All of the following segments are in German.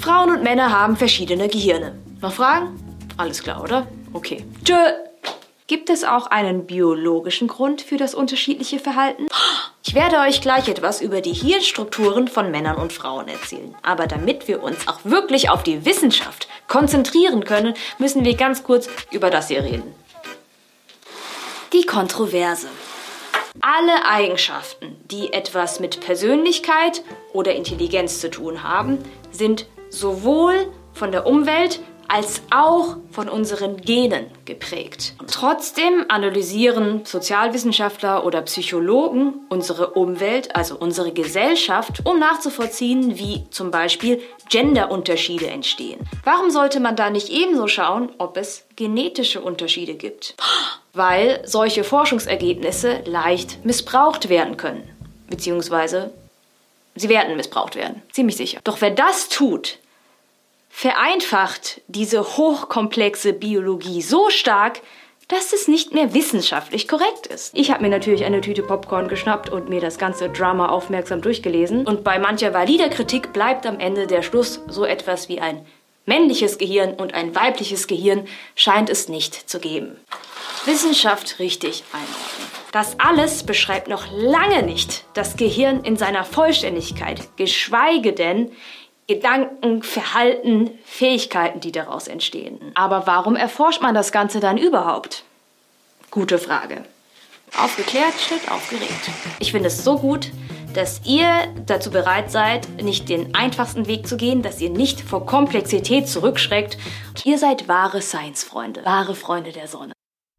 Frauen und Männer haben verschiedene Gehirne. Noch Fragen? Alles klar, oder? Okay. Tschö. Gibt es auch einen biologischen Grund für das unterschiedliche Verhalten? Ich werde euch gleich etwas über die Hirnstrukturen von Männern und Frauen erzählen. Aber damit wir uns auch wirklich auf die Wissenschaft konzentrieren können, müssen wir ganz kurz über das hier reden. Die Kontroverse. Alle Eigenschaften, die etwas mit Persönlichkeit oder Intelligenz zu tun haben, sind sowohl von der Umwelt als auch von unseren Genen geprägt. Trotzdem analysieren Sozialwissenschaftler oder Psychologen unsere Umwelt, also unsere Gesellschaft, um nachzuvollziehen, wie zum Beispiel Genderunterschiede entstehen. Warum sollte man da nicht ebenso schauen, ob es genetische Unterschiede gibt? Weil solche Forschungsergebnisse leicht missbraucht werden können. Beziehungsweise sie werden missbraucht werden. Ziemlich sicher. Doch wer das tut, vereinfacht diese hochkomplexe Biologie so stark, dass es nicht mehr wissenschaftlich korrekt ist. Ich habe mir natürlich eine Tüte Popcorn geschnappt und mir das ganze Drama aufmerksam durchgelesen. Und bei mancher valider Kritik bleibt am Ende der Schluss so etwas wie ein männliches Gehirn und ein weibliches Gehirn scheint es nicht zu geben. Wissenschaft richtig einordnen. Das alles beschreibt noch lange nicht das Gehirn in seiner Vollständigkeit, geschweige denn Gedanken, Verhalten, Fähigkeiten, die daraus entstehen. Aber warum erforscht man das Ganze dann überhaupt? Gute Frage. Aufgeklärt steht aufgeregt. Ich finde es so gut, dass ihr dazu bereit seid, nicht den einfachsten Weg zu gehen, dass ihr nicht vor Komplexität zurückschreckt. Ihr seid wahre Science-Freunde, wahre Freunde der Sonne.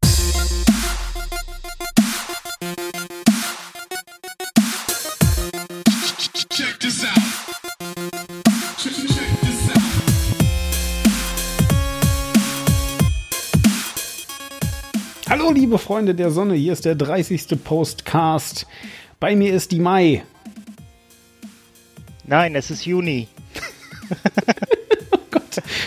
Hallo liebe Freunde der Sonne, hier ist der 30. Postcast. Bei mir ist die Mai. Nein, es ist Juni. Oh Gott.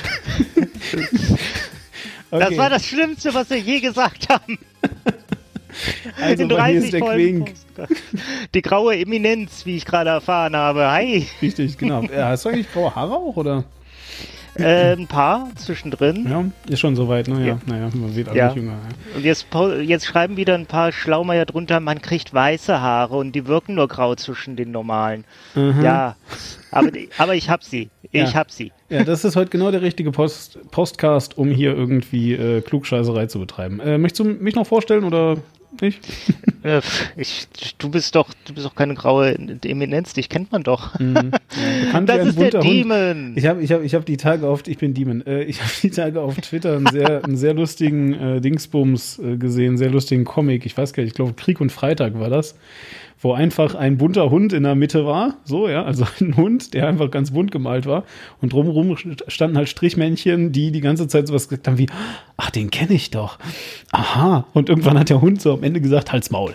Okay. Das war das Schlimmste, was wir je gesagt haben. Also bei mir ist der Quink. Die graue Eminenz, wie ich gerade erfahren habe. Hi. Richtig, genau. Hast du eigentlich graue Haare auch, oder? Ein paar zwischendrin. Ja, ist schon soweit, ne? Ja. Naja, man wird auch Ja. nicht jünger. Ja. Und jetzt schreiben wieder ein paar Schlaumeier drunter, man kriegt weiße Haare und die wirken nur grau zwischen den normalen. Mhm. Ja, aber ich hab sie. Ich hab sie. Ja, das ist heute genau der richtige Postcast, um hier irgendwie Klugscheißerei zu betreiben. Möchtest du mich noch vorstellen oder nicht? Du bist doch keine graue Eminenz, dich kennt man doch. Mhm. Ja, das ist der Demon. Hund. Ich habe die Tage auf, ich bin Demon. Ich habe die Tage auf Twitter einen sehr lustigen Dingsbums gesehen, sehr lustigen Comic. Ich weiß gar nicht, ich glaube Krieg und Freitag war das, wo einfach ein bunter Hund in der Mitte war, so, ja, also ein Hund, der einfach ganz bunt gemalt war und drumherum standen halt Strichmännchen, die ganze Zeit sowas gesagt haben wie, ach, den kenne ich doch. Aha. Und irgendwann hat der Hund so am Ende gesagt, halt's Maul.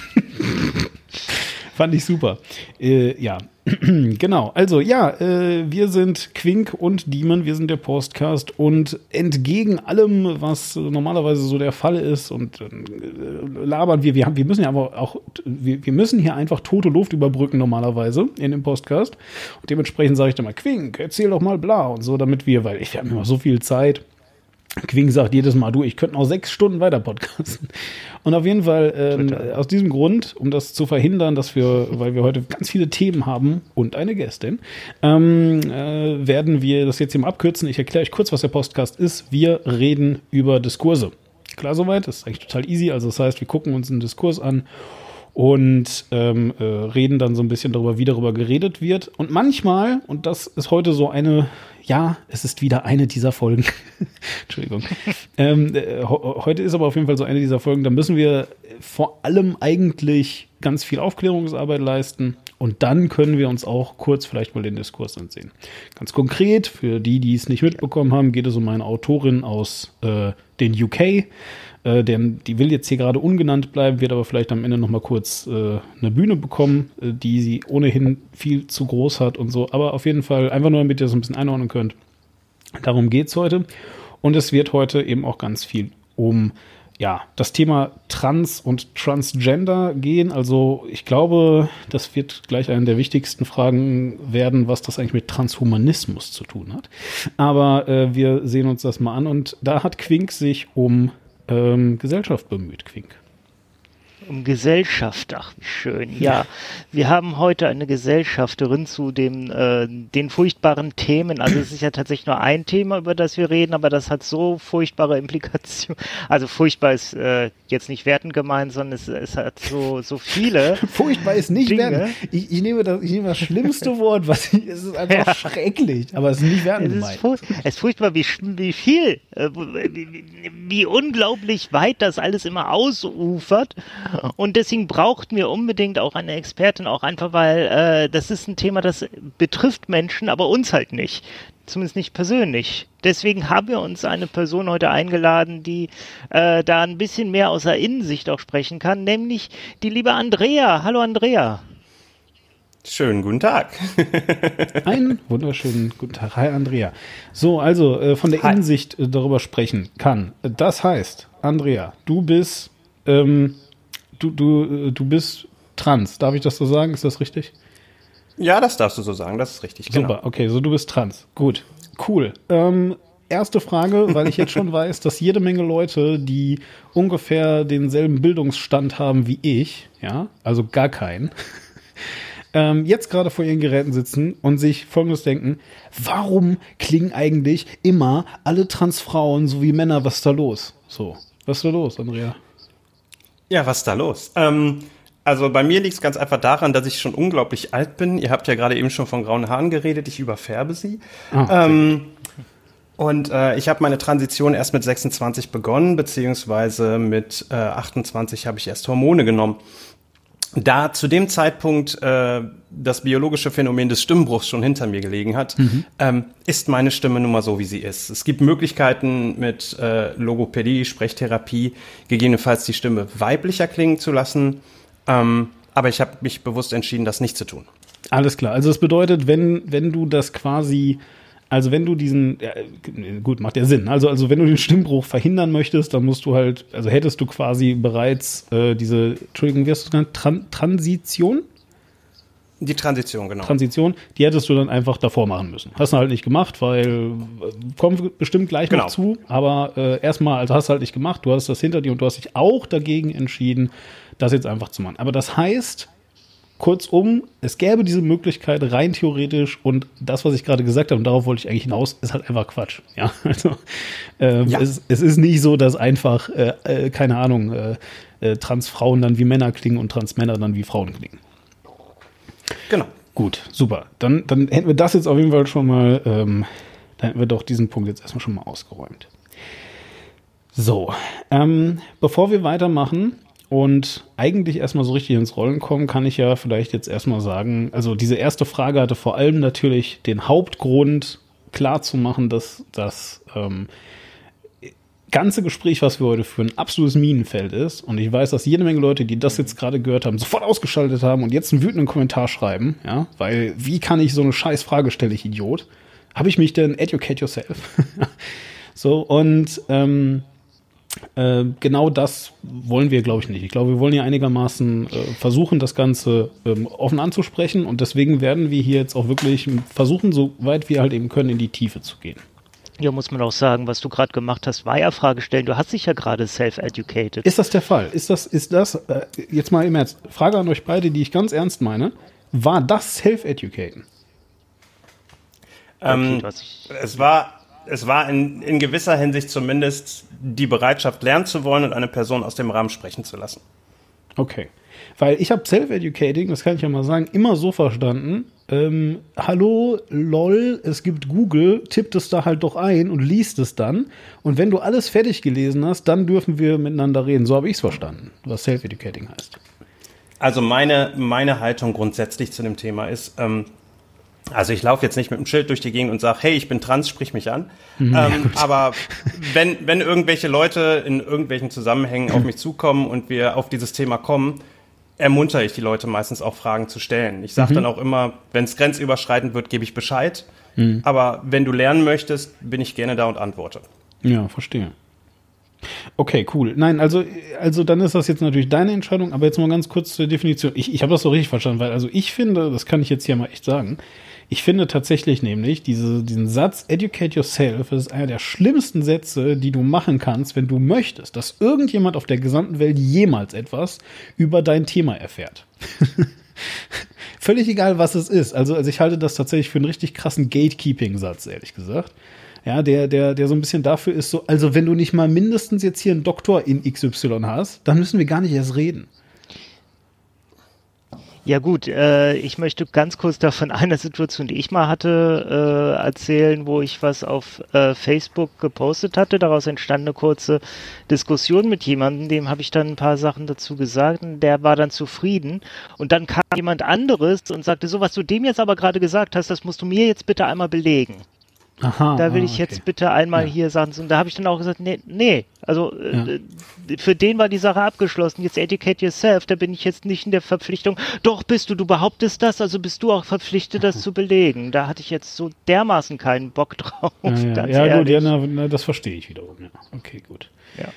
Fand ich super. Ja, genau. Also, ja, wir sind Quink und Demon, wir sind der Postcast und entgegen allem, was normalerweise so der Fall ist und labern wir müssen ja aber auch, wir müssen hier einfach tote Luft überbrücken normalerweise in dem Postcast und dementsprechend sage ich dann mal, Quink, erzähl doch mal bla und so, damit wir haben immer so viel Zeit. Quink sagt jedes Mal, du, ich könnte noch 6 Stunden weiter podcasten. Und auf jeden Fall aus diesem Grund, um das zu verhindern, weil wir heute ganz viele Themen haben und eine Gästin, werden wir das jetzt hier mal abkürzen. Ich erkläre euch kurz, was der Podcast ist. Wir reden über Diskurse. Klar soweit, das ist eigentlich total easy. Also das heißt, wir gucken uns einen Diskurs an und reden dann so ein bisschen darüber, wie darüber geredet wird. Und manchmal, und das ist heute so es ist wieder eine dieser Folgen. Entschuldigung. Heute ist aber auf jeden Fall so eine dieser Folgen, da müssen wir vor allem eigentlich ganz viel Aufklärungsarbeit leisten und dann können wir uns auch kurz vielleicht mal den Diskurs ansehen. Ganz konkret, für die es nicht mitbekommen haben, geht es um eine Autorin aus den UK. Die will jetzt hier gerade ungenannt bleiben, wird aber vielleicht am Ende noch mal kurz eine Bühne bekommen, die sie ohnehin viel zu groß hat und so. Aber auf jeden Fall einfach nur, damit ihr das ein bisschen einordnen könnt. Darum geht's heute. Und es wird heute eben auch ganz viel um ja, das Thema Trans und Transgender gehen. Also ich glaube, das wird gleich eine der wichtigsten Fragen werden, was das eigentlich mit Transhumanismus zu tun hat. Aber wir sehen uns das mal an. Und da hat Quink sich um Gesellschaft bemüht, Quink. Um Gesellschaft, ach wie schön. Ja, wir haben heute eine Gesellschafterin zu den furchtbaren Themen. Also es ist ja tatsächlich nur ein Thema, über das wir reden, aber das hat so furchtbare Implikationen. Also furchtbar ist jetzt nicht wertend gemeint, sondern es hat so viele. Furchtbar ist nicht Dinge. wertend. Ich nehme das schlimmste Wort, es ist einfach schrecklich, aber es ist nicht wertend gemeint. Es ist furchtbar, wie viel, wie unglaublich weit das alles immer ausufert. Und deswegen brauchten wir unbedingt auch eine Expertin, auch einfach, weil das ist ein Thema, das betrifft Menschen, aber uns halt nicht. Zumindest nicht persönlich. Deswegen haben wir uns eine Person heute eingeladen, die da ein bisschen mehr aus der Innensicht auch sprechen kann, nämlich die liebe Andrea. Hallo Andrea. Schönen guten Tag. Einen wunderschönen guten Tag. Hi Andrea. So, also von der Innensicht darüber sprechen kann. Das heißt, Andrea, du bist Du bist trans, darf ich das so sagen? Ist das richtig? Ja, das darfst du so sagen, das ist richtig. Super, genau. Okay, so du bist trans. Gut, cool. Erste Frage, weil ich jetzt schon weiß, dass jede Menge Leute, die ungefähr denselben Bildungsstand haben wie ich, ja, also gar keinen, jetzt gerade vor ihren Geräten sitzen und sich Folgendes denken: Warum klingen eigentlich immer alle Transfrauen so wie Männer? Was ist da los? So, was ist da los, Andrea? Ja, was ist da los? Also bei mir liegt es ganz einfach daran, dass ich schon unglaublich alt bin. Ihr habt ja gerade eben schon von grauen Haaren geredet. Ich überfärbe sie. Und ich habe meine Transition erst mit 26 begonnen, beziehungsweise mit 28 habe ich erst Hormone genommen. Da zu dem Zeitpunkt das biologische Phänomen des Stimmbruchs schon hinter mir gelegen hat, ist meine Stimme nun mal so, wie sie ist. Es gibt Möglichkeiten mit Logopädie, Sprechtherapie, gegebenenfalls die Stimme weiblicher klingen zu lassen. Aber ich habe mich bewusst entschieden, das nicht zu tun. Alles klar. Also das bedeutet, wenn du das quasi, also wenn du diesen, ja, gut, macht ja Sinn. Also wenn du den Stimmbruch verhindern möchtest, dann musst du halt, also hättest du quasi bereits Entschuldigung, wie hast du es genannt? Transition? Die Transition, genau. Transition, die hättest du dann einfach davor machen müssen. Hast du halt nicht gemacht, weil, kommen wir bestimmt gleich noch zu, aber erstmal, also hast du halt nicht gemacht, du hast das hinter dir und du hast dich auch dagegen entschieden, das jetzt einfach zu machen. Aber das heißt, kurzum, es gäbe diese Möglichkeit rein theoretisch, und das, was ich gerade gesagt habe, und darauf wollte ich eigentlich hinaus, ist halt einfach Quatsch. Ja, also es ist nicht so, dass einfach, keine Ahnung, Transfrauen dann wie Männer klingen und Transmänner dann wie Frauen klingen. Genau. Gut, super. Dann hätten wir das jetzt auf jeden Fall schon mal, dann hätten wir doch diesen Punkt jetzt erstmal schon mal ausgeräumt. So, bevor wir weitermachen und eigentlich erstmal so richtig ins Rollen kommen, kann ich ja vielleicht jetzt erstmal sagen, also diese erste Frage hatte vor allem natürlich den Hauptgrund, klar zu machen, dass das ganze Gespräch, was wir heute führen, ein absolutes Minenfeld ist. Und ich weiß, dass jede Menge Leute, die das jetzt gerade gehört haben, sofort ausgeschaltet haben und jetzt einen wütenden Kommentar schreiben, ja, weil wie kann ich so eine scheiß Frage stellen, ich Idiot? Habe ich mich denn educate yourself? So, und genau das wollen wir, glaube ich, nicht. Ich glaube, wir wollen ja einigermaßen versuchen, das Ganze offen anzusprechen, und deswegen werden wir hier jetzt auch wirklich versuchen, so weit wir halt eben können, in die Tiefe zu gehen. Ja, muss man auch sagen, was du gerade gemacht hast, war ja Frage stellen. Du hast dich ja gerade self-educated. Ist das der Fall? Ist das jetzt mal im Ernst, Frage an euch beide, die ich ganz ernst meine, war das Self-Educaten? Es war in gewisser Hinsicht zumindest die Bereitschaft, lernen zu wollen und eine Person aus dem Rahmen sprechen zu lassen. Okay. Weil ich habe Self-Educating, das kann ich ja mal sagen, immer so verstanden, hallo, lol, es gibt Google, tippt es da halt doch ein und liest es dann. Und wenn du alles fertig gelesen hast, dann dürfen wir miteinander reden. So habe ich es verstanden, was Self-Educating heißt. Also meine Haltung grundsätzlich zu dem Thema ist, also ich laufe jetzt nicht mit einem Schild durch die Gegend und sage, hey, ich bin trans, sprich mich an. Aber wenn irgendwelche Leute in irgendwelchen Zusammenhängen auf mich zukommen und wir auf dieses Thema kommen, ermuntere ich die Leute meistens auch Fragen zu stellen. Ich sage dann auch immer, wenn es grenzüberschreitend wird, gebe ich Bescheid. Aber wenn du lernen möchtest, bin ich gerne da und antworte. Ja, verstehe. Okay, cool. Nein, also dann ist das jetzt natürlich deine Entscheidung, aber jetzt mal ganz kurz zur Definition. Ich habe das so richtig verstanden, weil also ich finde, das kann ich jetzt hier mal echt sagen, ich finde tatsächlich nämlich diesen Satz Educate yourself ist einer der schlimmsten Sätze, die du machen kannst, wenn du möchtest, dass irgendjemand auf der gesamten Welt jemals etwas über dein Thema erfährt. Völlig egal, was es ist. Also ich halte das tatsächlich für einen richtig krassen Gatekeeping-Satz, ehrlich gesagt. Ja, der so ein bisschen dafür ist so, also wenn du nicht mal mindestens jetzt hier einen Doktor in XY hast, dann müssen wir gar nicht erst reden. Ja gut, ich möchte ganz kurz davon einer Situation, die ich mal hatte, erzählen, wo ich was auf Facebook gepostet hatte. Daraus entstand eine kurze Diskussion mit jemandem, dem habe ich dann ein paar Sachen dazu gesagt und der war dann zufrieden. Und dann kam jemand anderes und sagte, so was du dem jetzt aber gerade gesagt hast, das musst du mir jetzt bitte einmal belegen. Aha, da will ich jetzt bitte einmal hier sagen. Und da habe ich dann auch gesagt, nee, also für den war die Sache abgeschlossen. Jetzt educate yourself, da bin ich jetzt nicht in der Verpflichtung. Doch bist du behauptest das, also bist du auch verpflichtet, das zu belegen. Da hatte ich jetzt so dermaßen keinen Bock drauf. Ja gut, das verstehe ich wiederum. Ja. Okay, gut. Ja.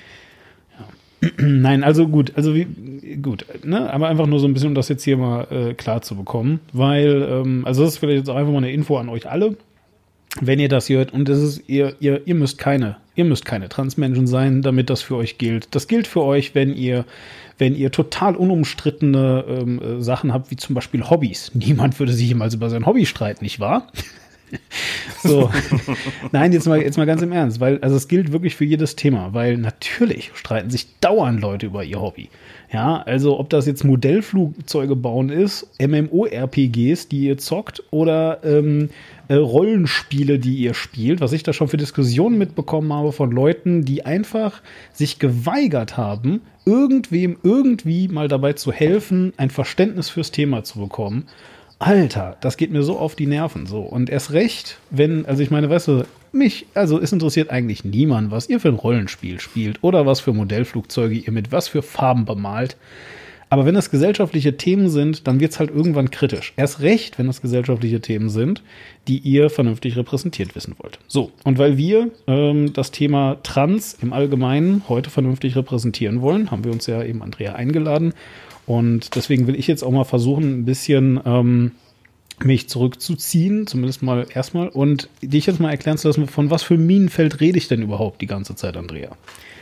Nein, also gut, ne? Aber einfach nur so ein bisschen, um das jetzt hier mal klar zu bekommen, weil, also das ist vielleicht jetzt auch einfach mal eine Info an euch alle. Wenn ihr das hört, und das ist, ihr müsst keine Transmenschen sein, damit das für euch gilt. Das gilt für euch, wenn ihr total unumstrittene Sachen habt, wie zum Beispiel Hobbys. Niemand würde sich jemals über sein Hobby streiten, nicht wahr? So. Nein, jetzt mal ganz im Ernst, weil, also es gilt wirklich für jedes Thema, weil natürlich streiten sich dauernd Leute über ihr Hobby. Ja, also ob das jetzt Modellflugzeuge bauen ist, MMORPGs, die ihr zockt, oder Rollenspiele, die ihr spielt, was ich da schon für Diskussionen mitbekommen habe von Leuten, die einfach sich geweigert haben, irgendwem irgendwie mal dabei zu helfen, ein Verständnis fürs Thema zu bekommen. Alter, das geht mir so auf die Nerven so. Und erst recht, wenn, also ich meine, weißt du, es interessiert eigentlich niemand, was ihr für ein Rollenspiel spielt oder was für Modellflugzeuge ihr mit was für Farben bemalt. Aber wenn das gesellschaftliche Themen sind, dann wird es halt irgendwann kritisch. Erst recht, wenn das gesellschaftliche Themen sind, die ihr vernünftig repräsentiert wissen wollt. So, und weil wir das Thema Trans im Allgemeinen heute vernünftig repräsentieren wollen, haben wir uns ja eben Andrea eingeladen. Und deswegen will ich jetzt auch mal versuchen, ein bisschen mich zurückzuziehen, zumindest mal erstmal, und dich jetzt mal erklären zu lassen, von was für Minenfeld rede ich denn überhaupt die ganze Zeit, Andrea?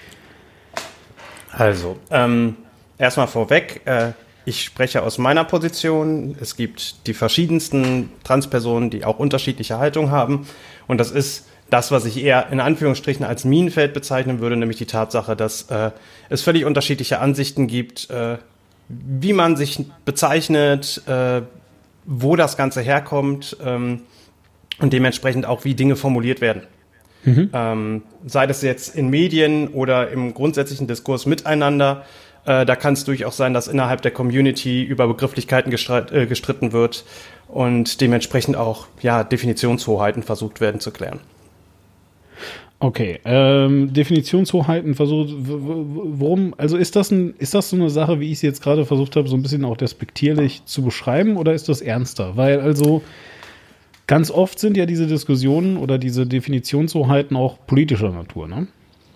Also, erstmal vorweg, ich spreche aus meiner Position. Es gibt die verschiedensten Transpersonen, die auch unterschiedliche Haltungen haben. Und das ist das, was ich eher in Anführungsstrichen als Minenfeld bezeichnen würde, nämlich die Tatsache, dass es völlig unterschiedliche Ansichten gibt, wie man sich bezeichnet, wo das Ganze herkommt und dementsprechend auch, wie Dinge formuliert werden. Sei das jetzt in Medien oder im grundsätzlichen Diskurs miteinander. Da kann es durchaus sein, dass innerhalb der Community über Begrifflichkeiten gestritten wird und dementsprechend auch Definitionshoheiten versucht werden zu klären. Okay, Definitionshoheiten versucht, worum, also ist das so eine Sache, wie ich es jetzt gerade versucht habe, so ein bisschen auch despektierlich zu beschreiben, oder ist das ernster? Weil also ganz oft sind ja diese Diskussionen oder diese Definitionshoheiten auch politischer Natur, ne?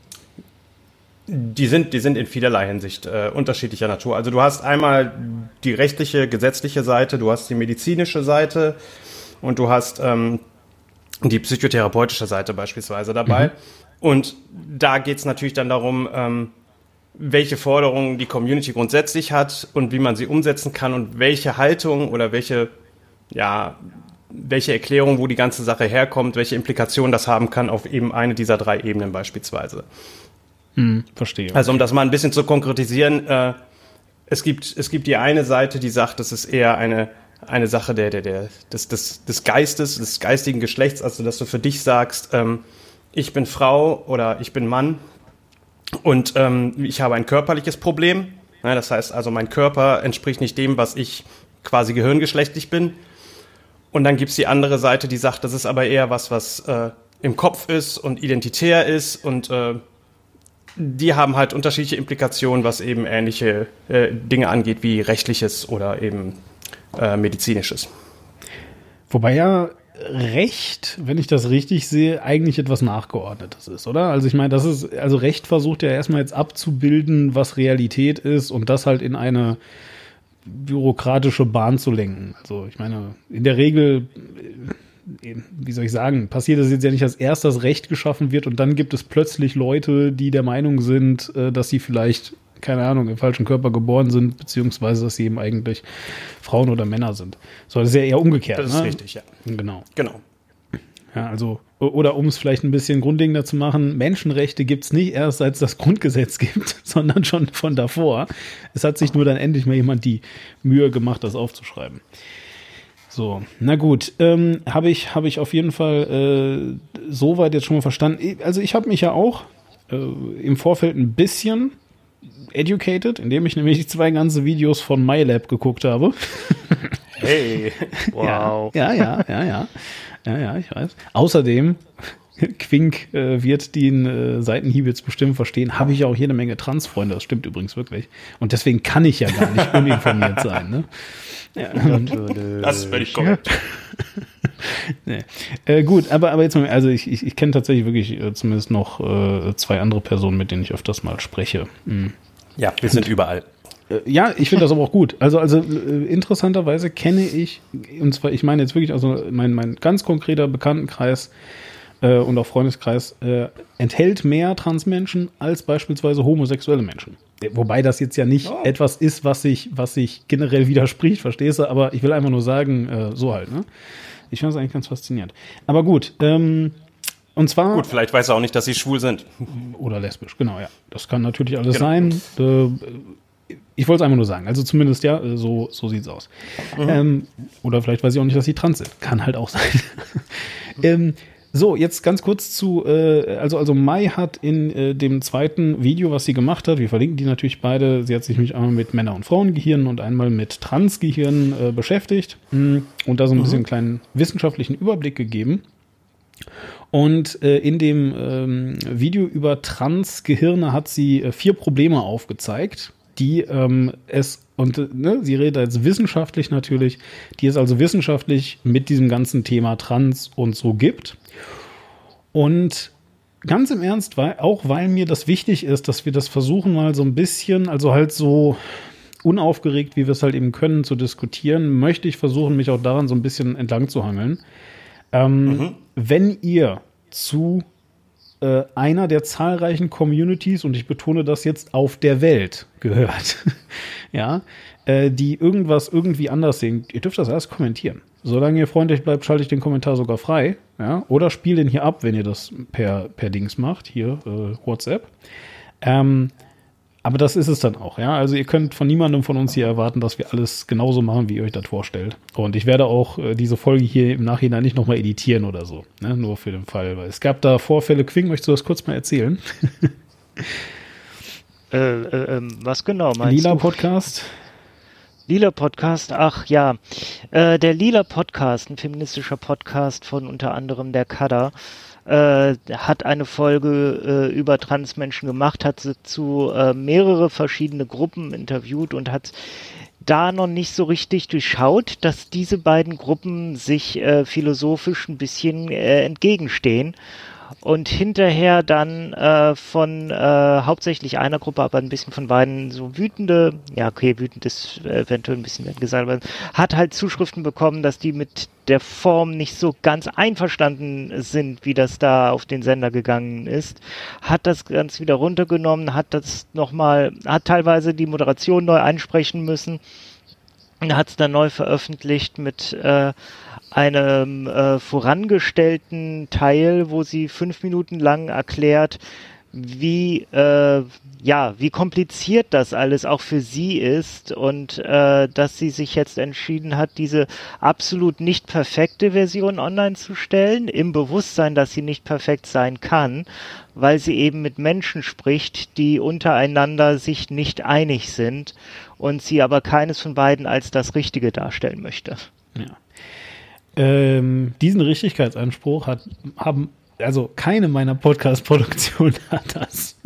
Die sind in vielerlei Hinsicht unterschiedlicher Natur. Also du hast einmal die rechtliche, gesetzliche Seite, du hast die medizinische Seite und du hast die psychotherapeutische Seite beispielsweise dabei. Und da geht es natürlich dann darum, welche Forderungen die Community grundsätzlich hat und wie man sie umsetzen kann und welche Haltung oder welche Erklärung, wo die ganze Sache herkommt, welche Implikationen das haben kann auf eben eine dieser 3 Ebenen beispielsweise. Verstehe. Also um das mal ein bisschen zu konkretisieren, es gibt die eine Seite, die sagt, das ist eher eine Sache des Geistes, des geistigen Geschlechts, also dass du für dich sagst, ich bin Frau oder ich bin Mann und ich habe ein körperliches Problem. Ja, das heißt also, mein Körper entspricht nicht dem, was ich quasi gehirngeschlechtlich bin. Und dann gibt es die andere Seite, die sagt, das ist aber eher was im Kopf ist und identitär ist und die haben halt unterschiedliche Implikationen, was eben ähnliche Dinge angeht, wie rechtliches oder eben medizinisches. Wobei ja Recht, wenn ich das richtig sehe, eigentlich etwas Nachgeordnetes ist, oder? Also ich meine, Recht versucht ja erstmal jetzt abzubilden, was Realität ist und das halt in eine bürokratische Bahn zu lenken. Also ich meine, in der Regel, wie soll ich sagen, passiert es jetzt ja nicht, dass erst das Recht geschaffen wird und dann gibt es plötzlich Leute, die der Meinung sind, dass sie vielleicht, keine Ahnung, im falschen Körper geboren sind, beziehungsweise dass sie eben eigentlich Frauen oder Männer sind. So, das ist ja eher umgekehrt. Das ist richtig, ja. Genau. Genau. Ja, also, oder um es vielleicht ein bisschen grundlegender zu machen, Menschenrechte gibt's nicht erst, seit es das Grundgesetz gibt, sondern schon von davor. Es hat sich nur dann endlich mal jemand die Mühe gemacht, das aufzuschreiben. So, na gut, habe ich auf jeden Fall soweit jetzt schon mal verstanden. Also ich habe mich ja auch im Vorfeld ein bisschen educated, indem ich nämlich 2 ganze Videos von MyLab geguckt habe. Hey, Wow. Ja, ich weiß. Außerdem, Quink wird den Seitenhieb jetzt bestimmt verstehen, habe ich ja auch jede Menge Transfreunde, das stimmt übrigens wirklich. Und deswegen kann ich ja gar nicht uninformiert sein, ne? Ja. das ist völlig korrekt. Nee. Gut, aber jetzt mal, also ich kenne tatsächlich wirklich zumindest noch 2 andere Personen, mit denen ich öfters mal spreche. Mhm. Ja, wir sind überall. Ja, ich finde das aber auch gut. Also interessanterweise kenne ich, und zwar, ich meine jetzt wirklich, also mein ganz konkreter Bekanntenkreis und auch Freundeskreis enthält mehr Transmenschen als beispielsweise homosexuelle Menschen. Wobei das jetzt ja nicht etwas ist, was sich generell widerspricht, verstehst du? Aber ich will einfach nur sagen, so halt, ne? Ich finde das eigentlich ganz faszinierend. Aber gut, und zwar... Gut, vielleicht weiß er auch nicht, dass sie schwul sind. Oder lesbisch, genau, ja. Das kann natürlich alles sein. Ich wollte es einfach nur sagen. Also zumindest, ja, so sieht's aus. Oder vielleicht weiß ich auch nicht, dass sie trans sind. Kann halt auch sein. So, jetzt ganz kurz zu, also Mai hat in dem zweiten Video, was sie gemacht hat, wir verlinken die natürlich beide, sie hat sich nämlich einmal mit Männer- und Frauengehirn und einmal mit Transgehirn beschäftigt und da so ein bisschen einen kleinen wissenschaftlichen Überblick gegeben. Und in dem Video über Transgehirne hat sie 4 Probleme aufgezeigt, die sie redet jetzt wissenschaftlich natürlich, die es also wissenschaftlich mit diesem ganzen Thema Trans und so gibt. Und ganz im Ernst, weil mir das wichtig ist, dass wir das versuchen mal so ein bisschen, also halt so unaufgeregt, wie wir es halt eben können, zu diskutieren, möchte ich versuchen, mich auch daran so ein bisschen entlang zu hangeln. Wenn ihr zu einer der zahlreichen Communities, und ich betone das jetzt, auf der Welt gehört, ja, die irgendwas irgendwie anders sehen, ihr dürft das alles kommentieren. Solange ihr freundlich bleibt, schalte ich den Kommentar sogar frei, ja, oder spiel den hier ab, wenn ihr das per Dings macht, hier WhatsApp. Aber das ist es dann auch, ja. Also ihr könnt von niemandem von uns hier erwarten, dass wir alles genauso machen, wie ihr euch das vorstellt. Und ich werde auch diese Folge hier im Nachhinein nicht nochmal editieren oder so, ne? Nur für den Fall, weil es gab da Vorfälle. Quink, möchtest du das kurz mal erzählen? Was genau meinst Lila du? Podcast? Lila Podcast, ach ja. Der Lila Podcast, ein feministischer Podcast von unter anderem der Kada, hat eine Folge über Transmenschen gemacht, hat sie zu mehrere verschiedene Gruppen interviewt und hat da noch nicht so richtig durchschaut, dass diese beiden Gruppen sich philosophisch ein bisschen entgegenstehen. Und hinterher dann von hauptsächlich einer Gruppe, aber ein bisschen von beiden so wütend ist eventuell ein bisschen gesagt, aber hat halt Zuschriften bekommen, dass die mit der Form nicht so ganz einverstanden sind, wie das da auf den Sender gegangen ist, hat das ganz wieder runtergenommen, hat teilweise die Moderation neu einsprechen müssen und hat es dann neu veröffentlicht mit einem vorangestellten Teil, wo sie 5 Minuten lang erklärt, wie kompliziert das alles auch für sie ist und dass sie sich jetzt entschieden hat, diese absolut nicht perfekte Version online zu stellen, im Bewusstsein, dass sie nicht perfekt sein kann, weil sie eben mit Menschen spricht, die untereinander sich nicht einig sind und sie aber keines von beiden als das Richtige darstellen möchte. Ja. Diesen Richtigkeitsanspruch haben also keine meiner Podcast-Produktionen hat das.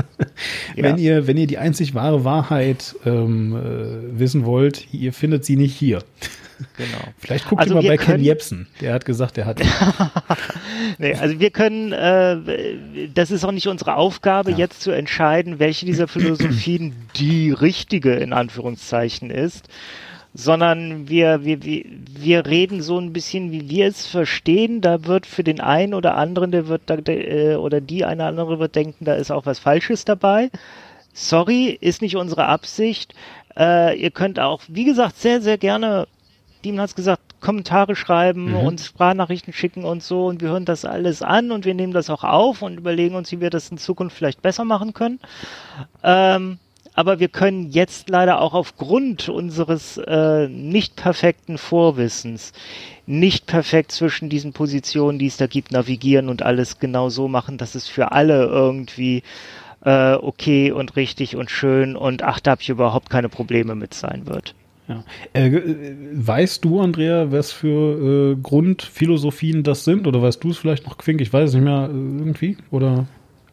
Wenn ihr die einzig wahre Wahrheit wissen wollt, ihr findet sie nicht hier. Genau. Vielleicht guckt ihr mal bei Ken Jebsen. Der hat gesagt, er hat. Nee, also wir können, das ist auch nicht unsere Aufgabe, jetzt zu entscheiden, welche dieser Philosophien die richtige in Anführungszeichen ist, sondern wir reden so ein bisschen, wie wir es verstehen. Da wird für den einen oder anderen, oder die eine oder andere wird denken, da ist auch was Falsches dabei. Sorry, ist nicht unsere Absicht. Ihr könnt auch, wie gesagt, sehr, sehr gerne, Demon hat's gesagt, Kommentare schreiben, uns Sprachnachrichten schicken und so, und wir hören das alles an und wir nehmen das auch auf und überlegen uns, wie wir das in Zukunft vielleicht besser machen können. Aber wir können jetzt leider auch aufgrund unseres nicht perfekten Vorwissens nicht perfekt zwischen diesen Positionen, die es da gibt, navigieren und alles genau so machen, dass es für alle irgendwie okay und richtig und schön und da habe ich überhaupt keine Probleme mit sein wird. Ja. Weißt du, Andrea, was für Grundphilosophien das sind? Oder weißt du es vielleicht noch, Quink? Ich weiß es nicht mehr irgendwie. Oder?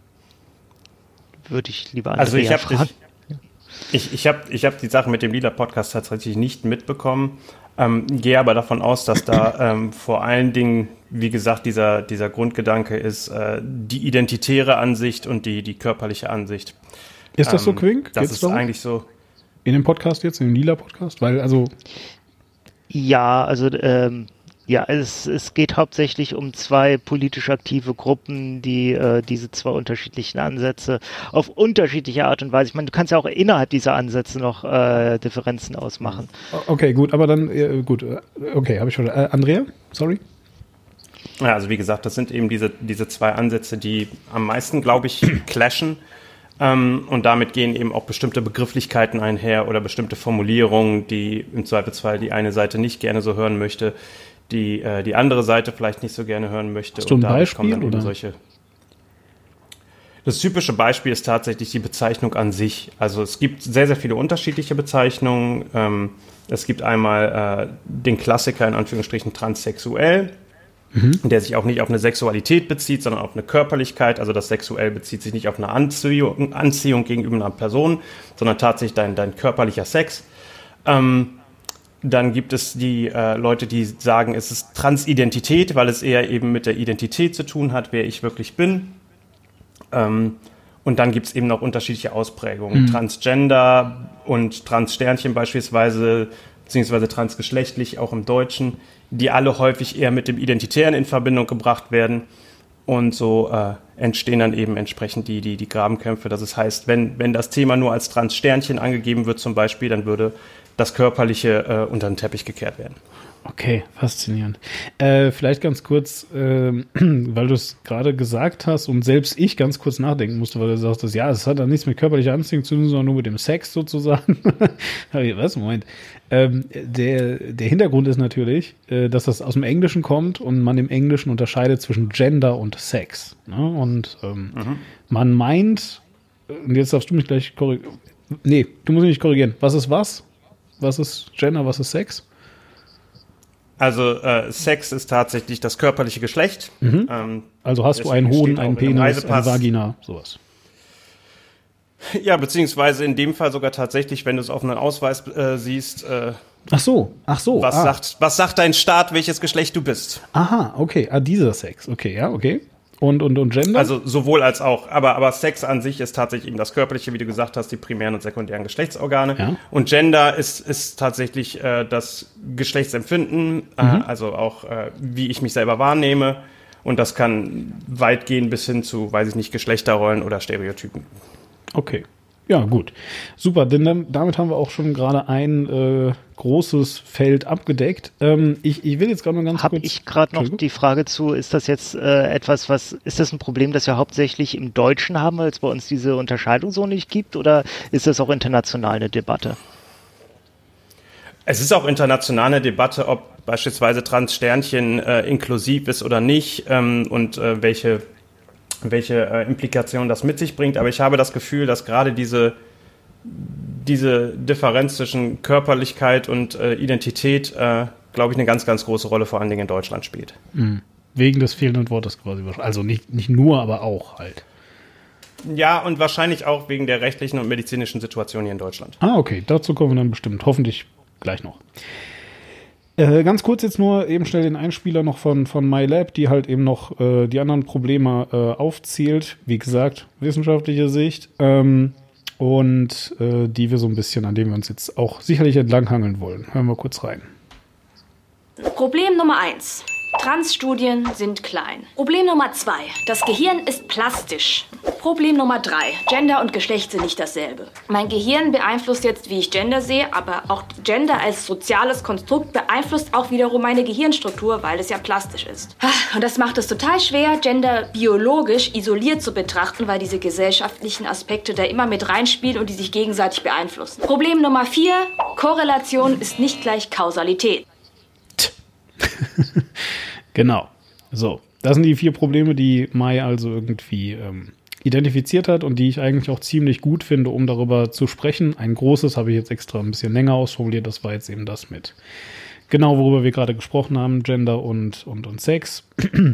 Würde ich lieber Andrea fragen. Ich hab die Sache mit dem Lila-Podcast tatsächlich nicht mitbekommen. Gehe aber davon aus, dass da vor allen Dingen, wie gesagt, dieser Grundgedanke ist, die identitäre Ansicht und die körperliche Ansicht. Ist das so, Quink? Das ist eigentlich so. In dem Podcast jetzt, in dem Lila-Podcast? Weil, also. Ja, also, es geht hauptsächlich um zwei politisch aktive Gruppen, die diese zwei unterschiedlichen Ansätze auf unterschiedliche Art und Weise, ich meine, du kannst ja auch innerhalb dieser Ansätze noch Differenzen ausmachen. Okay, gut, aber dann, gut, okay, habe ich schon. Andrea, sorry? Ja, also wie gesagt, das sind eben diese zwei Ansätze, die am meisten, glaube ich, clashen. Und damit gehen eben auch bestimmte Begrifflichkeiten einher oder bestimmte Formulierungen, die im Zweifelsfall die eine Seite nicht gerne so hören möchte, die andere Seite vielleicht nicht so gerne hören möchte. Hast du ein Beispiel? Oder? Das typische Beispiel ist tatsächlich die Bezeichnung an sich. Also es gibt sehr, sehr viele unterschiedliche Bezeichnungen. Es gibt einmal den Klassiker in Anführungsstrichen transsexuell, der sich auch nicht auf eine Sexualität bezieht, sondern auf eine Körperlichkeit. Also das Sexuell bezieht sich nicht auf eine Anziehung gegenüber einer Person, sondern tatsächlich dein körperlicher Sex. Dann gibt es die Leute, die sagen, es ist Transidentität, weil es eher eben mit der Identität zu tun hat, wer ich wirklich bin. Und dann gibt es eben noch unterschiedliche Ausprägungen. Transgender und Transsternchen beispielsweise, beziehungsweise transgeschlechtlich, auch im Deutschen, die alle häufig eher mit dem Identitären in Verbindung gebracht werden. Und so entstehen dann eben entsprechend die Grabenkämpfe. Das heißt, wenn das Thema nur als Transsternchen angegeben wird zum Beispiel, dann würde das Körperliche unter den Teppich gekehrt werden. Okay, faszinierend. Vielleicht ganz kurz, weil du es gerade gesagt hast und selbst ich ganz kurz nachdenken musste, weil du sagst, ja, es hat dann nichts mit körperlicher Anziehung zu tun, sondern nur mit dem Sex sozusagen. Was? Moment. Der Hintergrund ist natürlich, dass das aus dem Englischen kommt und man im Englischen unterscheidet zwischen Gender und Sex. Ne? Und man meint, und jetzt darfst du mich gleich korrigieren. Nee, du musst mich nicht korrigieren. Was ist was? Was ist Gender, was ist Sex? Also Sex ist tatsächlich das körperliche Geschlecht. Also hast du einen Hoden, einen Penis, eine Vagina, sowas. Ja, beziehungsweise in dem Fall sogar tatsächlich, wenn du es auf einem Ausweis siehst. Ach so. Was sagt dein Staat, welches Geschlecht du bist? Aha, okay. Dieser Sex. Okay, ja, okay. Und Gender? Also sowohl als auch. Aber Sex an sich ist tatsächlich eben das Körperliche, wie du gesagt hast, die primären und sekundären Geschlechtsorgane. Ja. Und Gender ist tatsächlich das Geschlechtsempfinden, also auch wie ich mich selber wahrnehme. Und das kann weit gehen bis hin zu, weiß ich nicht, Geschlechterrollen oder Stereotypen. Okay. Ja, gut. Super, denn damit haben wir auch schon gerade ein großes Feld abgedeckt. Ich will jetzt gerade mal ganz kurz... Habe ich gerade noch die Frage zu, ist das jetzt ist das ein Problem, das wir hauptsächlich im Deutschen haben, weil es bei uns diese Unterscheidung so nicht gibt, oder ist das auch international eine Debatte? Es ist auch international eine Debatte, ob beispielsweise Transsternchen inklusiv ist oder nicht und welche Implikationen das mit sich bringt. Aber ich habe das Gefühl, dass gerade diese Differenz zwischen Körperlichkeit und Identität, glaube ich, eine ganz, ganz große Rolle vor allen Dingen in Deutschland spielt. Wegen des fehlenden Wortes quasi. Also nicht nur, aber auch halt. Ja, und wahrscheinlich auch wegen der rechtlichen und medizinischen Situation hier in Deutschland. Ah, okay, dazu kommen wir dann bestimmt, hoffentlich gleich noch. Ganz kurz jetzt nur eben schnell den Einspieler noch von MyLab, die halt eben noch die anderen Probleme aufzählt. Wie gesagt, wissenschaftliche Sicht. Und die wir so ein bisschen, an dem wir uns jetzt auch sicherlich entlanghangeln wollen. Hören wir kurz rein. Problem Nummer 1. Transstudien sind klein. Problem Nummer 2. Das Gehirn ist plastisch. Problem Nummer 3. Gender und Geschlecht sind nicht dasselbe. Mein Gehirn beeinflusst jetzt, wie ich Gender sehe, aber auch Gender als soziales Konstrukt beeinflusst auch wiederum meine Gehirnstruktur, weil es ja plastisch ist. Und das macht es total schwer, Gender biologisch isoliert zu betrachten, weil diese gesellschaftlichen Aspekte da immer mit reinspielen und die sich gegenseitig beeinflussen. Problem Nummer 4. Korrelation ist nicht gleich Kausalität. Genau. So, das sind die 4 Probleme, die Mai also irgendwie identifiziert hat und die ich eigentlich auch ziemlich gut finde, um darüber zu sprechen. Ein großes habe ich jetzt extra ein bisschen länger ausformuliert. Das war jetzt eben das mit genau, worüber wir gerade gesprochen haben, Gender und Sex.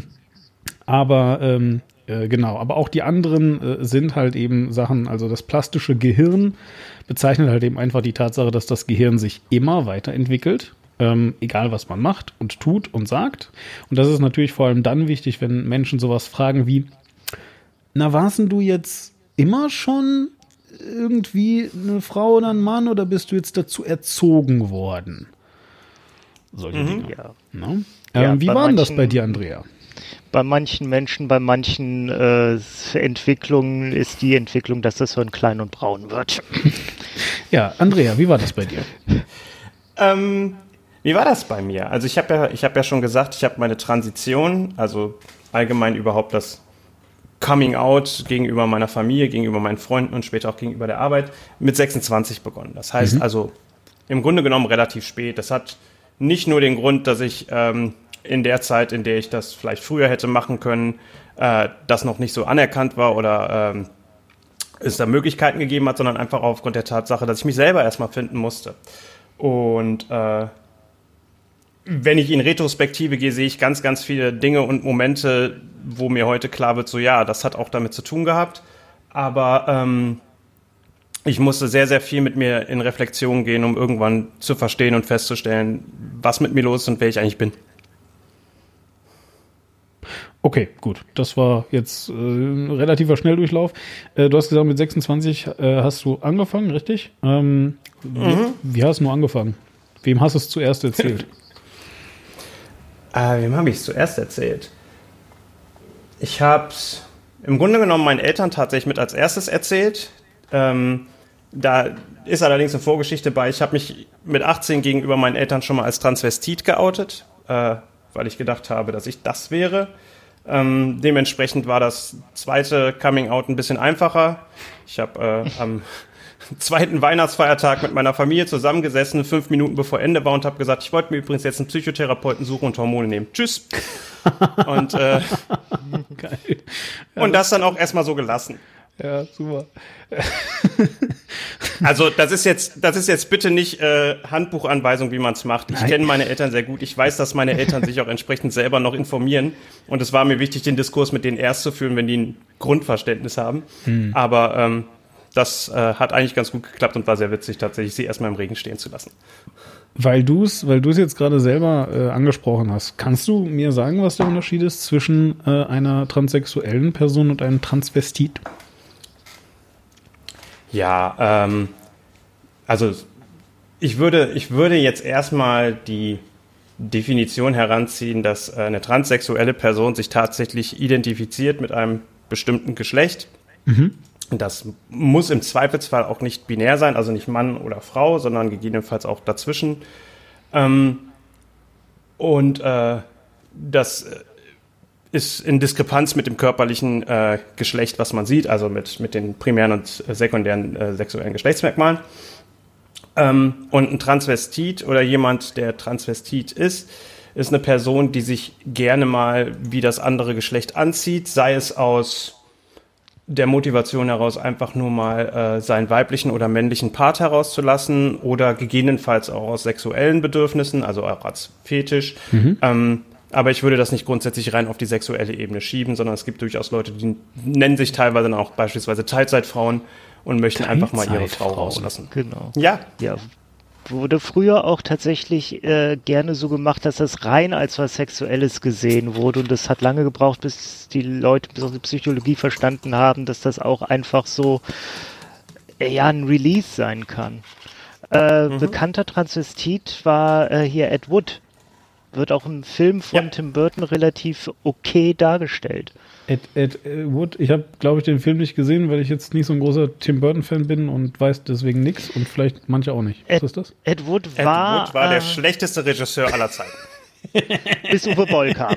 Aber genau, aber auch die anderen sind halt eben Sachen, also das plastische Gehirn bezeichnet halt eben einfach die Tatsache, dass das Gehirn sich immer weiterentwickelt. Egal, was man macht und tut und sagt. Und das ist natürlich vor allem dann wichtig, wenn Menschen sowas fragen wie, na, warst denn du jetzt immer schon irgendwie eine Frau oder ein Mann oder bist du jetzt dazu erzogen worden? Solche Dinge. Ja. No? Ja, wie war denn das bei dir, Andrea? Bei manchen Menschen, bei manchen Entwicklungen ist die Entwicklung, dass das Hirn klein und braun wird. Ja, Andrea, wie war das bei dir? Wie war das bei mir? Also ich habe ja schon gesagt, ich habe meine Transition, also allgemein überhaupt das Coming Out gegenüber meiner Familie, gegenüber meinen Freunden und später auch gegenüber der Arbeit mit 26 begonnen. Das heißt also im Grunde genommen relativ spät. Das hat nicht nur den Grund, dass ich in der Zeit, in der ich das vielleicht früher hätte machen können, das noch nicht so anerkannt war oder es da Möglichkeiten gegeben hat, sondern einfach aufgrund der Tatsache, dass ich mich selber erstmal finden musste. Und wenn ich in Retrospektive gehe, sehe ich ganz, ganz viele Dinge und Momente, wo mir heute klar wird, so ja, das hat auch damit zu tun gehabt. Aber ich musste sehr, sehr viel mit mir in Reflexion gehen, um irgendwann zu verstehen und festzustellen, was mit mir los ist und wer ich eigentlich bin. Okay, gut. Das war jetzt relativer Schnelldurchlauf. Du hast gesagt, mit 26 hast du angefangen, richtig? Wie hast du angefangen? Wem hast du es zuerst erzählt? Wem habe ich es zuerst erzählt? Ich habe es im Grunde genommen meinen Eltern tatsächlich mit als erstes erzählt. Da ist allerdings eine Vorgeschichte bei. Ich habe mich mit 18 gegenüber meinen Eltern schon mal als Transvestit geoutet, weil ich gedacht habe, dass ich das wäre. Dementsprechend war das zweite Coming-out ein bisschen einfacher. Ich habe am zweiten Weihnachtsfeiertag mit meiner Familie zusammengesessen, 5 Minuten bevor Ende war und habe gesagt, ich wollte mir übrigens jetzt einen Psychotherapeuten suchen und Hormone nehmen. Tschüss. Und, Geil. Ja, und das dann auch erstmal so gelassen. Ja, super. Also das ist jetzt bitte nicht Handbuchanweisung, wie man es macht. Ich kenne meine Eltern sehr gut. Ich weiß, dass meine Eltern sich auch entsprechend selber noch informieren. Und es war mir wichtig, den Diskurs mit denen erst zu führen, wenn die ein Grundverständnis haben. Aber das hat eigentlich ganz gut geklappt und war sehr witzig, tatsächlich sie erstmal im Regen stehen zu lassen. Weil du es jetzt gerade selber angesprochen hast, kannst du mir sagen, was der Unterschied ist zwischen einer transsexuellen Person und einem Transvestit? Ja, also ich würde jetzt erstmal die Definition heranziehen, dass eine transsexuelle Person sich tatsächlich identifiziert mit einem bestimmten Geschlecht. Das muss im Zweifelsfall auch nicht binär sein, also nicht Mann oder Frau, sondern gegebenenfalls auch dazwischen. Und das ist in Diskrepanz mit dem körperlichen Geschlecht, was man sieht, also mit den primären und sekundären sexuellen Geschlechtsmerkmalen. Und ein Transvestit oder jemand, der Transvestit ist eine Person, die sich gerne mal wie das andere Geschlecht anzieht, sei es aus der Motivation heraus, einfach nur mal seinen weiblichen oder männlichen Part herauszulassen oder gegebenenfalls auch aus sexuellen Bedürfnissen, also auch als Fetisch. Aber ich würde das nicht grundsätzlich rein auf die sexuelle Ebene schieben, sondern es gibt durchaus Leute, die nennen sich teilweise dann auch beispielsweise Teilzeitfrauen und möchten einfach mal ihre Frau rauslassen. Genau. Ja. Ja. Wurde früher auch tatsächlich gerne so gemacht, dass das rein als was Sexuelles gesehen wurde. Und das hat lange gebraucht, bis die Leute, bis auch die Psychologie verstanden haben, dass das auch einfach so ein Release sein kann. Bekannter Transvestit war hier Ed Wood. Wird auch im Film von Tim Burton relativ okay dargestellt. Ed Wood, ich habe, glaube ich, den Film nicht gesehen, weil ich jetzt nicht so ein großer Tim Burton-Fan bin und weiß deswegen nichts und vielleicht manche auch nicht. Was ist das? Ed Wood war der schlechteste Regisseur aller Zeiten. Bis Uwe Boll kam.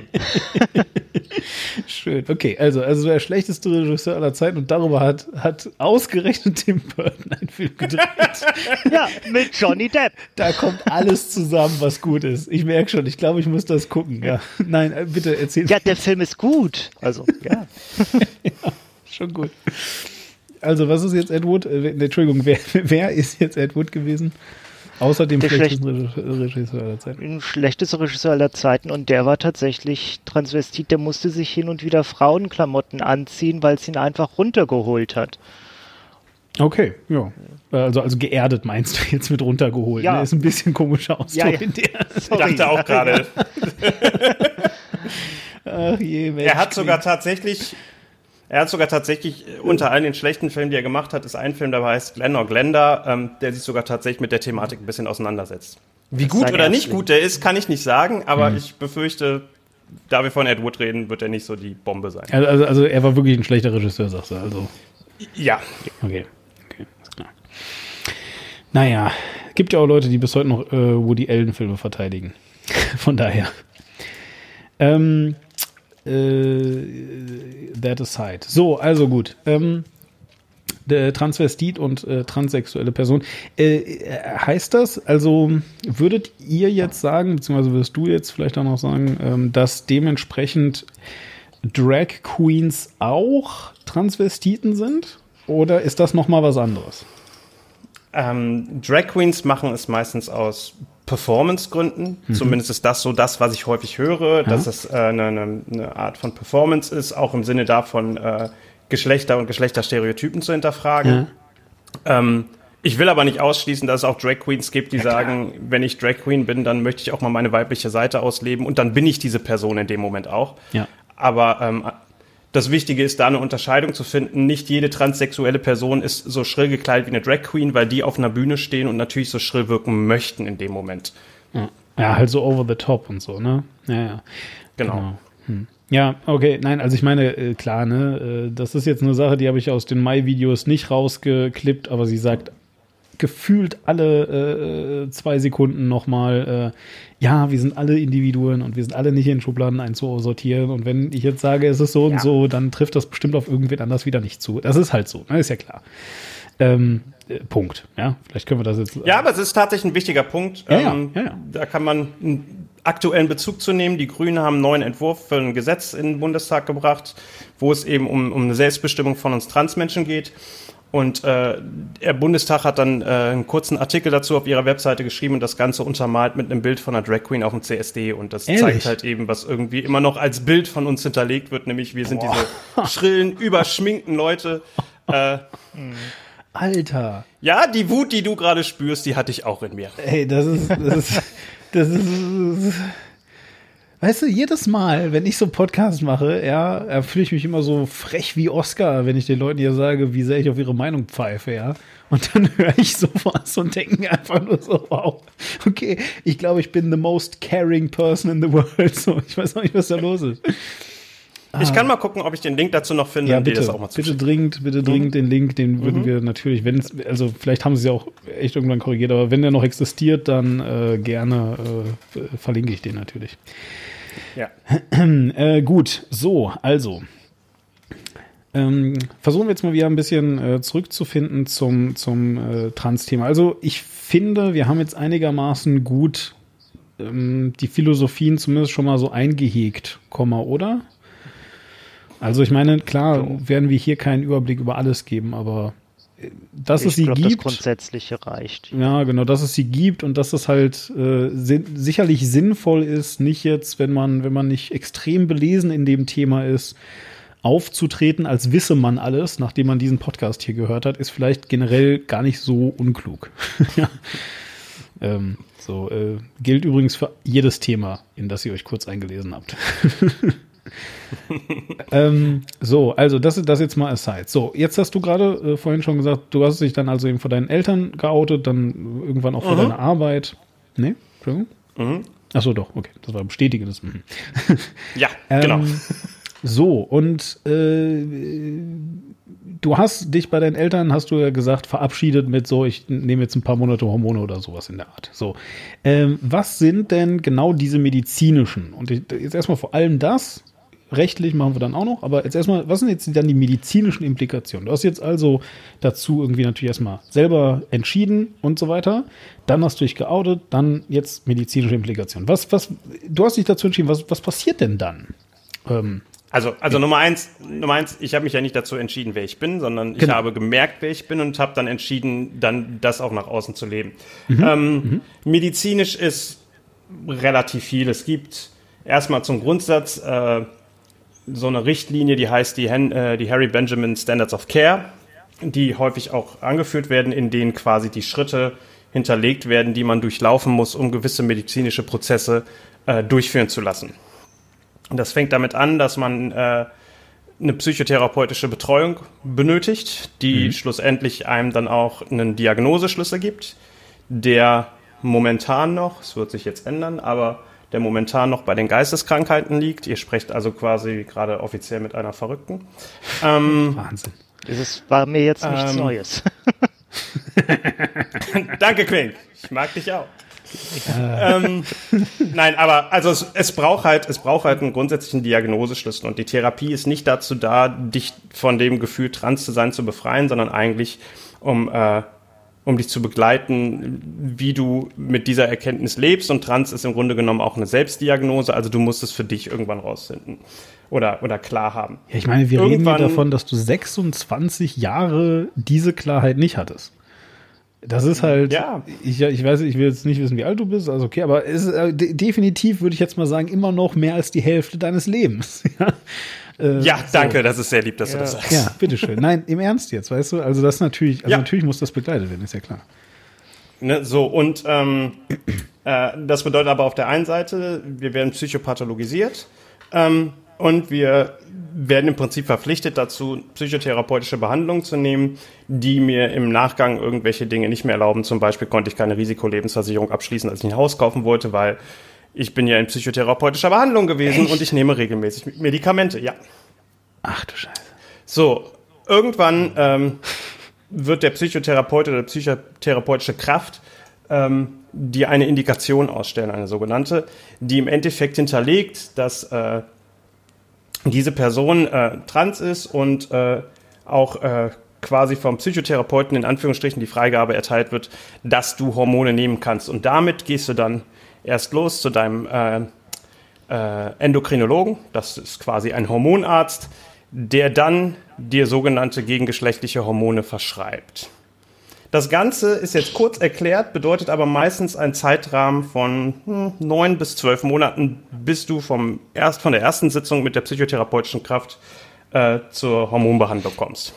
Schön. Okay, also der schlechteste Regisseur aller Zeiten und darüber hat ausgerechnet Tim Burton einen Film gedreht. Ja, mit Johnny Depp. Da kommt alles zusammen, was gut ist. Ich merke schon, ich glaube, ich muss das gucken. Ja. Nein, bitte erzähl. Ja, der Film ist gut. Also, ja. Ja, schon gut. Also, was ist jetzt Ed Wood? Entschuldigung, wer ist jetzt Ed Wood gewesen? Außer dem schlechtesten Regisseur aller Zeiten. Schlechteste Regisseur aller Zeiten und der war tatsächlich Transvestit, der musste sich hin und wieder Frauenklamotten anziehen, weil es ihn einfach runtergeholt hat. Okay, ja. Also geerdet meinst du jetzt mit runtergeholt. Ja. Ne? Ist ein bisschen komischer Ausdruck. Ja. Ich dachte auch gerade. Ach je, Mensch. Er hat sogar tatsächlich unter all den schlechten Filmen, die er gemacht hat, ist ein Film, der heißt Glenn or Glenda, der sich sogar tatsächlich mit der Thematik ein bisschen auseinandersetzt. Wie gut oder nicht gut der ist, kann ich nicht sagen, aber ich befürchte, da wir von Ed Wood reden, wird er nicht so die Bombe sein. Also er war wirklich ein schlechter Regisseur, sagst du. Also. Ja. Okay, ist klar. Naja, gibt ja auch Leute, die bis heute noch Woody Allen-Filme verteidigen. Von daher. That aside. So, also gut. Der Transvestit und transsexuelle Person. Heißt das, also würdet ihr jetzt sagen, beziehungsweise würdest du jetzt vielleicht auch noch sagen, dass dementsprechend Drag Queens auch Transvestiten sind? Oder ist das nochmal was anderes? Drag Queens machen es meistens aus Performance-Gründen. Zumindest ist das so das, was ich häufig höre, dass es eine Art von Performance ist, auch im Sinne davon, Geschlechter und Geschlechterstereotypen zu hinterfragen. Ich will aber nicht ausschließen, dass es auch Drag Queens gibt, die sagen, wenn ich Drag Queen bin, dann möchte ich auch mal meine weibliche Seite ausleben und dann bin ich diese Person in dem Moment auch. Ja. Aber das Wichtige ist, da eine Unterscheidung zu finden. Nicht jede transsexuelle Person ist so schrill gekleidet wie eine Drag Queen, weil die auf einer Bühne stehen und natürlich so schrill wirken möchten in dem Moment. Ja, halt so over the top und so, ne? Ja. Genau. Ja, okay, nein, also ich meine, klar, ne, das ist jetzt eine Sache, die habe ich aus den Mai-Videos nicht rausgeklippt, aber sie sagt gefühlt alle 2 Sekunden nochmal, ja, wir sind alle Individuen und wir sind alle nicht in Schubladen einzusortieren und wenn ich jetzt sage, es ist so und so, dann trifft das bestimmt auf irgendwen anders wieder nicht zu. Das ist halt so, ne, ist ja klar. Punkt, ja, vielleicht können wir das jetzt... Ja, aber es ist tatsächlich ein wichtiger Punkt. Ja. Da kann man einen aktuellen Bezug zu nehmen. Die Grünen haben einen neuen Entwurf für ein Gesetz in den Bundestag gebracht, wo es eben um eine Selbstbestimmung von uns Transmenschen geht. Und der Bundestag hat dann einen kurzen Artikel dazu auf ihrer Webseite geschrieben und das Ganze untermalt mit einem Bild von einer Drag Queen auf dem CSD. Und das zeigt halt eben, was irgendwie immer noch als Bild von uns hinterlegt wird, nämlich wir sind diese schrillen, überschminkten Leute. Alter. Ja, die Wut, die du gerade spürst, die hatte ich auch in mir. Ey, das ist weißt du, jedes Mal, wenn ich so Podcast mache, ja, fühle ich mich immer so frech wie Oscar, wenn ich den Leuten hier sage, wie sehr ich auf ihre Meinung pfeife, ja. Und dann höre ich sowas und denke mir einfach nur so, wow, okay, ich glaube, ich bin the most caring person in the world. So, ich weiß auch nicht, was da los ist. Ich kann mal gucken, ob ich den Link dazu noch finde. Ja, und bitte, dir das auch mal bitte dringend den Link, den würden wir natürlich, also vielleicht haben sie ja auch echt irgendwann korrigiert, aber wenn der noch existiert, dann gerne verlinke ich den natürlich. Ja. Gut, so, also versuchen wir jetzt mal wieder ein bisschen zurückzufinden zum Trans-Thema. Also ich finde, wir haben jetzt einigermaßen gut die Philosophien zumindest schon mal so eingehegt, oder? Also ich meine, klar werden wir hier keinen Überblick über alles geben, aber dass es sie gibt. Das Grundsätzliche reicht. Ja, genau, dass es sie gibt und dass es halt sicherlich sinnvoll ist, nicht jetzt, wenn man nicht extrem belesen in dem Thema ist, aufzutreten, als wisse man alles, nachdem man diesen Podcast hier gehört hat, ist vielleicht generell gar nicht so unklug. Ja. Gilt übrigens für jedes Thema, in das ihr euch kurz eingelesen habt. Also das jetzt mal aside. So, jetzt hast du gerade vorhin schon gesagt, du hast dich dann also eben vor deinen Eltern geoutet, dann irgendwann auch vor deiner Arbeit. Nee? Entschuldigung? Achso, doch, okay, das war bestätigendes. Ja, genau. So, und du hast dich bei deinen Eltern, hast du ja gesagt, verabschiedet mit so, ich nehme jetzt ein paar Monate Hormone oder sowas in der Art. So, was sind denn genau diese medizinischen? Und jetzt erstmal vor allem das, rechtlich machen wir dann auch noch, aber jetzt erstmal, was sind jetzt dann die medizinischen Implikationen? Du hast jetzt also dazu irgendwie natürlich erstmal selber entschieden und so weiter, dann hast du dich geoutet, dann jetzt medizinische Implikationen. Du hast dich dazu entschieden, was passiert denn dann? Also Nummer eins, ich habe mich ja nicht dazu entschieden, wer ich bin, sondern ich habe gemerkt, wer ich bin und habe dann entschieden, dann das auch nach außen zu leben. Medizinisch ist relativ viel. Es gibt erstmal zum Grundsatz so eine Richtlinie, die heißt die Harry Benjamin Standards of Care, die häufig auch angeführt werden, in denen quasi die Schritte hinterlegt werden, die man durchlaufen muss, um gewisse medizinische Prozesse durchführen zu lassen. Das fängt damit an, dass man eine psychotherapeutische Betreuung benötigt, die schlussendlich einem dann auch einen Diagnoseschlüssel gibt, der momentan noch, es wird sich jetzt ändern, aber der momentan noch bei den Geisteskrankheiten liegt. Ihr sprecht also quasi gerade offiziell mit einer Verrückten. Wahnsinn. Das war mir jetzt nichts Neues. Danke, Quink. Ich mag dich auch. Nein, aber also es braucht halt einen grundsätzlichen Diagnoseschlüssel und die Therapie ist nicht dazu da, dich von dem Gefühl, trans zu sein, zu befreien, sondern eigentlich um dich zu begleiten, wie du mit dieser Erkenntnis lebst, und trans ist im Grunde genommen auch eine Selbstdiagnose, also du musst es für dich irgendwann rausfinden oder klar haben. Ja, ich meine, wir reden hier davon, dass du 26 Jahre diese Klarheit nicht hattest. Das ist halt, ja. Ich weiß, ich will jetzt nicht wissen, wie alt du bist, also okay, aber es ist definitiv, würde ich jetzt mal sagen, immer noch mehr als die Hälfte deines Lebens. Ja, danke, so. Das ist sehr lieb, dass du das sagst. Ja, bitteschön. Nein, im Ernst jetzt, weißt du, also das natürlich, natürlich muss das begleitet werden, ist ja klar. Ne, so, und das bedeutet aber auf der einen Seite, wir werden psychopathologisiert und wir werden im Prinzip verpflichtet dazu, psychotherapeutische Behandlungen zu nehmen, die mir im Nachgang irgendwelche Dinge nicht mehr erlauben. Zum Beispiel konnte ich keine Risikolebensversicherung abschließen, als ich ein Haus kaufen wollte, weil ich bin ja in psychotherapeutischer Behandlung gewesen. Echt? Und ich nehme regelmäßig Medikamente, ja. Ach du Scheiße. So, irgendwann wird der Psychotherapeut oder psychotherapeutische Kraft dir eine Indikation ausstellen, eine sogenannte, die im Endeffekt hinterlegt, dass diese Person trans ist und auch quasi vom Psychotherapeuten in Anführungsstrichen die Freigabe erteilt wird, dass du Hormone nehmen kannst. Und damit gehst du dann erst los zu deinem Endokrinologen, das ist quasi ein Hormonarzt, der dann dir sogenannte gegengeschlechtliche Hormone verschreibt. Das Ganze ist jetzt kurz erklärt, bedeutet aber meistens einen Zeitrahmen von 9 bis 12 Monaten, bis du von der ersten Sitzung mit der psychotherapeutischen Kraft zur Hormonbehandlung kommst.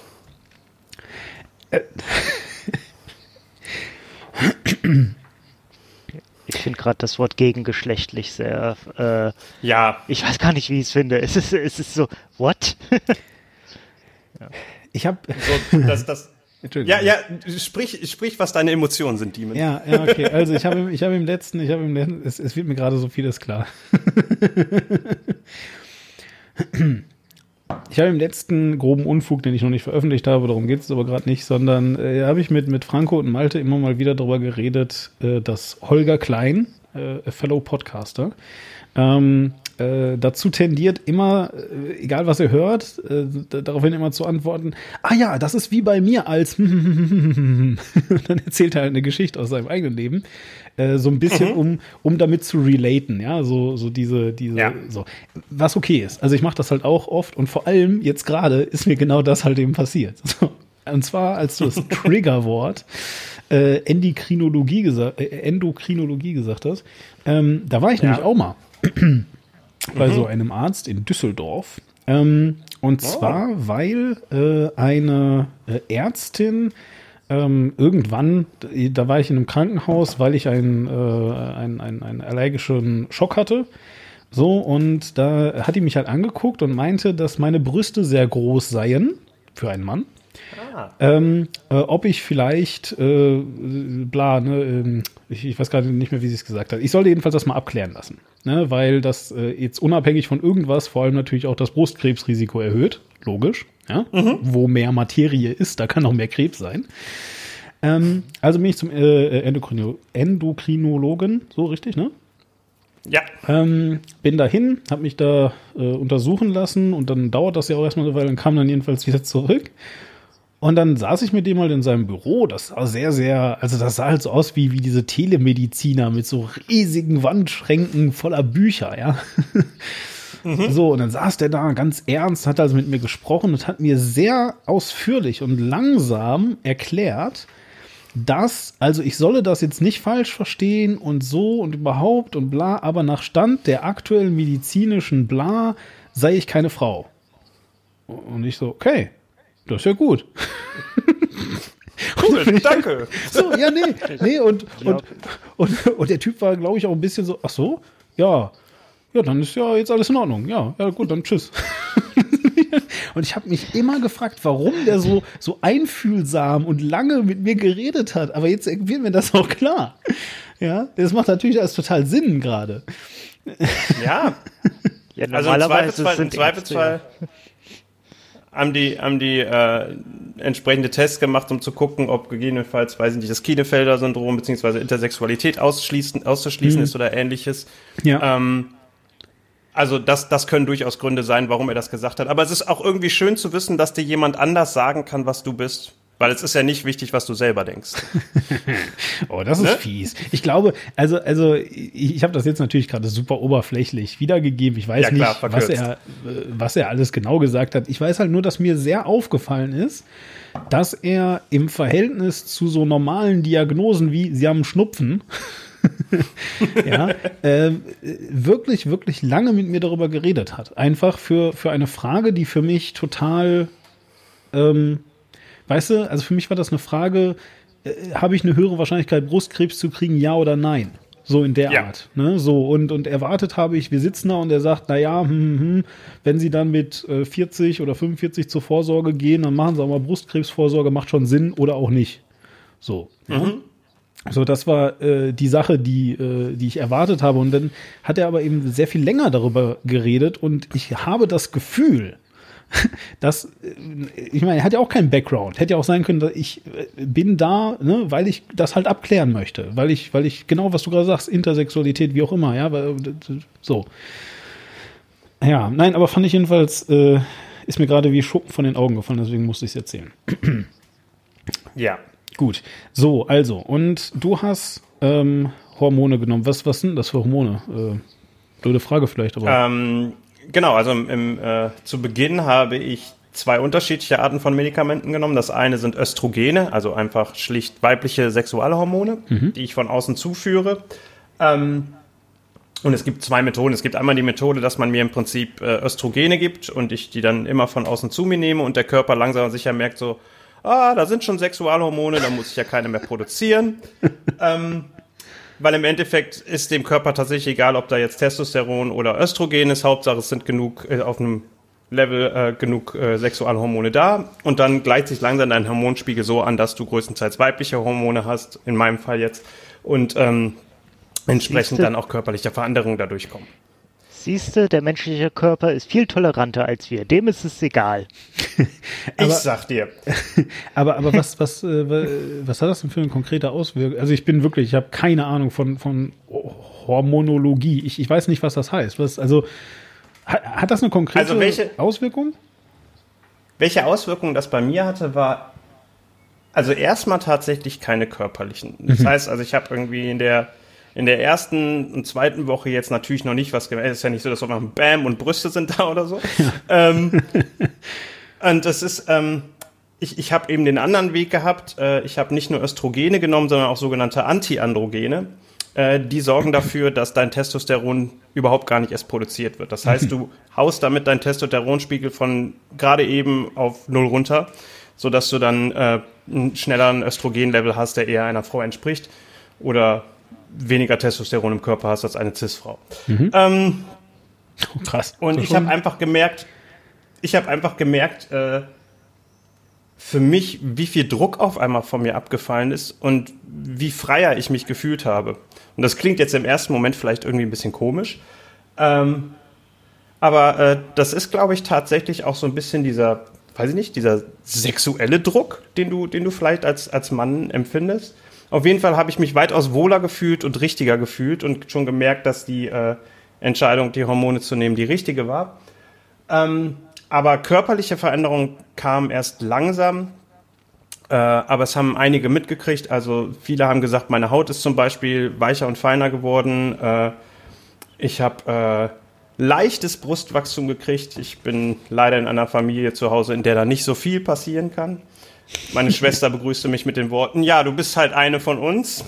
Ich finde gerade das Wort gegengeschlechtlich sehr, ja. Ich weiß gar nicht, wie ich es finde. Es ist so, what? Ja. Ich habe Ja, sprich, was deine Emotionen sind, Demon. Ja, okay. Also ich habe im letzten, es wird mir gerade so vieles klar. Ich habe im letzten groben Unfug, den ich noch nicht veröffentlicht habe, darum geht es aber gerade nicht, sondern habe ich mit Franco und Malte immer mal wieder darüber geredet, dass Holger Klein, Fellow Podcaster, dazu tendiert immer, egal was er hört, daraufhin immer zu antworten, ja, das ist wie bei mir als dann erzählt er halt eine Geschichte aus seinem eigenen Leben, so ein bisschen, um damit zu relaten, ja, so diese, ja. So, was okay ist. Also ich mache das halt auch oft und vor allem jetzt gerade ist mir genau das halt eben passiert. So. Und zwar, als du das Triggerwort Endokrinologie gesagt hast, da war ich nämlich auch mal bei so einem Arzt in Düsseldorf. Und zwar, weil eine Ärztin irgendwann, da war ich in einem Krankenhaus, weil ich einen allergischen Schock hatte. So, und da hat die mich halt angeguckt und meinte, dass meine Brüste sehr groß seien für einen Mann. Ob ich vielleicht ich weiß gerade nicht mehr, wie sie es gesagt hat. Ich sollte jedenfalls das mal abklären lassen, ne? Weil das jetzt unabhängig von irgendwas vor allem natürlich auch das Brustkrebsrisiko erhöht, logisch. Ja? Wo mehr Materie ist, da kann auch mehr Krebs sein. Also bin ich zum Endokrinologen, so richtig, ne? Ja. Bin dahin, habe mich da untersuchen lassen und dann dauert das ja auch erstmal eine Weile, dann kam dann jedenfalls wieder zurück. Und dann saß ich mit dem halt in seinem Büro, das sah das sah halt so aus wie diese Telemediziner mit so riesigen Wandschränken voller Bücher, ja. So, und dann saß der da ganz ernst, hat also mit mir gesprochen und hat mir sehr ausführlich und langsam erklärt, also ich solle das jetzt nicht falsch verstehen und so und überhaupt und bla, aber nach Stand der aktuellen medizinischen bla sei ich keine Frau. Und ich so, okay, das ist ja gut. Cool, danke. So, ja, nee, und der Typ war, glaube ich, auch ein bisschen so, ach so, ja, dann ist ja jetzt alles in Ordnung. Ja, gut, dann tschüss. Und ich habe mich immer gefragt, warum der so einfühlsam und lange mit mir geredet hat. Aber jetzt wird mir das auch klar. Ja, das macht natürlich alles total Sinn gerade. Ja. Also im Zweifelsfall haben die entsprechende Tests gemacht, um zu gucken, ob gegebenenfalls, weiß ich nicht, das Klinefelter-Syndrom bzw. Intersexualität auszuschließen ist oder ähnliches. Ja. Also das können durchaus Gründe sein, warum er das gesagt hat. Aber es ist auch irgendwie schön zu wissen, dass dir jemand anders sagen kann, was du bist. Weil es ist ja nicht wichtig, was du selber denkst. Oh, das ist fies. Ich glaube, also ich habe das jetzt natürlich gerade super oberflächlich wiedergegeben. Ich weiß nicht, was er alles genau gesagt hat. Ich weiß halt nur, dass mir sehr aufgefallen ist, dass er im Verhältnis zu so normalen Diagnosen wie Sie haben Schnupfen wirklich, wirklich lange mit mir darüber geredet hat. Einfach für eine Frage, die für mich total weißt du, also für mich war das eine Frage, habe ich eine höhere Wahrscheinlichkeit, Brustkrebs zu kriegen, ja oder nein? So in der Art. Ne? So, und erwartet habe ich, wir sitzen da und er sagt, wenn Sie dann mit 40 oder 45 zur Vorsorge gehen, dann machen Sie auch mal Brustkrebsvorsorge, macht schon Sinn oder auch nicht. So. Ja? So, das war die Sache, die ich erwartet habe. Und dann hat er aber eben sehr viel länger darüber geredet und ich habe das Gefühl, dass, ich meine, er hat ja auch keinen Background. Hätte ja auch sein können, dass ich bin da, ne, weil ich das halt abklären möchte. Weil ich genau, was du gerade sagst, Intersexualität, wie auch immer, ja, so. Ja, nein, aber fand ich jedenfalls, ist mir gerade wie Schuppen von den Augen gefallen, deswegen musste ich es erzählen. Ja. Gut, so, also, und du hast Hormone genommen. Was sind das für Hormone? Blöde Frage vielleicht, aber. Genau, also zu Beginn habe ich 2 unterschiedliche Arten von Medikamenten genommen. Das eine sind Östrogene, also einfach schlicht weibliche Sexualhormone, die ich von außen zuführe. Und es gibt 2 Methoden. Es gibt einmal die Methode, dass man mir im Prinzip Östrogene gibt und ich die dann immer von außen zu mir nehme und der Körper langsam und sicher merkt so, da sind schon Sexualhormone, da muss ich ja keine mehr produzieren. Weil im Endeffekt ist dem Körper tatsächlich egal, ob da jetzt Testosteron oder Östrogen ist. Hauptsache, es sind genug auf einem Level genug Sexualhormone da. Und dann gleicht sich langsam dein Hormonspiegel so an, dass du größtenteils weibliche Hormone hast, in meinem Fall jetzt. Und entsprechend dann auch körperliche Veränderungen dadurch kommen. Siehste, der menschliche Körper ist viel toleranter als wir. Dem ist es egal. Ich sag dir. Aber was hat das denn für eine konkrete Auswirkung? Also ich habe keine Ahnung von Hormonologie. Ich weiß nicht, was das heißt. Hat das eine konkrete Auswirkung? Welche Auswirkungen das bei mir hatte, war also erstmal tatsächlich keine körperlichen. Das heißt, also ich habe irgendwie in der ersten und zweiten Woche jetzt natürlich noch nicht was gemerkt. Es ist ja nicht so, dass man Bam und Brüste sind da oder so. Und das ist, ich habe eben den anderen Weg gehabt. Ich habe nicht nur Östrogene genommen, sondern auch sogenannte Antiandrogene. Die sorgen dafür, dass dein Testosteron überhaupt gar nicht erst produziert wird. Das heißt, du haust damit deinen Testosteronspiegel von gerade eben auf 0 runter, sodass du dann einen schnelleren Östrogenlevel hast, der eher einer Frau entspricht oder weniger Testosteron im Körper hast als eine Cis-Frau. Krass. Und ich habe einfach gemerkt, für mich, wie viel Druck auf einmal von mir abgefallen ist und wie freier ich mich gefühlt habe. Und das klingt jetzt im ersten Moment vielleicht irgendwie ein bisschen komisch. Aber das ist, glaube ich, tatsächlich auch so ein bisschen dieser sexuelle Druck, den du vielleicht als Mann empfindest. Auf jeden Fall habe ich mich weitaus wohler gefühlt und richtiger gefühlt und schon gemerkt, dass die Entscheidung, die Hormone zu nehmen, die richtige war. Aber körperliche Veränderungen kamen erst langsam. Aber es haben einige mitgekriegt. Also viele haben gesagt, meine Haut ist zum Beispiel weicher und feiner geworden. Ich habe leichtes Brustwachstum gekriegt. Ich bin leider in einer Familie zu Hause, in der da nicht so viel passieren kann. Meine Schwester begrüßte mich mit den Worten, ja, du bist halt eine von uns.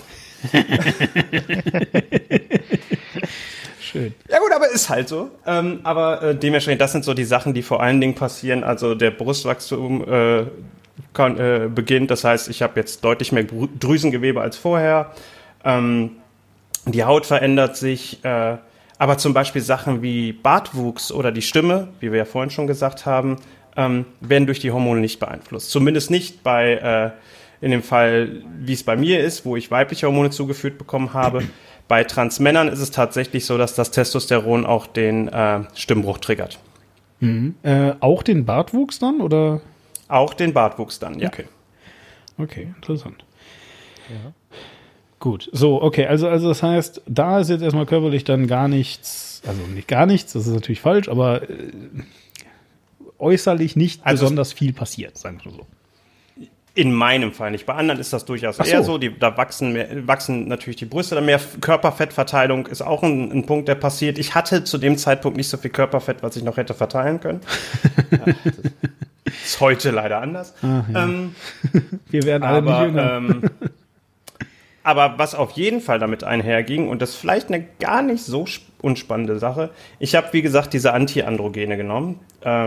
Schön. Ja gut, aber ist halt so. Aber dementsprechend, das sind so die Sachen, die vor allen Dingen passieren. Also der Brustwachstum beginnt. Das heißt, ich habe jetzt deutlich mehr Drüsengewebe als vorher. Die Haut verändert sich. Aber zum Beispiel Sachen wie Bartwuchs oder die Stimme, wie wir ja vorhin schon gesagt haben, werden durch die Hormone nicht beeinflusst. Zumindest nicht in dem Fall, wie es bei mir ist, wo ich weibliche Hormone zugeführt bekommen habe. Bei Transmännern ist es tatsächlich so, dass das Testosteron auch den Stimmbruch triggert. Auch den Bartwuchs dann, oder? Auch den Bartwuchs dann, ja. Okay, interessant. Ja. Gut, so, okay, also das heißt, da ist jetzt erstmal körperlich dann gar nichts, also nicht gar nichts, das ist natürlich falsch, aber äußerlich nicht besonders viel passiert, sagen wir so. In meinem Fall nicht. Bei anderen ist das durchaus eher so. Da wachsen natürlich die Brüste. Dann mehr Körperfettverteilung ist auch ein Punkt, der passiert. Ich hatte zu dem Zeitpunkt nicht so viel Körperfett, was ich noch hätte verteilen können. Ja, das ist heute leider anders. Ja. Wir werden alle nicht jünger. Aber was auf jeden Fall damit einherging, und das ist vielleicht eine gar nicht so unspannende Sache, ich habe, wie gesagt, diese Antiandrogene genommen.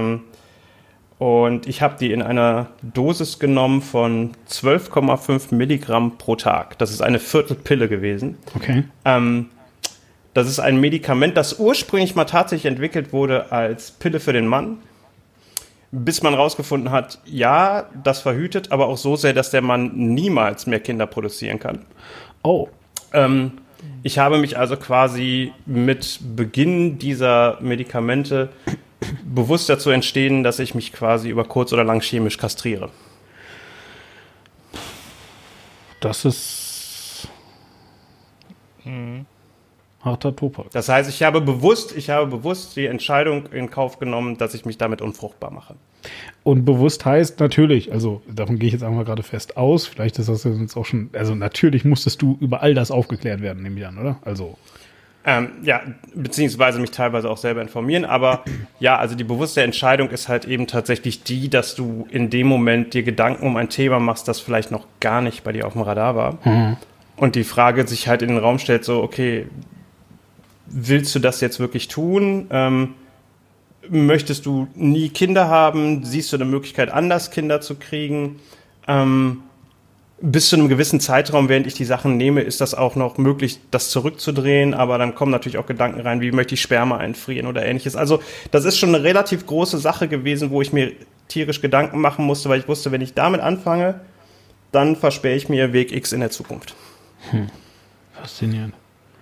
Und ich habe die in einer Dosis genommen von 12,5 Milligramm pro Tag. Das ist eine Viertelpille gewesen. Okay. Das ist ein Medikament, das ursprünglich mal tatsächlich entwickelt wurde als Pille für den Mann. Bis man rausgefunden hat, ja, das verhütet, aber auch so sehr, dass der Mann niemals mehr Kinder produzieren kann. Oh. Ich habe mich also quasi mit Beginn dieser Medikamente bewusst dazu entstehen, dass ich mich quasi über kurz oder lang chemisch kastriere. Das ist harter Tobak. Das heißt, ich habe bewusst die Entscheidung in Kauf genommen, dass ich mich damit unfruchtbar mache. Und bewusst heißt natürlich, also davon gehe ich jetzt einmal gerade fest aus, vielleicht ist das jetzt auch schon, also natürlich musstest du über all das aufgeklärt werden, nehme ich an, oder? Also ja, beziehungsweise mich teilweise auch selber informieren, aber ja, also die bewusste Entscheidung ist halt eben tatsächlich die, dass du in dem Moment dir Gedanken um ein Thema machst, das vielleicht noch gar nicht bei dir auf dem Radar war. Und die Frage sich halt in den Raum stellt, so, okay, willst du das jetzt wirklich tun? Möchtest du nie Kinder haben? Siehst du eine Möglichkeit, anders Kinder zu kriegen? Bis zu einem gewissen Zeitraum, während ich die Sachen nehme, ist das auch noch möglich, das zurückzudrehen. Aber dann kommen natürlich auch Gedanken rein, wie möchte ich Sperma einfrieren oder ähnliches. Also das ist schon eine relativ große Sache gewesen, wo ich mir tierisch Gedanken machen musste, weil ich wusste, wenn ich damit anfange, dann versperre ich mir Weg X in der Zukunft. Faszinierend.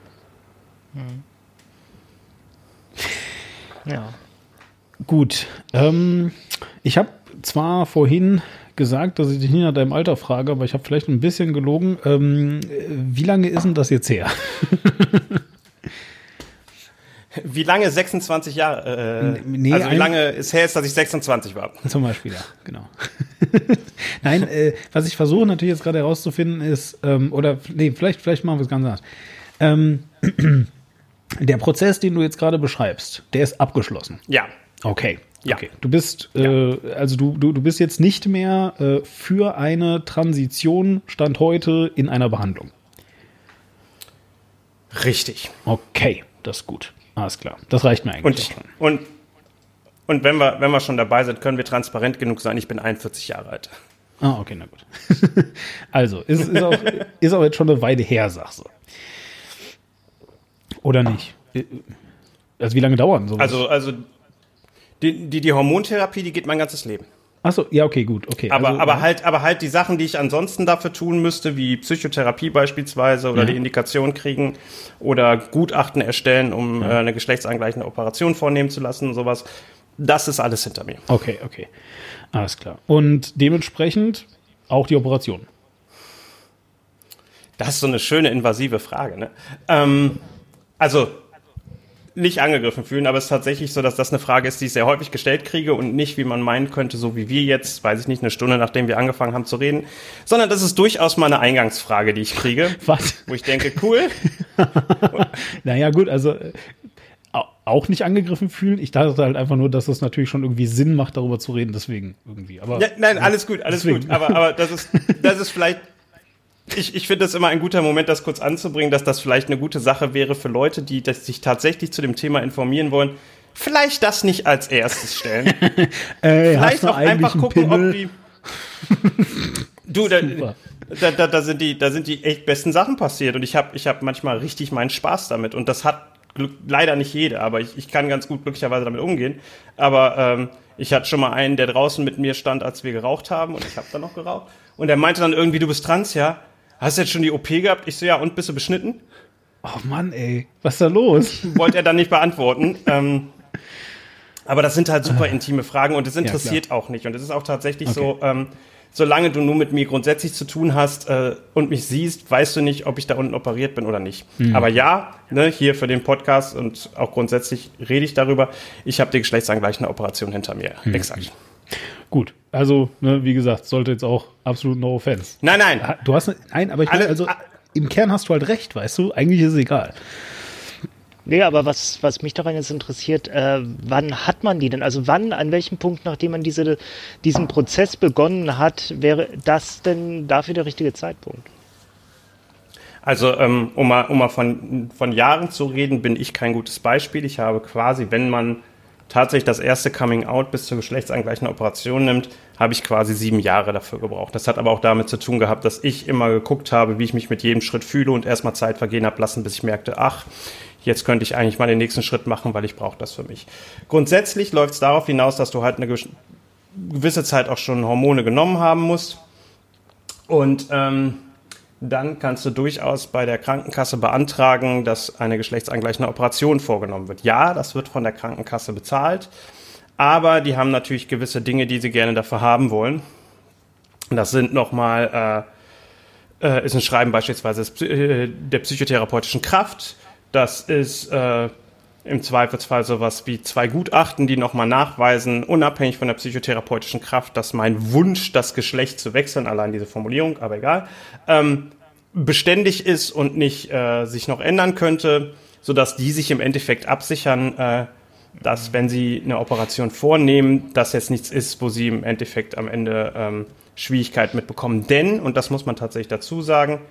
Ja. Gut. Ich habe zwar vorhin gesagt, dass ich dich nie nach deinem Alter frage, aber ich habe vielleicht ein bisschen gelogen. Wie lange ist denn das jetzt her? Wie lange? 26 Jahre? Nee, also wie lange es her ist, dass ich 26 war? Zum Beispiel, ja, genau. Nein, was ich versuche natürlich jetzt gerade herauszufinden ist, vielleicht machen wir es ganz anders. Der Prozess, den du jetzt gerade beschreibst, der ist abgeschlossen. Ja. Okay. Ja. Okay, du bist, also du bist jetzt nicht mehr für eine Transition, Stand heute, in einer Behandlung. Richtig. Okay, das ist gut. Alles klar. Das reicht mir eigentlich. Und wenn wir schon dabei sind, können wir transparent genug sein. Ich bin 41 Jahre alt. Ah, okay, na gut. Also, ist auch jetzt schon eine Weile her, sagst du. Oder nicht? Also, wie lange dauern sowas? Also die Hormontherapie, die geht mein ganzes Leben. Achso, ja, okay, gut, okay. Aber halt die Sachen, die ich ansonsten dafür tun müsste, wie Psychotherapie beispielsweise oder die Indikation kriegen oder Gutachten erstellen, um eine geschlechtsangleichende Operation vornehmen zu lassen und sowas, das ist alles hinter mir. Okay. Alles klar. Und dementsprechend auch die Operation. Das ist so eine schöne invasive Frage, ne? Also nicht angegriffen fühlen, aber es ist tatsächlich so, dass das eine Frage ist, die ich sehr häufig gestellt kriege und nicht, wie man meinen könnte, so wie wir jetzt, weiß ich nicht, eine Stunde, nachdem wir angefangen haben zu reden, sondern das ist durchaus mal eine Eingangsfrage, die ich kriege. Was? Wo ich denke, cool. Naja, gut, also auch nicht angegriffen fühlen. Ich dachte halt einfach nur, dass das natürlich schon irgendwie Sinn macht, darüber zu reden, deswegen irgendwie. Aber, ja, nein, alles gut. Aber das ist vielleicht, ich finde das immer ein guter Moment, das kurz anzubringen, dass das vielleicht eine gute Sache wäre für Leute, die sich tatsächlich zu dem Thema informieren wollen. Vielleicht das nicht als erstes stellen. Vielleicht auch einfach gucken, ob die... Du, da sind die echt besten Sachen passiert und ich hab manchmal richtig meinen Spaß damit und das hat leider nicht jeder, aber ich kann ganz gut glücklicherweise damit umgehen. Aber ich hatte schon mal einen, der draußen mit mir stand, als wir geraucht haben und ich habe dann noch geraucht und der meinte dann irgendwie, du bist trans, ja? Hast du jetzt schon die OP gehabt? Ich so, ja, und bist du beschnitten? Oh Mann, ey, was ist da los? Wollte er dann nicht beantworten. Aber das sind halt super intime Fragen und es interessiert auch nicht. Und es ist auch tatsächlich so, solange du nur mit mir grundsätzlich zu tun hast und mich siehst, weißt du nicht, ob ich da unten operiert bin oder nicht. Aber ja, ne, hier für den Podcast und auch grundsätzlich rede ich darüber, ich habe die geschlechtsangleichende Operation hinter mir. Exakt. Gut, also, ne, wie gesagt, sollte jetzt auch absolut no offense. Nein. Du hast, aber ich meine, also im Kern hast du halt recht, weißt du? Eigentlich ist es egal. Nee, aber was mich daran jetzt interessiert, wann hat man die denn? Also an welchem Punkt, nachdem man diesen Prozess begonnen hat, wäre das denn dafür der richtige Zeitpunkt? Also, um mal von Jahren zu reden, bin ich kein gutes Beispiel. Ich habe quasi, wenn man tatsächlich das erste Coming-out bis zur geschlechtsangleichenden Operation nimmt, habe ich quasi 7 Jahre dafür gebraucht. Das hat aber auch damit zu tun gehabt, dass ich immer geguckt habe, wie ich mich mit jedem Schritt fühle und erstmal Zeit vergehen habe lassen, bis ich merkte, ach, jetzt könnte ich eigentlich mal den nächsten Schritt machen, weil ich brauche das für mich. Grundsätzlich läuft es darauf hinaus, dass du halt eine gewisse Zeit auch schon Hormone genommen haben musst. Und dann kannst du durchaus bei der Krankenkasse beantragen, dass eine geschlechtsangleichende Operation vorgenommen wird. Ja, das wird von der Krankenkasse bezahlt, aber die haben natürlich gewisse Dinge, die sie gerne dafür haben wollen. Das sind nochmal, ist ein Schreiben beispielsweise der psychotherapeutischen Kraft. Das ist im Zweifelsfall sowas wie 2 Gutachten, die nochmal nachweisen, unabhängig von der psychotherapeutischen Kraft, dass mein Wunsch, das Geschlecht zu wechseln, allein diese Formulierung, aber egal, beständig ist und nicht sich noch ändern könnte, sodass die sich im Endeffekt absichern, dass, wenn sie eine Operation vornehmen, das jetzt nichts ist, wo sie im Endeffekt am Ende Schwierigkeiten mitbekommen. Denn, und das muss man tatsächlich dazu sagen,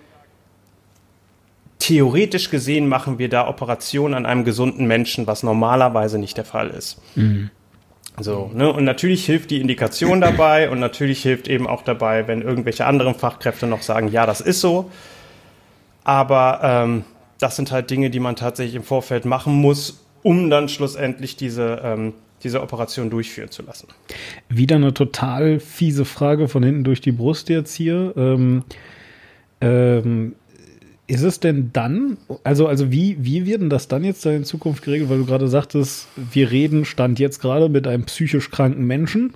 theoretisch gesehen machen wir da Operationen an einem gesunden Menschen, was normalerweise nicht der Fall ist. So, ne? Und natürlich hilft die Indikation dabei und natürlich hilft eben auch dabei, wenn irgendwelche anderen Fachkräfte noch sagen, ja, das ist so. Aber das sind halt Dinge, die man tatsächlich im Vorfeld machen muss, um dann schlussendlich diese Operation durchführen zu lassen. Wieder eine total fiese Frage von hinten durch die Brust jetzt hier. Ist es denn dann, also wie wird denn das dann jetzt in Zukunft geregelt, weil du gerade sagtest, wir reden, Stand jetzt gerade, mit einem psychisch kranken Menschen.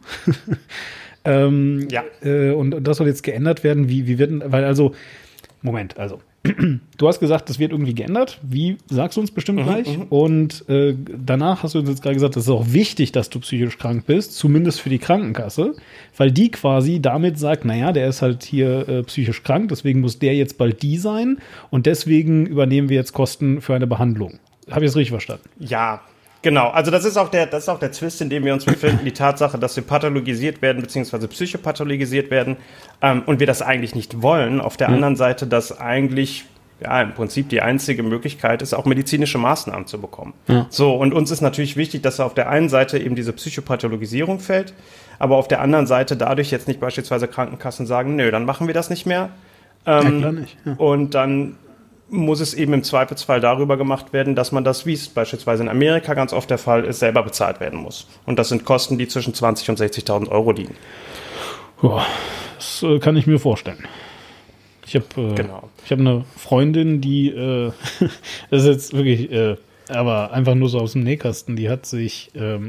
Ja. Und das soll jetzt geändert werden, wie wird denn, weil also, Moment, also, du hast gesagt, das wird irgendwie geändert. Wie, sagst du uns bestimmt gleich. Und danach hast du uns jetzt gerade gesagt, es ist auch wichtig, dass du psychisch krank bist, zumindest für die Krankenkasse, weil die quasi damit sagt, naja, der ist halt hier psychisch krank, deswegen muss der jetzt bald die sein und deswegen übernehmen wir jetzt Kosten für eine Behandlung. Habe ich das richtig verstanden? Ja, Genau, also das ist auch der Twist, in dem wir uns befinden, die Tatsache, dass wir pathologisiert werden, beziehungsweise psychopathologisiert werden, und wir das eigentlich nicht wollen. Auf der anderen Seite, dass eigentlich im Prinzip die einzige Möglichkeit ist, auch medizinische Maßnahmen zu bekommen. Ja. So, und uns ist natürlich wichtig, dass auf der einen Seite eben diese Psychopathologisierung fällt, aber auf der anderen Seite dadurch jetzt nicht beispielsweise Krankenkassen sagen, nö, dann machen wir das nicht mehr. Klar nicht. Ja. Und dann muss es eben im Zweifelsfall darüber gemacht werden, dass man das, wie es beispielsweise in Amerika ganz oft der Fall ist, selber bezahlt werden muss. Und das sind Kosten, die zwischen 20.000 und 60.000 Euro liegen. Ja, das kann ich mir vorstellen. Ich habe eine Freundin, die, das ist jetzt wirklich, aber einfach nur so aus dem Nähkasten, die hat sich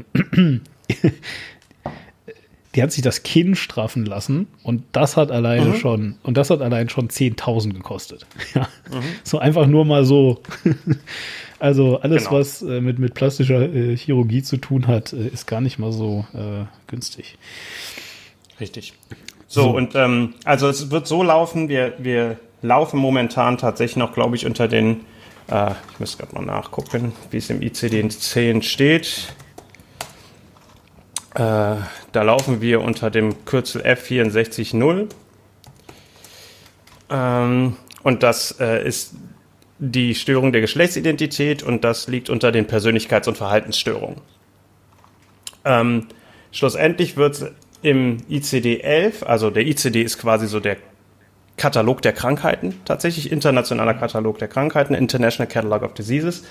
das Kinn straffen lassen und das hat alleine schon 10.000 gekostet. Ja. So einfach nur mal so. Also alles, was mit plastischer Chirurgie zu tun hat, ist gar nicht mal so günstig. Richtig. So, und also es wird so laufen, wir laufen momentan tatsächlich noch, glaube ich, unter den, ich muss gerade mal nachgucken, wie es im ICD-10 steht. Da laufen wir unter dem Kürzel F640. Und das ist die Störung der Geschlechtsidentität und das liegt unter den Persönlichkeits- und Verhaltensstörungen. Schlussendlich wird es im ICD-11, also der ICD ist quasi so der Katalog der Krankheiten, tatsächlich internationaler Katalog der Krankheiten, International Catalog of Diseases.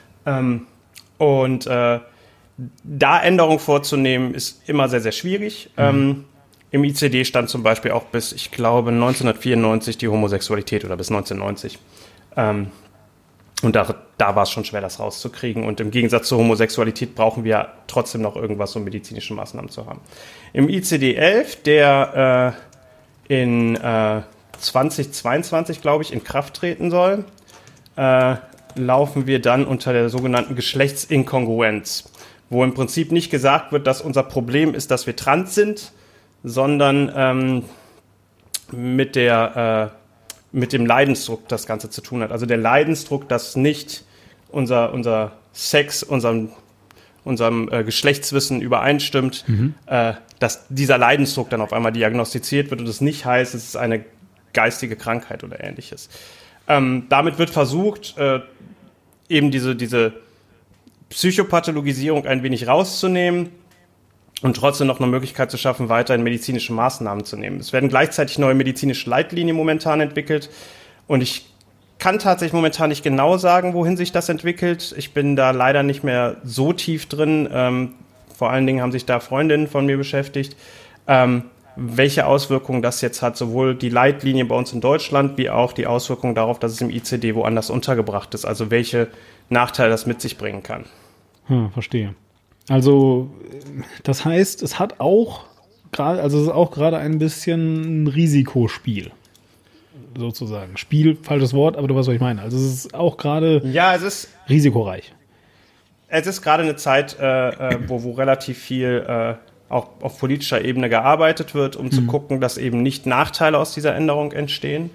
Da Änderungen vorzunehmen, ist immer sehr, sehr schwierig. Im ICD stand zum Beispiel auch bis, ich glaube, 1994 die Homosexualität oder bis 1990. Und da war es schon schwer, das rauszukriegen. Und im Gegensatz zur Homosexualität brauchen wir trotzdem noch irgendwas, um medizinische Maßnahmen zu haben. Im ICD-11, der in 2022, glaube ich, in Kraft treten soll, laufen wir dann unter der sogenannten Geschlechtsinkongruenz, wo im Prinzip nicht gesagt wird, dass unser Problem ist, dass wir trans sind, sondern mit dem Leidensdruck das Ganze zu tun hat. Also der Leidensdruck, dass nicht unser Sex, unserem Geschlechtswissen übereinstimmt, dass dieser Leidensdruck dann auf einmal diagnostiziert wird und es nicht heißt, es ist eine geistige Krankheit oder Ähnliches. Damit wird versucht, eben diese Psychopathologisierung ein wenig rauszunehmen und trotzdem noch eine Möglichkeit zu schaffen, weiterhin medizinische Maßnahmen zu nehmen. Es werden gleichzeitig neue medizinische Leitlinien momentan entwickelt und ich kann tatsächlich momentan nicht genau sagen, wohin sich das entwickelt. Ich bin da leider nicht mehr so tief drin. Vor allen Dingen haben sich da Freundinnen von mir beschäftigt. Welche Auswirkungen das jetzt hat, sowohl die Leitlinie bei uns in Deutschland, wie auch die Auswirkungen darauf, dass es im ICD woanders untergebracht ist. Also welche Nachteile das mit sich bringen kann. Verstehe. Also das heißt, es hat auch gerade, also es ist auch gerade ein bisschen ein Risikospiel. Sozusagen. Spiel, falsches Wort, aber du weißt, was ich meine. Also es ist auch gerade risikoreich. Es ist gerade eine Zeit, wo relativ viel auch auf politischer Ebene gearbeitet wird, um zu gucken, dass eben nicht Nachteile aus dieser Änderung entstehen.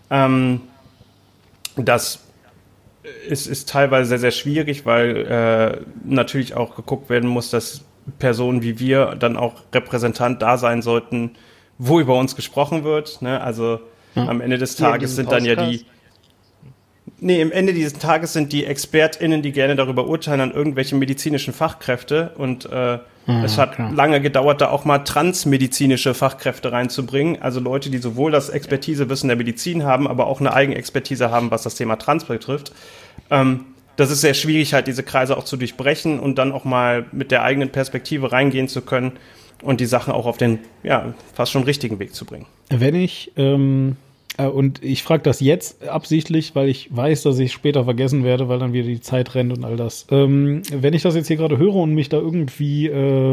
Das ist teilweise sehr, sehr schwierig, weil natürlich auch geguckt werden muss, dass Personen wie wir dann auch Repräsentant da sein sollten, wo über uns gesprochen wird. Ne? Also am Ende des Tages sind dann am Ende dieses Tages sind die ExpertInnen, die gerne darüber urteilen, an irgendwelche medizinischen Fachkräfte und es hat lange gedauert, da auch mal transmedizinische Fachkräfte reinzubringen, also Leute, die sowohl das Expertisewissen der Medizin haben, aber auch eine Eigenexpertise haben, was das Thema Trans betrifft. Das ist sehr schwierig, halt diese Kreise auch zu durchbrechen und dann auch mal mit der eigenen Perspektive reingehen zu können und die Sachen auch auf den, fast schon richtigen Weg zu bringen. Wenn ich, und ich frage das jetzt absichtlich, weil ich weiß, dass ich später vergessen werde, weil dann wieder die Zeit rennt und all das. Wenn ich das jetzt hier gerade höre und mich da irgendwie,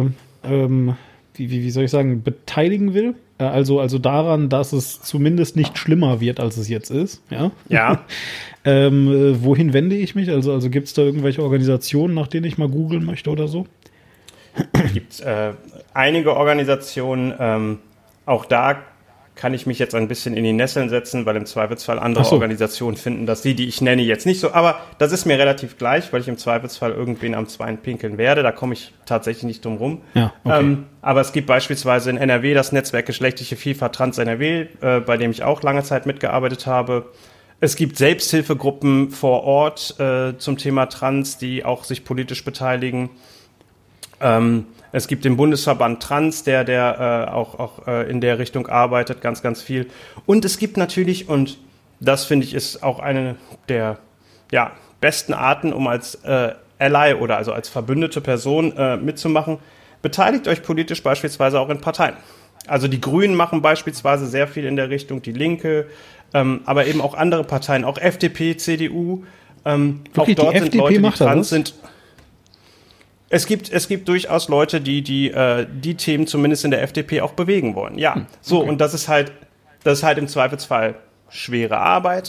wie soll ich sagen, beteiligen will, also daran, dass es zumindest nicht schlimmer wird, als es jetzt ist, ja? Ja. Wohin wende ich mich? Also gibt es da irgendwelche Organisationen, nach denen ich mal googeln möchte oder so? Es gibt einige Organisationen, auch da kann ich mich jetzt ein bisschen in die Nesseln setzen, weil im Zweifelsfall andere Organisationen finden, dass die ich nenne, jetzt nicht so. Aber das ist mir relativ gleich, weil ich im Zweifelsfall irgendwen am Zweien pinkeln werde. Da komme ich tatsächlich nicht drum rum. Ja, okay. Aber es gibt beispielsweise in NRW das Netzwerk Geschlechtliche Vielfalt Trans NRW, bei dem ich auch lange Zeit mitgearbeitet habe. Es gibt Selbsthilfegruppen vor Ort zum Thema Trans, die auch sich politisch beteiligen. Es gibt den Bundesverband Trans, der auch in der Richtung arbeitet, ganz, ganz viel. Und es gibt natürlich, und das finde ich ist auch eine der besten Arten, um als Ally oder also als verbündete Person mitzumachen, beteiligt euch politisch beispielsweise auch in Parteien. Also die Grünen machen beispielsweise sehr viel in der Richtung, die Linke, aber eben auch andere Parteien, auch FDP, CDU. Auch dort sind Leute, die trans sind. Es gibt durchaus Leute, die Themen zumindest in der FDP auch bewegen wollen. Ja, so, und das ist halt im Zweifelsfall schwere Arbeit.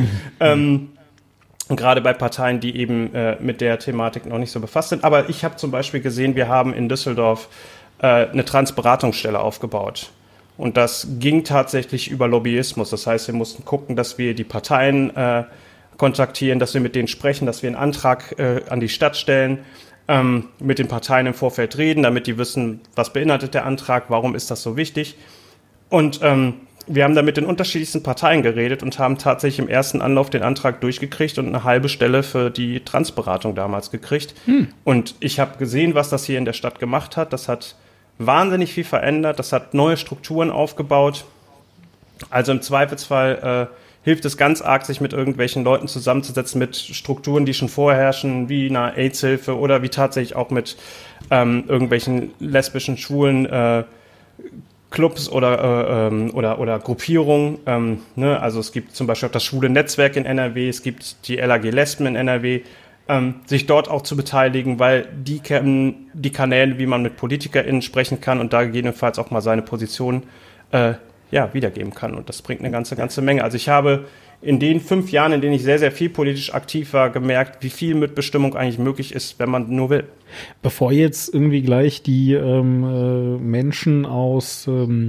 Gerade bei Parteien, die eben mit der Thematik noch nicht so befasst sind. Aber ich habe zum Beispiel gesehen, wir haben in Düsseldorf eine Transberatungsstelle aufgebaut. Und das ging tatsächlich über Lobbyismus. Das heißt, wir mussten gucken, dass wir die Parteien kontaktieren, dass wir mit denen sprechen, dass wir einen Antrag an die Stadt stellen, mit den Parteien im Vorfeld reden, damit die wissen, was beinhaltet der Antrag, warum ist das so wichtig. Und wir haben da mit den unterschiedlichsten Parteien geredet und haben tatsächlich im ersten Anlauf den Antrag durchgekriegt und eine halbe Stelle für die Transberatung damals gekriegt. Und ich habe gesehen, was das hier in der Stadt gemacht hat. Das hat wahnsinnig viel verändert, das hat neue Strukturen aufgebaut. Also im Zweifelsfall hilft es ganz arg, sich mit irgendwelchen Leuten zusammenzusetzen, mit Strukturen, die schon vorherrschen, wie eine AIDS-Hilfe oder wie tatsächlich auch mit irgendwelchen lesbischen, schwulen Clubs oder Gruppierungen. Also es gibt zum Beispiel auch das schwule Netzwerk in NRW, es gibt die LAG Lesben in NRW, sich dort auch zu beteiligen, weil die kennen die Kanäle, wie man mit PolitikerInnen sprechen kann und da gegebenenfalls auch mal seine Position wiedergeben kann. Und das bringt eine ganze Menge. Also ich habe in den 5 Jahren, in denen ich sehr, sehr viel politisch aktiv war, gemerkt, wie viel Mitbestimmung eigentlich möglich ist, wenn man nur will. Bevor jetzt irgendwie gleich die Menschen aus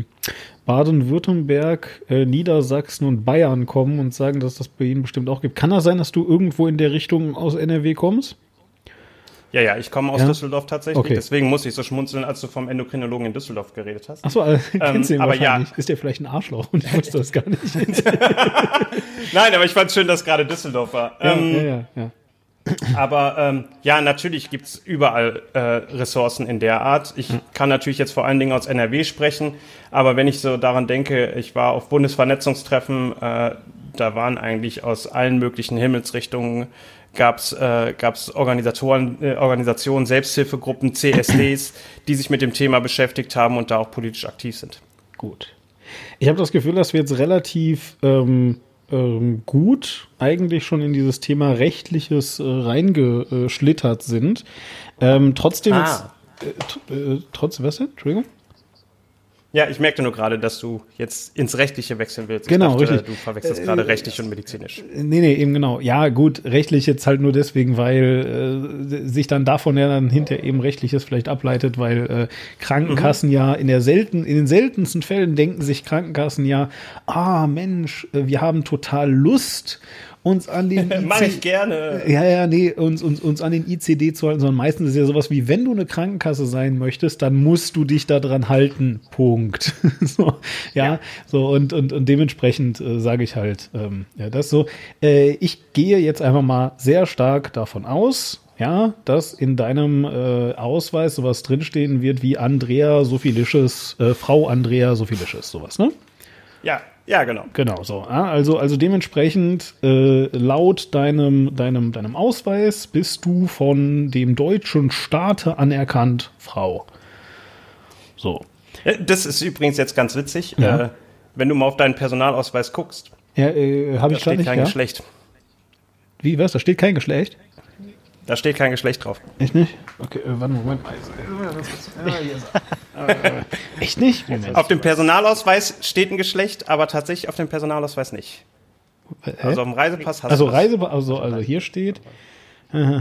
Baden-Württemberg, Niedersachsen und Bayern kommen und sagen, dass das bei ihnen bestimmt auch gibt. Kann das sein, dass du irgendwo in der Richtung aus NRW kommst? Ja, ich komme aus Düsseldorf tatsächlich, deswegen muss ich so schmunzeln, als du vom Endokrinologen in Düsseldorf geredet hast. Achso, kennst du ihn aber wahrscheinlich. Ist der vielleicht ein Arschloch und ich wusste das gar nicht. Nein, aber ich fand es schön, dass gerade Düsseldorf war. Ja. Aber natürlich gibt's überall Ressourcen in der Art. Ich kann natürlich jetzt vor allen Dingen aus NRW sprechen, aber wenn ich so daran denke, ich war auf Bundesvernetzungstreffen, da waren eigentlich aus allen möglichen Himmelsrichtungen gab's Organisationen, Selbsthilfegruppen, CSDs, die sich mit dem Thema beschäftigt haben und da auch politisch aktiv sind. Gut. Ich habe das Gefühl, dass wir jetzt relativ gut eigentlich schon in dieses Thema Rechtliches reingeschlittert sind. Trotzdem was denn? Entschuldigung? Ja, ich merkte nur gerade, dass du jetzt ins Rechtliche wechseln willst. Genau, ich dachte, richtig. Du verwechselst gerade rechtlich und medizinisch. Nee, eben genau. Ja, gut, rechtlich jetzt halt nur deswegen, weil sich dann davon ja dann hinterher eben Rechtliches vielleicht ableitet, weil Krankenkassen ja in den seltensten Fällen denken sich Krankenkassen ja, Mensch, wir haben total Lust, uns an den Mach ich gerne. Uns an den ICD zu halten, sondern meistens ist ja sowas wie, wenn du eine Krankenkasse sein möchtest, dann musst du dich da dran halten. Punkt. Und dementsprechend sage ich halt, das so. Ich gehe jetzt einfach mal sehr stark davon aus, dass in deinem Ausweis sowas drinstehen wird wie Andrea Sophilisches, Frau Andrea Sophilisches, sowas, ne? Ja, genau. Genau, so. Also dementsprechend, laut deinem Ausweis bist du von dem deutschen Staate anerkannt Frau. So. Das ist übrigens jetzt ganz witzig. Wenn du mal auf deinen Personalausweis guckst, habe ich da steht kein Geschlecht. Wie, was? Da steht kein Geschlecht? Da steht kein Geschlecht drauf. Echt nicht? Okay, warte, Moment. Echt nicht? Moment. Auf dem Personalausweis steht ein Geschlecht, aber tatsächlich auf dem Personalausweis nicht. Also auf dem Reisepass hast du das. Also hier steht,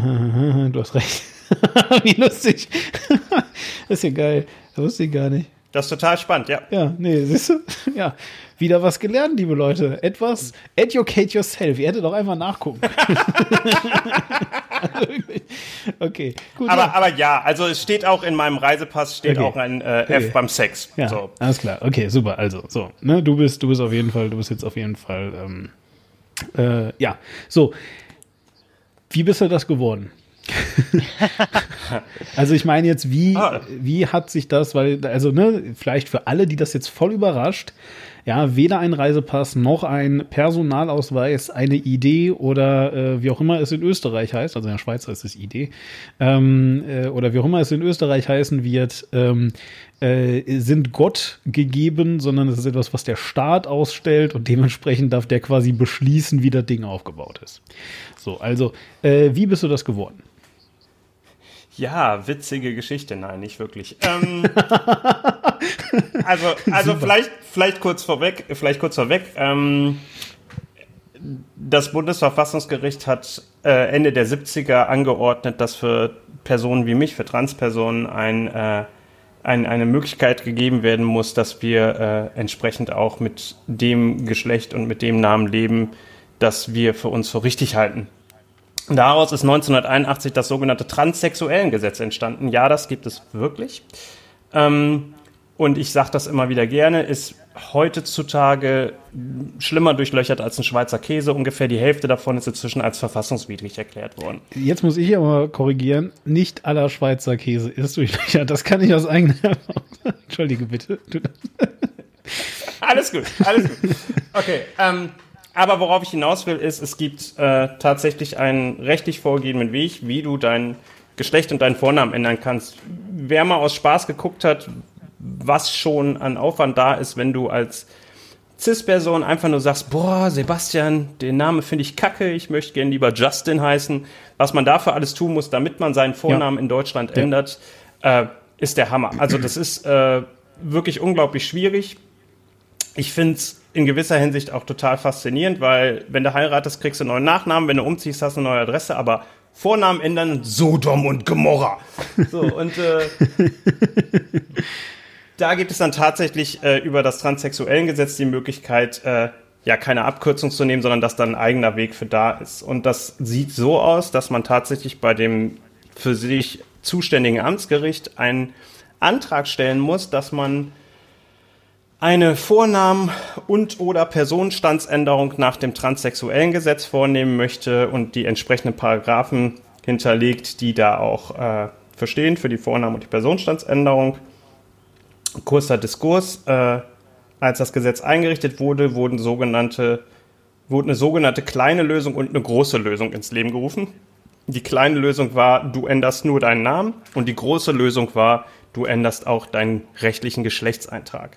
du hast recht. Wie lustig. Das ist ja geil. Das wusste ich gar nicht. Das ist total spannend, ja. Ja, nee, siehst du? Ja, wieder was gelernt, liebe Leute. Etwas educate yourself. Ihr hättet doch einfach nachgucken. Okay, gut. Aber ja, also es steht auch in meinem Reisepass, steht Okay. auch ein F beim Sex. Ja, So. alles klar. Okay, super. Also, so, ne, du bist jetzt auf jeden Fall, ja. So. Wie bist du das geworden? Also ich meine jetzt, wie hat sich das, weil, also ne, vielleicht für alle, die das jetzt voll überrascht, ja, weder ein Reisepass noch ein Personalausweis, eine ID oder wie auch immer es in Österreich heißt, also in der Schweiz heißt es ID, oder wie auch immer es in Österreich heißen wird, sind Gott gegeben, sondern es ist etwas, was der Staat ausstellt und dementsprechend darf der quasi beschließen, wie das Ding aufgebaut ist. So, also, wie bist du das geworden? Ja, witzige Geschichte. Nein, nicht wirklich. Also vielleicht kurz vorweg. Das Bundesverfassungsgericht hat Ende der 70er angeordnet, dass für Personen wie mich, für Transpersonen, eine Möglichkeit gegeben werden muss, dass wir entsprechend auch mit dem Geschlecht und mit dem Namen leben, das wir für uns für richtig halten. Daraus ist 1981 das sogenannte Transsexuellengesetz entstanden. Ja, das gibt es wirklich. Und ich sage das immer wieder gerne, ist heutzutage schlimmer durchlöchert als ein Schweizer Käse. Ungefähr die Hälfte davon ist inzwischen als verfassungswidrig erklärt worden. Jetzt muss ich aber korrigieren, nicht aller Schweizer Käse ist durchlöchert. Das kann ich aus eigener Erfahrung sagen. Entschuldige bitte. Alles gut. Okay, aber worauf ich hinaus will, ist, es gibt tatsächlich einen rechtlich vorgegebenen Weg, wie du dein Geschlecht und deinen Vornamen ändern kannst. Wer mal aus Spaß geguckt hat, was schon an Aufwand da ist, wenn du als Cis-Person einfach nur sagst, boah, Sebastian, den Namen finde ich kacke, ich möchte gerne lieber Justin heißen. Was man dafür alles tun muss, damit man seinen Vornamen in Deutschland ändert, ist der Hammer. Also das ist wirklich unglaublich schwierig. Ich finde es in gewisser Hinsicht auch total faszinierend, weil wenn du heiratest, kriegst du einen neuen Nachnamen, wenn du umziehst, hast du eine neue Adresse, aber Vornamen ändern, Sodom und Gomorra. So, und da gibt es dann tatsächlich über das Transsexuellengesetz die Möglichkeit, keine Abkürzung zu nehmen, sondern dass dann ein eigener Weg für da ist. Und das sieht so aus, dass man tatsächlich bei dem für sich zuständigen Amtsgericht einen Antrag stellen muss, dass man eine Vornamen- und/oder Personenstandsänderung nach dem Transsexuellengesetz vornehmen möchte und die entsprechenden Paragraphen hinterlegt, die da auch verstehen für die Vornamen- und die Personenstandsänderung. Kurzer Diskurs. Als das Gesetz eingerichtet wurde, wurde eine sogenannte kleine Lösung und eine große Lösung ins Leben gerufen. Die kleine Lösung war, du änderst nur deinen Namen, und die große Lösung war, du änderst auch deinen rechtlichen Geschlechtseintrag.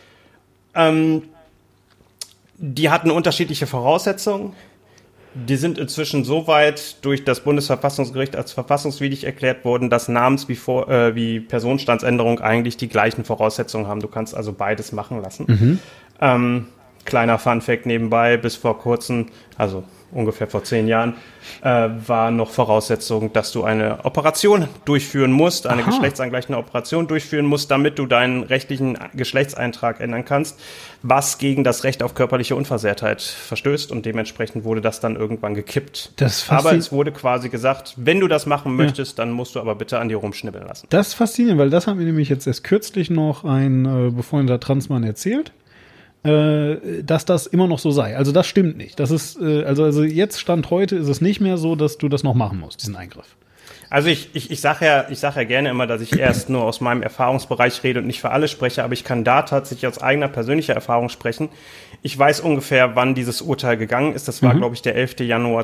Die hatten unterschiedliche Voraussetzungen. Die sind inzwischen so weit durch das Bundesverfassungsgericht als verfassungswidrig erklärt worden, dass Namens- wie Personenstandsänderung eigentlich die gleichen Voraussetzungen haben. Du kannst also beides machen lassen. Kleiner Funfact nebenbei, bis vor kurzem, also ungefähr vor 10 Jahren, war noch Voraussetzung, dass du eine Operation durchführen musst, eine geschlechtsangleichende Operation durchführen musst, damit du deinen rechtlichen Geschlechtseintrag ändern kannst, was gegen das Recht auf körperliche Unversehrtheit verstößt, und dementsprechend wurde das dann irgendwann gekippt. Aber es wurde quasi gesagt, wenn du das machen möchtest, dann musst du aber bitte an dir rumschnibbeln lassen. Das ist faszinierend, weil das hat mir nämlich jetzt erst kürzlich noch ein befreundeter Transmann erzählt, dass das immer noch so sei. Also das stimmt nicht. Das ist, also jetzt Stand heute ist es nicht mehr so, dass du das noch machen musst, diesen Eingriff. Also ich sag ja gerne immer, dass ich erst nur aus meinem Erfahrungsbereich rede und nicht für alle spreche, aber ich kann da tatsächlich aus eigener persönlicher Erfahrung sprechen. Ich weiß ungefähr, wann dieses Urteil gegangen ist. Das war, glaube ich, der 11. Januar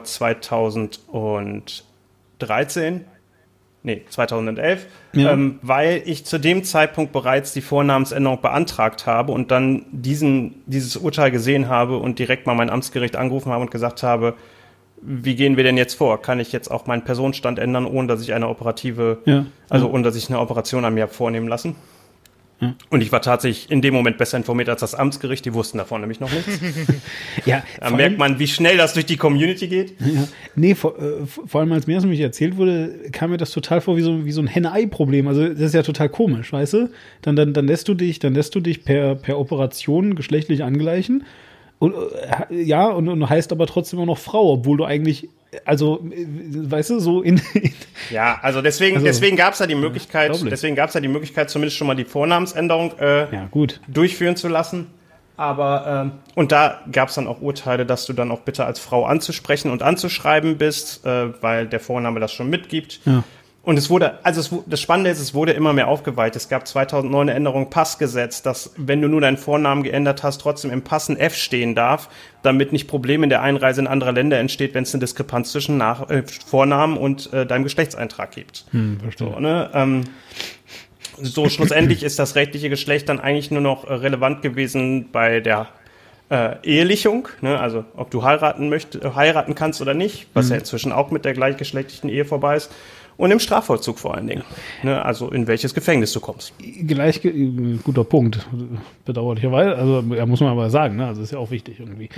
2013. Nee, 2011, weil ich zu dem Zeitpunkt bereits die Vornamensänderung beantragt habe und dann dieses Urteil gesehen habe und direkt mal mein Amtsgericht angerufen habe und gesagt habe, wie gehen wir denn jetzt vor? Kann ich jetzt auch meinen Personenstand ändern, ohne dass ich ohne dass ich eine Operation an mir habe vornehmen lassen? Und ich war tatsächlich in dem Moment besser informiert als das Amtsgericht, die wussten davon nämlich noch nichts. Ja, Da merkt man, wie schnell das durch die Community geht. Ja. Nee, vor allem als mir das nämlich erzählt wurde, kam mir das total vor wie so ein Henne-Ei-Problem. Also das ist ja total komisch, weißt du? Dann lässt du dich per Operation geschlechtlich angleichen. Und ja, und heißt aber trotzdem immer noch Frau, obwohl du eigentlich, also, weißt du, so Ja, also deswegen gab es ja die Möglichkeit, zumindest schon mal die Vornamensänderung gut. durchführen zu lassen. Aber und da gab es dann auch Urteile, dass du dann auch bitte als Frau anzusprechen und anzuschreiben bist, weil der Vorname das schon mitgibt. Ja. Und das Spannende ist, es wurde immer mehr aufgeweicht. Es gab 2009 eine Änderung Passgesetz, dass, wenn du nur deinen Vornamen geändert hast, trotzdem im Pass ein F stehen darf, damit nicht Probleme in der Einreise in andere Länder entsteht, wenn es eine Diskrepanz zwischen Vornamen und deinem Geschlechtseintrag gibt. Verstehe. So, ne? So, schlussendlich ist das rechtliche Geschlecht dann eigentlich nur noch relevant gewesen bei der Ehelichung, ne? Also ob du heiraten kannst oder nicht, was ja inzwischen auch mit der gleichgeschlechtlichen Ehe vorbei ist. Und im Strafvollzug vor allen Dingen. Ne, also in welches Gefängnis du kommst. Guter Punkt. Bedauerlicherweise. Also muss man aber sagen, ne? Also ist ja auch wichtig irgendwie.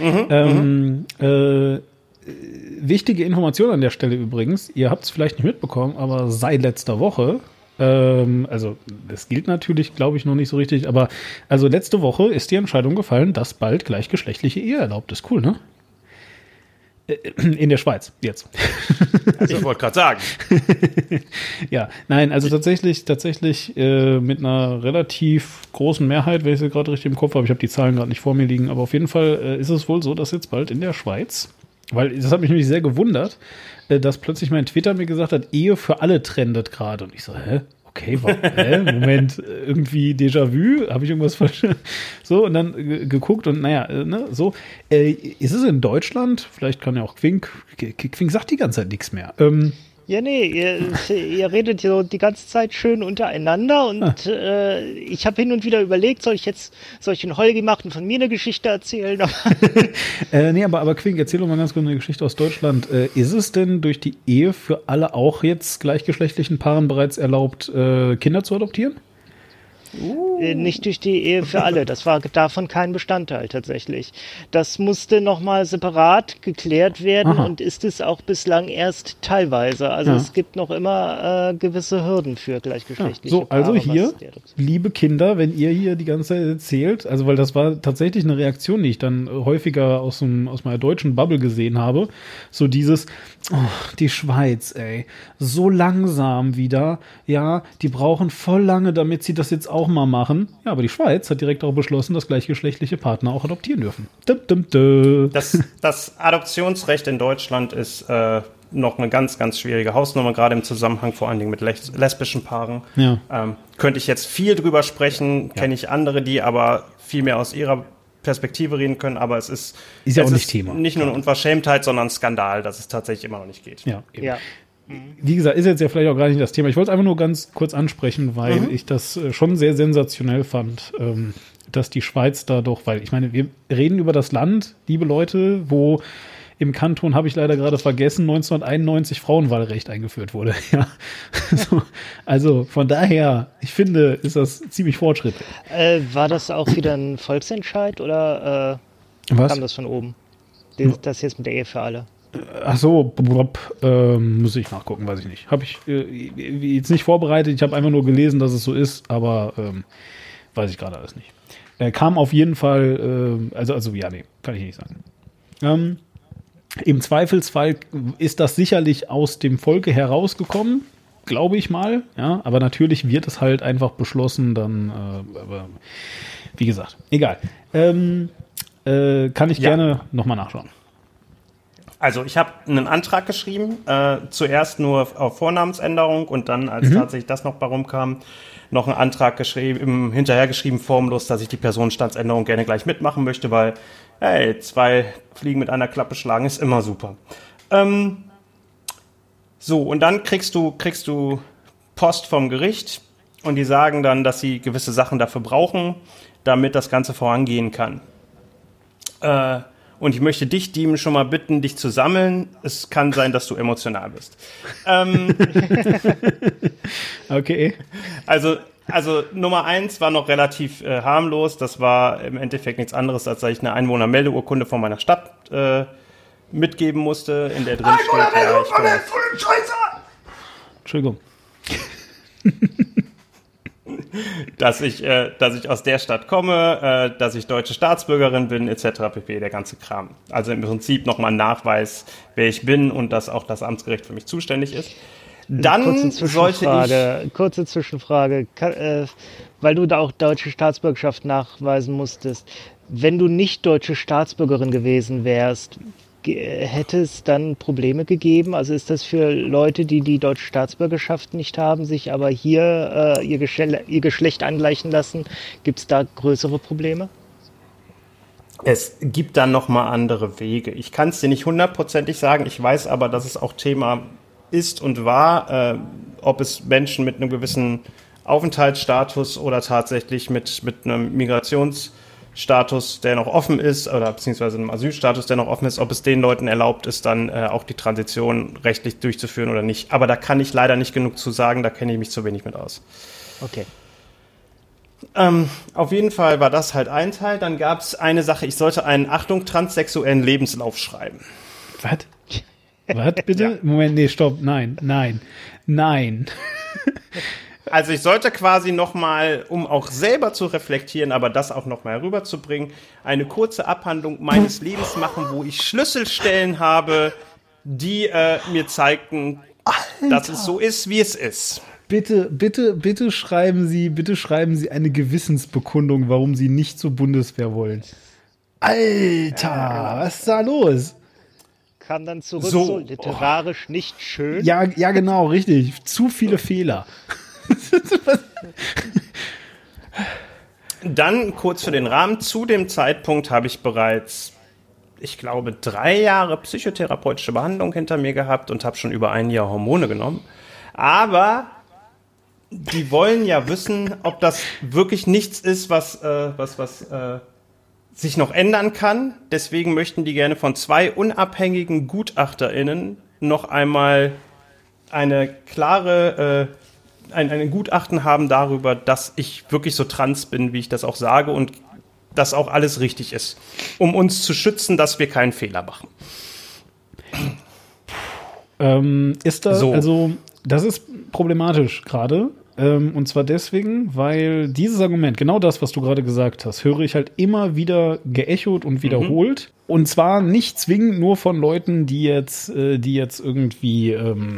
Wichtige Information an der Stelle übrigens. Ihr habt es vielleicht nicht mitbekommen, aber seit letzter Woche, also das gilt natürlich, glaube ich, noch nicht so richtig, aber also letzte Woche ist die Entscheidung gefallen, dass bald gleichgeschlechtliche Ehe erlaubt ist. Cool, ne? In der Schweiz, jetzt. Also, ich wollte gerade sagen. Ja, nein, also tatsächlich mit einer relativ großen Mehrheit, wenn ich sie gerade richtig im Kopf habe, ich habe die Zahlen gerade nicht vor mir liegen, aber auf jeden Fall ist es wohl so, dass jetzt bald in der Schweiz, weil das hat mich nämlich sehr gewundert, dass plötzlich mein Twitter mir gesagt hat, Ehe für alle trendet gerade. Und ich so, okay, Moment, irgendwie Déjà-vu, habe ich irgendwas falsch? So, und dann geguckt und so. Ist es in Deutschland, vielleicht kann ja auch Quink sagt die ganze Zeit nichts mehr. Ja, nee, ihr redet so die ganze Zeit schön untereinander und ich habe hin und wieder überlegt, soll ich einen Holgi machen und von mir eine Geschichte erzählen? Nee, aber Quink, erzähl doch mal ganz kurz eine Geschichte aus Deutschland. Ist es denn durch die Ehe für alle auch jetzt gleichgeschlechtlichen Paaren bereits erlaubt, Kinder zu adoptieren? Nicht durch die Ehe für alle. Das war davon kein Bestandteil tatsächlich. Das musste nochmal separat geklärt werden und ist es auch bislang erst teilweise. Also es gibt noch immer gewisse Hürden für gleichgeschlechtliche Paare. Also hier, liebe Kinder, wenn ihr hier die ganze Zeit erzählt, also weil das war tatsächlich eine Reaktion, die ich dann häufiger aus meiner deutschen Bubble gesehen habe, so dieses, die Schweiz, ey, so langsam wieder, ja, die brauchen voll lange, damit sie das jetzt auch mal machen. Ja, aber die Schweiz hat direkt auch beschlossen, dass gleichgeschlechtliche Partner auch adoptieren dürfen. Das Adoptionsrecht in Deutschland ist noch eine ganz, ganz schwierige Hausnummer, gerade im Zusammenhang vor allen Dingen mit lesbischen Paaren. Ja. Könnte ich jetzt viel drüber sprechen, kenne ich andere, die aber viel mehr aus ihrer Perspektive reden können, aber es ist ja auch nicht Thema. Nicht nur eine Unverschämtheit, sondern ein Skandal, dass es tatsächlich immer noch nicht geht. Ja, eben. Ja. Wie gesagt, ist jetzt ja vielleicht auch gar nicht das Thema. Ich wollte es einfach nur ganz kurz ansprechen, weil ich das schon sehr sensationell fand, dass die Schweiz da doch, weil ich meine, wir reden über das Land, liebe Leute, wo im Kanton, habe ich leider gerade vergessen, 1991 Frauenwahlrecht eingeführt wurde. Ja. Also von daher, ich finde, ist das ziemlich fortschrittlich. War das auch wieder ein Volksentscheid oder kam das von oben? Das jetzt mit der Ehe für alle? Ach so, muss ich nachgucken, weiß ich nicht. Habe ich jetzt nicht vorbereitet, ich habe einfach nur gelesen, dass es so ist, aber weiß ich gerade alles nicht. Kam auf jeden Fall, also ja, nee, kann ich nicht sagen. Im Zweifelsfall ist das sicherlich aus dem Volke herausgekommen, glaube ich mal, ja, aber natürlich wird es halt einfach beschlossen, dann, aber wie gesagt, egal. Kann ich gerne nochmal nachschauen. Also ich habe einen Antrag geschrieben, zuerst nur auf Vornamensänderung und dann, als tatsächlich das noch bei rumkam, noch einen Antrag geschrieben, hinterher geschrieben, formlos, dass ich die Personenstandsänderung gerne gleich mitmachen möchte, weil, hey, 2 Fliegen mit einer Klappe schlagen ist immer super. So, und dann kriegst du Post vom Gericht und die sagen dann, dass sie gewisse Sachen dafür brauchen, damit das Ganze vorangehen kann. Und ich möchte dich, Diemen, schon mal bitten, dich zu sammeln. Es kann sein, dass du emotional bist. Okay. Also Also Nummer 1 war noch relativ harmlos. Das war im Endeffekt nichts anderes, als dass ich eine Einwohnermeldeurkunde von meiner Stadt mitgeben musste, in der drin steht, ja, ich komme. Entschuldigung. Dass ich aus der Stadt komme, dass ich deutsche Staatsbürgerin bin, etc. pp. Der ganze Kram. Also im Prinzip nochmal ein Nachweis, wer ich bin und dass auch das Amtsgericht für mich zuständig ist. Dann kurze Zwischenfrage, weil du da auch deutsche Staatsbürgerschaft nachweisen musstest. Wenn du nicht deutsche Staatsbürgerin gewesen wärst, hätte es dann Probleme gegeben? Also ist das für Leute, die die deutsche Staatsbürgerschaft nicht haben, sich aber hier ihr Geschlecht angleichen lassen, gibt es da größere Probleme? Es gibt dann nochmal andere Wege. Ich kann es dir nicht hundertprozentig sagen. Ich weiß aber, dass es auch Thema ist und war, ob es Menschen mit einem gewissen Aufenthaltsstatus oder tatsächlich mit einem Migrationsstatus, der noch offen ist, oder beziehungsweise einem Asylstatus, der noch offen ist, ob es den Leuten erlaubt ist, dann auch die Transition rechtlich durchzuführen oder nicht. Aber da kann ich leider nicht genug zu sagen, da kenne ich mich zu wenig mit aus. Okay. Auf jeden Fall war das halt ein Teil. Dann gab es eine Sache, ich sollte einen, Achtung, transsexuellen Lebenslauf schreiben. Was? Was, bitte? Ja. Moment, nee, stopp. Nein. Also ich sollte quasi nochmal, um auch selber zu reflektieren, aber das auch nochmal rüberzubringen, eine kurze Abhandlung meines Lebens machen, wo ich Schlüsselstellen habe, die mir zeigten, Alter, dass es so ist, wie es ist. Bitte schreiben Sie eine Gewissensbekundung, warum Sie nicht zur Bundeswehr wollen. Alter, was ist da los? Kam dann zurück, so literarisch nicht schön. Ja, genau, richtig. Zu viele Fehler. Dann kurz für den Rahmen. Zu dem Zeitpunkt habe ich bereits, ich glaube, 3 Jahre psychotherapeutische Behandlung hinter mir gehabt und habe schon über 1 Jahr Hormone genommen. Aber die wollen ja wissen, ob das wirklich nichts ist, was sich noch ändern kann. Deswegen möchten die gerne von 2 unabhängigen GutachterInnen noch einmal eine klare, ein Gutachten haben darüber, dass ich wirklich so trans bin, wie ich das auch sage und dass auch alles richtig ist, um uns zu schützen, dass wir keinen Fehler machen. Ist da, so. Also, das ist problematisch gerade. Und zwar deswegen, weil dieses Argument, genau das, was du gerade gesagt hast, höre ich halt immer wieder geechot und wiederholt. Und zwar nicht zwingend nur von Leuten, die jetzt irgendwie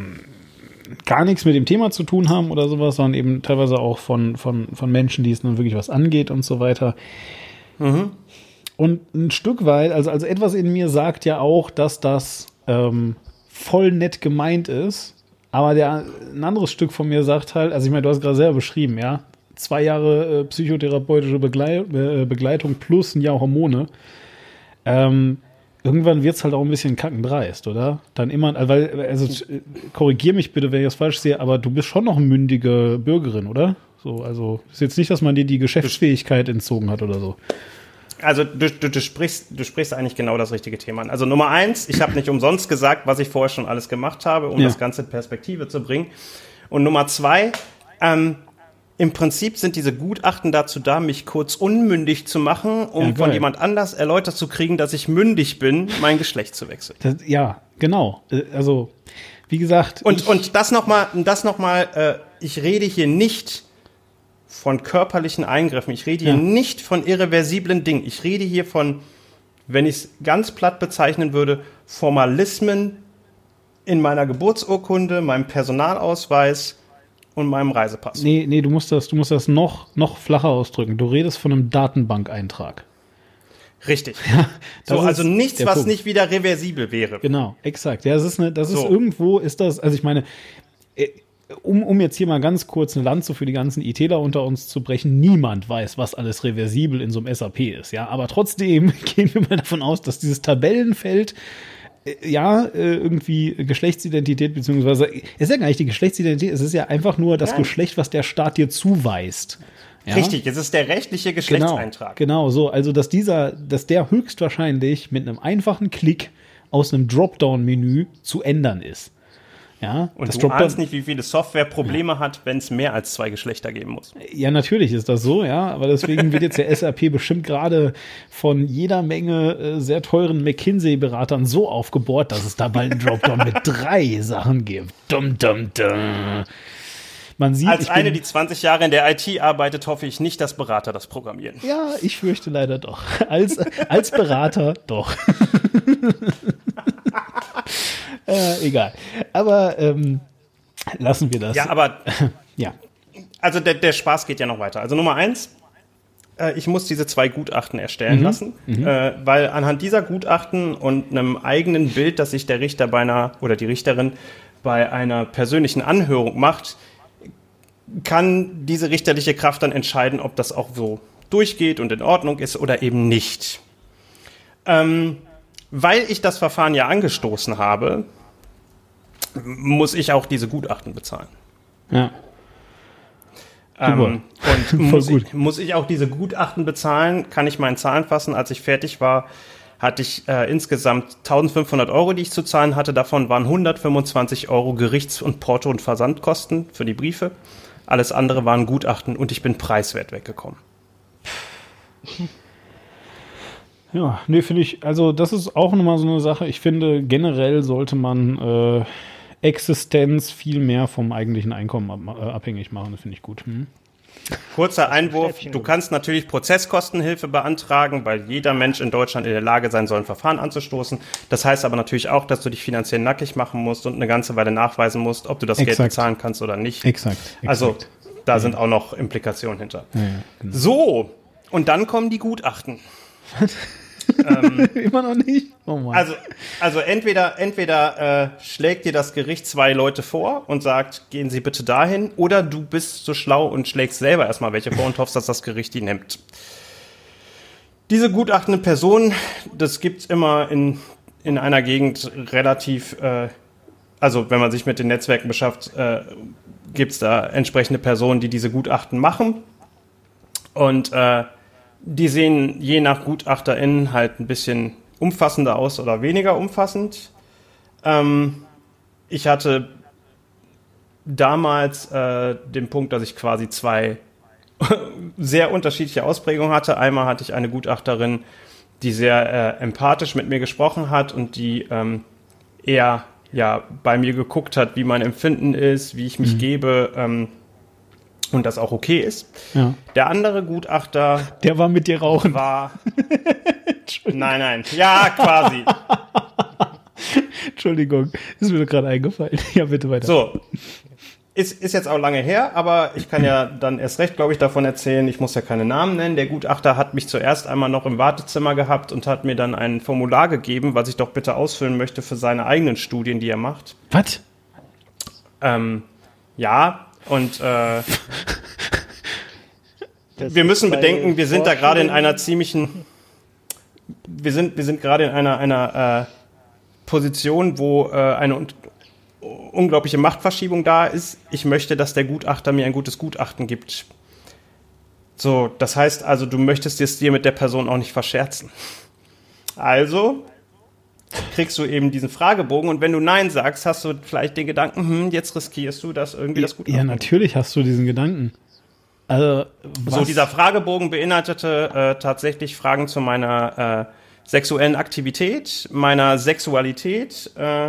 gar nichts mit dem Thema zu tun haben oder sowas, sondern eben teilweise auch von Menschen, die es nun wirklich was angeht und so weiter. Mhm. Und ein Stück weit, also etwas in mir sagt ja auch, dass das voll nett gemeint ist. Aber ein anderes Stück von mir sagt halt, also ich meine, du hast gerade selber beschrieben, ja, 2 Jahre psychotherapeutische Begleitung plus 1 Jahr Hormone. Irgendwann wird es halt auch ein bisschen kackendreist, oder? Dann immer, also korrigier mich bitte, wenn ich das falsch sehe, aber du bist schon noch eine mündige Bürgerin, oder? So, also ist jetzt nicht, dass man dir die Geschäftsfähigkeit entzogen hat oder so. Also du sprichst eigentlich genau das richtige Thema an. Also Nummer 1, ich habe nicht umsonst gesagt, was ich vorher schon alles gemacht habe, um das Ganze in Perspektive zu bringen. Und Nummer 2, im Prinzip sind diese Gutachten dazu da, mich kurz unmündig zu machen, um von jemand anders erläutert zu kriegen, dass ich mündig bin, mein Geschlecht zu wechseln. Ja, genau. Also, wie gesagt. Und das nochmal, ich rede hier nicht von körperlichen Eingriffen. Ich rede hier nicht von irreversiblen Dingen. Ich rede hier von, wenn ich es ganz platt bezeichnen würde, Formalismen in meiner Geburtsurkunde, meinem Personalausweis und meinem Reisepass. Nee, du musst das noch flacher ausdrücken. Du redest von einem Datenbankeintrag. Richtig. Ja, also nichts, was Punkt. Nicht wieder reversibel wäre. Genau, exakt. Ja, ist irgendwo ist das, also ich meine, um jetzt hier mal ganz kurz eine Lanze für die ganzen ITler unter uns zu brechen, niemand weiß, was alles reversibel in so einem SAP ist, ja, aber trotzdem gehen wir mal davon aus, dass dieses Tabellenfeld irgendwie Geschlechtsidentität, beziehungsweise ist ja gar nicht die Geschlechtsidentität, es ist ja einfach nur das Geschlecht, was der Staat dir zuweist. Ja? Richtig, es ist der rechtliche Geschlechtseintrag. Genau, so, also dass der höchstwahrscheinlich mit einem einfachen Klick aus einem Dropdown-Menü zu ändern ist. Ja, Und das du Dropdown, ahnst nicht, wie viele Software Probleme hat, wenn es mehr als 2 Geschlechter geben muss. ja, natürlich ist das so, ja, aber deswegen wird jetzt der SAP bestimmt gerade von jeder Menge sehr teuren McKinsey-Beratern so aufgebohrt, dass es da bald einen Dropdown mit 3 Sachen gibt. Dum, dum, dum. Man sieht, Als eine, die 20 Jahre in der IT arbeitet, hoffe ich nicht, dass Berater das programmieren. ja, ich fürchte leider doch. Als Berater doch. Egal. Aber lassen wir das. Ja, aber Ja. also der Spaß geht ja noch weiter. Also Nummer 1, ich muss diese 2 Gutachten erstellen lassen, weil anhand dieser Gutachten und einem eigenen Bild, das sich der Richter oder die Richterin bei einer persönlichen Anhörung macht, kann diese richterliche Kraft dann entscheiden, ob das auch so durchgeht und in Ordnung ist oder eben nicht. Weil ich das Verfahren ja angestoßen habe, muss ich auch diese Gutachten bezahlen. Ja. Und Voll gut. muss ich auch diese Gutachten bezahlen, kann ich meinen Zahlen fassen. Als ich fertig war, hatte ich insgesamt 1.500 Euro, die ich zu zahlen hatte. Davon waren 125 Euro Gerichts- und Porto- und Versandkosten für die Briefe. Alles andere waren Gutachten und ich bin preiswert weggekommen. Ja, nee, finde ich, also das ist auch nochmal so eine Sache. Ich finde, generell sollte man Existenz viel mehr vom eigentlichen Einkommen abhängig machen. Das finde ich gut. Kurzer Einwurf, du kannst natürlich Prozesskostenhilfe beantragen, weil jeder Mensch in Deutschland in der Lage sein soll, ein Verfahren anzustoßen. Das heißt aber natürlich auch, dass du dich finanziell nackig machen musst und eine ganze Weile nachweisen musst, ob du das Geld bezahlen kannst oder nicht. Exakt. Also da sind auch noch Implikationen hinter. Ja, genau. So, und dann kommen die Gutachten. Immer noch nicht? Oh Mann. Also entweder schlägt dir das Gericht 2 Leute vor und sagt, gehen Sie bitte dahin, oder du bist so schlau und schlägst selber erstmal welche vor und hoffst, dass das Gericht die nimmt. Diese gutachtende Person, das gibt's immer in einer Gegend relativ, also wenn man sich mit den Netzwerken beschäftigt, gibt's da entsprechende Personen, die diese Gutachten machen. Und die sehen je nach GutachterInnen halt ein bisschen umfassender aus oder weniger umfassend. Ich hatte damals den Punkt, dass ich quasi 2 sehr unterschiedliche Ausprägungen hatte. Einmal hatte ich eine Gutachterin, die sehr empathisch mit mir gesprochen hat und die eher bei mir geguckt hat, wie mein Empfinden ist, wie ich mich gebe, und das auch okay ist. Ja. Der andere Gutachter... Der war mit dir rauchen. Nein. Ja, quasi. Entschuldigung, ist mir gerade eingefallen. Ja, bitte weiter. So, ist jetzt auch lange her, aber ich kann ja dann erst recht, glaube ich, davon erzählen. Ich muss ja keine Namen nennen. Der Gutachter hat mich zuerst einmal noch im Wartezimmer gehabt und hat mir dann ein Formular gegeben, was ich doch bitte ausfüllen möchte für seine eigenen Studien, die er macht. Was? Ja, und wir müssen bedenken, wir sind da gerade in einer ziemlichen, wir sind gerade in einer Position, wo eine unglaubliche Machtverschiebung da ist. Ich möchte, dass der Gutachter mir ein gutes Gutachten gibt. So, das heißt also, du möchtest es dir mit der Person auch nicht verscherzen. Also kriegst du eben diesen Fragebogen und wenn du Nein sagst, hast du vielleicht den Gedanken, jetzt riskierst du, dass irgendwie das Gutachten... Ja, natürlich hast du diesen Gedanken. Also, so, dieser Fragebogen beinhaltete tatsächlich Fragen zu meiner sexuellen Aktivität, meiner Sexualität.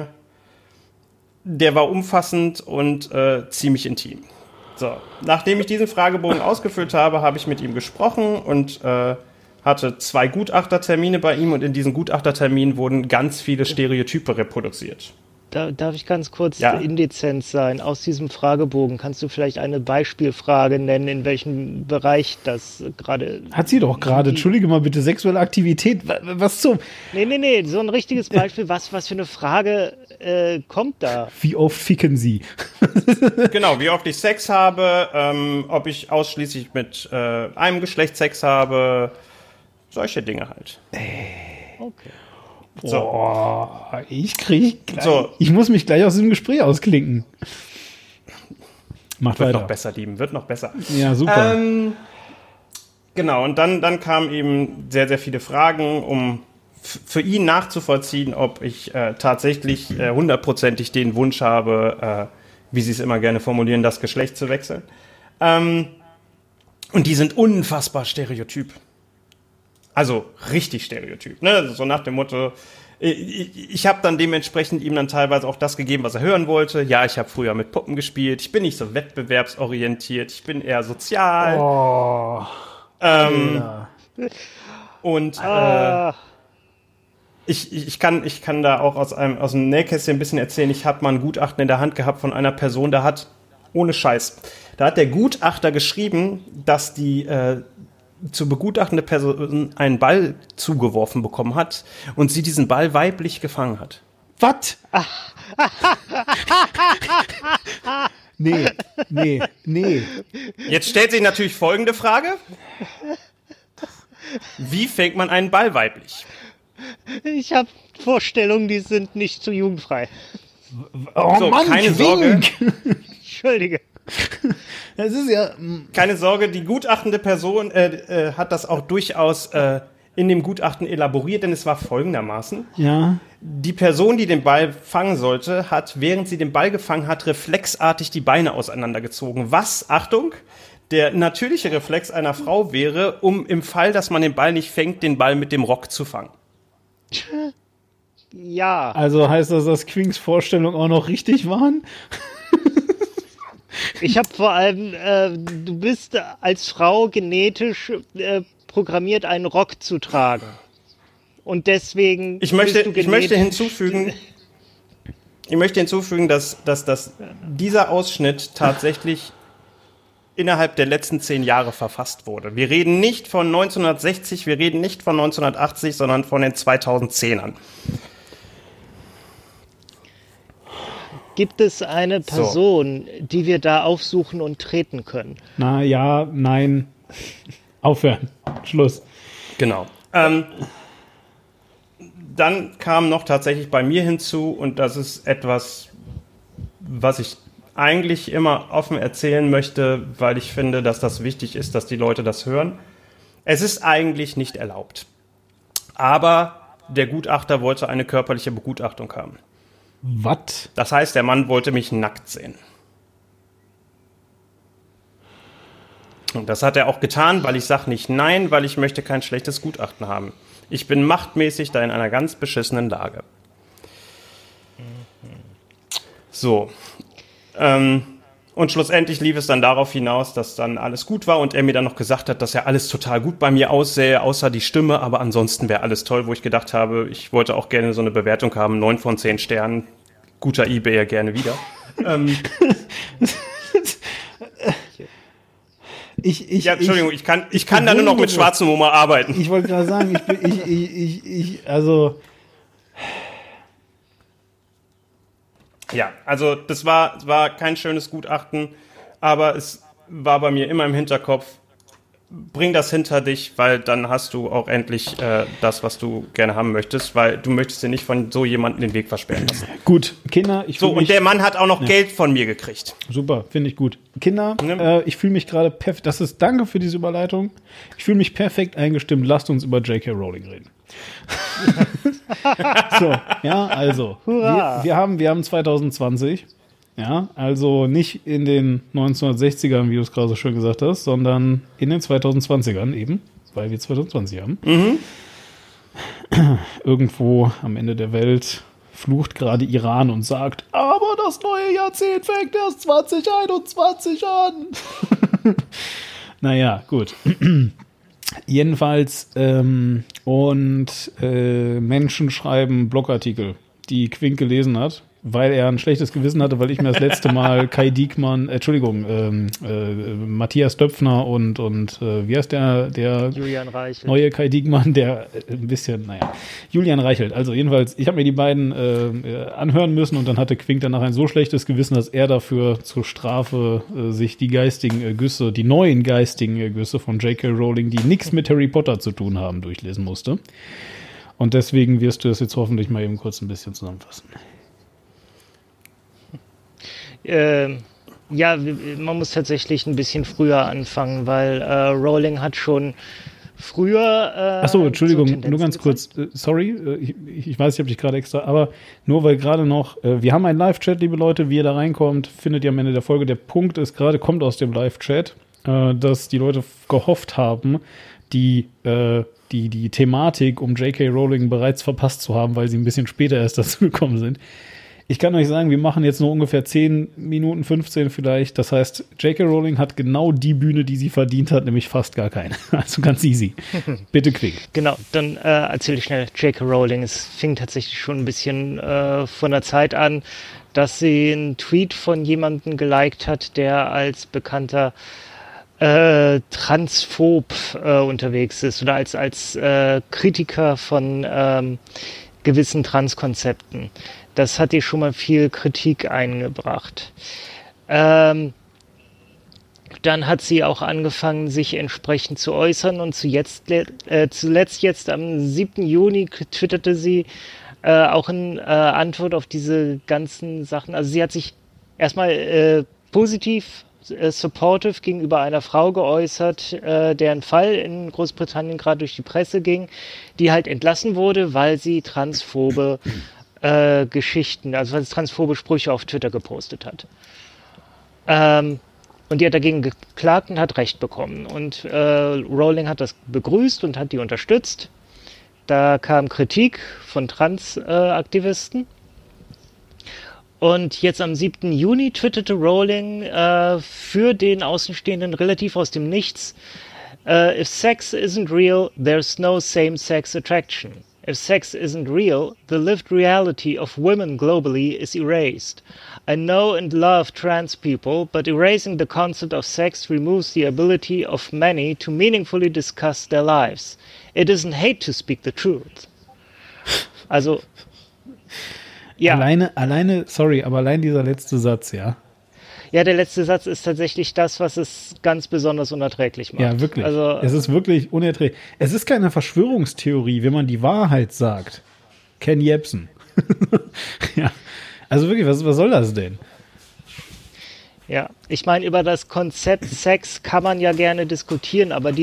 Der war umfassend und ziemlich intim. So, nachdem ich diesen Fragebogen ausgefüllt habe, habe ich mit ihm gesprochen und hatte 2 Gutachtertermine bei ihm und in diesen Gutachterterminen wurden ganz viele Stereotype reproduziert. Darf ich ganz kurz indezent sein? Aus diesem Fragebogen kannst du vielleicht eine Beispielfrage nennen, in welchem Bereich das gerade... Hat sie doch gerade. Entschuldige mal bitte, sexuelle Aktivität. Was zum... Nee, so ein richtiges Beispiel. Was für eine Frage kommt da? Wie oft ficken sie? Genau, wie oft ich Sex habe, ob ich ausschließlich mit einem Geschlecht Sex habe, solche Dinge halt. Okay. So. Boah, ich muss mich gleich aus diesem Gespräch ausklinken. Macht wird weiter. Noch besser, Lieben, wird noch besser. Ja, super. Genau, und dann kamen eben sehr, sehr viele Fragen, um für ihn nachzuvollziehen, ob ich tatsächlich hundertprozentig den Wunsch habe, wie sie es immer gerne formulieren, das Geschlecht zu wechseln. Und die sind unfassbar stereotyp. Also richtig stereotyp. Ne? So nach dem Motto, ich habe dann dementsprechend ihm dann teilweise auch das gegeben, was er hören wollte. Ja, ich habe früher mit Puppen gespielt. Ich bin nicht so wettbewerbsorientiert. Ich bin eher sozial. Oh. Und ich kann da auch aus dem Nähkästchen ein bisschen erzählen. Ich habe mal ein Gutachten in der Hand gehabt von einer Person, da hat der Gutachter geschrieben, dass die zu begutachtende Person einen Ball zugeworfen bekommen hat und sie diesen Ball weiblich gefangen hat. Was? Nee. Jetzt stellt sich natürlich folgende Frage. Wie fängt man einen Ball weiblich? Ich habe Vorstellungen, die sind nicht zu jugendfrei. Oh so, Mann, keine Sorge. Entschuldige. Das ist ja... Keine Sorge, die gutachtende Person hat das auch durchaus in dem Gutachten elaboriert, denn es war folgendermaßen. Ja. Die Person, die den Ball fangen sollte, hat, während sie den Ball gefangen hat, reflexartig die Beine auseinandergezogen. Was, Achtung, der natürliche Reflex einer Frau wäre, um im Fall, dass man den Ball nicht fängt, den Ball mit dem Rock zu fangen. Ja. Also heißt das, dass Quinks Vorstellungen auch noch richtig waren? Ich habe vor allem, du bist als Frau genetisch programmiert, einen Rock zu tragen. Und deswegen. Ich möchte hinzufügen, dass dieser Ausschnitt tatsächlich innerhalb der letzten 10 Jahre verfasst wurde. Wir reden nicht von 1960, wir reden nicht von 1980, sondern von den 2010ern. Gibt es eine Person, die wir da aufsuchen und treten können? Na ja, nein. Aufhören. Schluss. Genau. Dann kam noch tatsächlich bei mir hinzu, und das ist etwas, was ich eigentlich immer offen erzählen möchte, weil ich finde, dass das wichtig ist, dass die Leute das hören. Es ist eigentlich nicht erlaubt. Aber der Gutachter wollte eine körperliche Begutachtung haben. Was? Das heißt, der Mann wollte mich nackt sehen. Und das hat er auch getan, weil ich sage nicht nein, weil ich möchte kein schlechtes Gutachten haben. Ich bin machtmäßig da in einer ganz beschissenen Lage. So. Und schlussendlich lief es dann darauf hinaus, dass dann alles gut war und er mir dann noch gesagt hat, dass ja alles total gut bei mir aussähe, außer die Stimme, aber ansonsten wäre alles toll, wo ich gedacht habe, ich wollte auch gerne so eine Bewertung haben, 9 von 10 Sternen, guter eBayer gerne wieder. Entschuldigung, ich kann da nur noch mit schwarzem Humor arbeiten. Ich wollte gerade sagen, Ja, also das war kein schönes Gutachten, aber es war bei mir immer im Hinterkopf, bring das hinter dich, weil dann hast du auch endlich das, was du gerne haben möchtest, weil du möchtest dir nicht von so jemandem den Weg versperren lassen. Gut, Kinder, und der Mann hat auch noch Geld von mir gekriegt. Super, finde ich gut. Kinder, ich fühle mich gerade perfekt, danke für diese Überleitung, ich fühle mich perfekt eingestimmt, lasst uns über J.K. Rowling reden. So, ja, also, wir haben 2020, ja, also nicht in den 1960ern, wie du es gerade so schön gesagt hast, sondern in den 2020ern eben, weil wir 2020 haben. Irgendwo am Ende der Welt flucht gerade Iran und sagt, aber das neue Jahrzehnt fängt erst 2021 an. Naja, gut. Jedenfalls, Menschen schreiben Blogartikel, die Quink gelesen hat, weil er ein schlechtes Gewissen hatte, weil ich mir das letzte Mal Matthias Döpfner und wie heißt der Julian Reichelt. Neue Kai Diekmann, der ein bisschen, Julian Reichelt. Also jedenfalls, ich habe mir die beiden anhören müssen und dann hatte Quink danach ein so schlechtes Gewissen, dass er dafür zur Strafe sich die neuen geistigen Ergüsse von J.K. Rowling, die nichts mit Harry Potter zu tun haben, durchlesen musste. Und deswegen wirst du das jetzt hoffentlich mal eben kurz ein bisschen zusammenfassen. Ja, man muss tatsächlich ein bisschen früher anfangen, weil Rowling hat schon früher. Achso, Entschuldigung, so nur ganz kurz. Sorry, ich weiß, ich habe dich gerade extra, aber nur weil gerade noch, wir haben einen Live-Chat, liebe Leute, wie ihr da reinkommt, findet ihr am Ende der Folge. Der Punkt ist gerade, kommt aus dem Live-Chat, dass die Leute gehofft haben, die Thematik um J.K. Rowling bereits verpasst zu haben, weil sie ein bisschen später erst dazu gekommen sind. Ich kann euch sagen, wir machen jetzt nur ungefähr 10 Minuten, 15 vielleicht. Das heißt, J.K. Rowling hat genau die Bühne, die sie verdient hat, nämlich fast gar keine. Also ganz easy. Bitte Quick. Genau, dann erzähle ich schnell J.K. Rowling. Es fing tatsächlich schon ein bisschen von der Zeit an, dass sie einen Tweet von jemandem geliked hat, der als bekannter Transphob unterwegs ist oder als Kritiker von gewissen Transkonzepten. Das hat ihr schon mal viel Kritik eingebracht. Dann hat sie auch angefangen, sich entsprechend zu äußern und zuletzt jetzt am 7. Juni twitterte sie auch in Antwort auf diese ganzen Sachen. Also sie hat sich erstmal positiv supportive gegenüber einer Frau geäußert, deren Fall in Großbritannien gerade durch die Presse ging, die halt entlassen wurde, weil sie transphobe Geschichten, also weil sie transphobe Sprüche auf Twitter gepostet hat. Und die hat dagegen geklagt und hat Recht bekommen. Und Rowling hat das begrüßt und hat die unterstützt. Da kam Kritik von Trans-Aktivisten. Und jetzt am 7. Juni twitterte Rowling für den Außenstehenden relativ aus dem Nichts: If sex isn't real, there's no same-sex attraction. If sex isn't real, the lived reality of women globally is erased. I know and love trans people, but erasing the concept of sex removes the ability of many to meaningfully discuss their lives. It isn't hate to speak the truth. Also, ja. Allein dieser letzte Satz, ja. Ja, der letzte Satz ist tatsächlich das, was es ganz besonders unerträglich macht. Ja, wirklich. Also, es ist wirklich unerträglich. Es ist keine Verschwörungstheorie, wenn man die Wahrheit sagt. Ken Jebsen. Ja. Also wirklich, was soll das denn? Ja, ich meine, über das Konzept Sex kann man ja gerne diskutieren, aber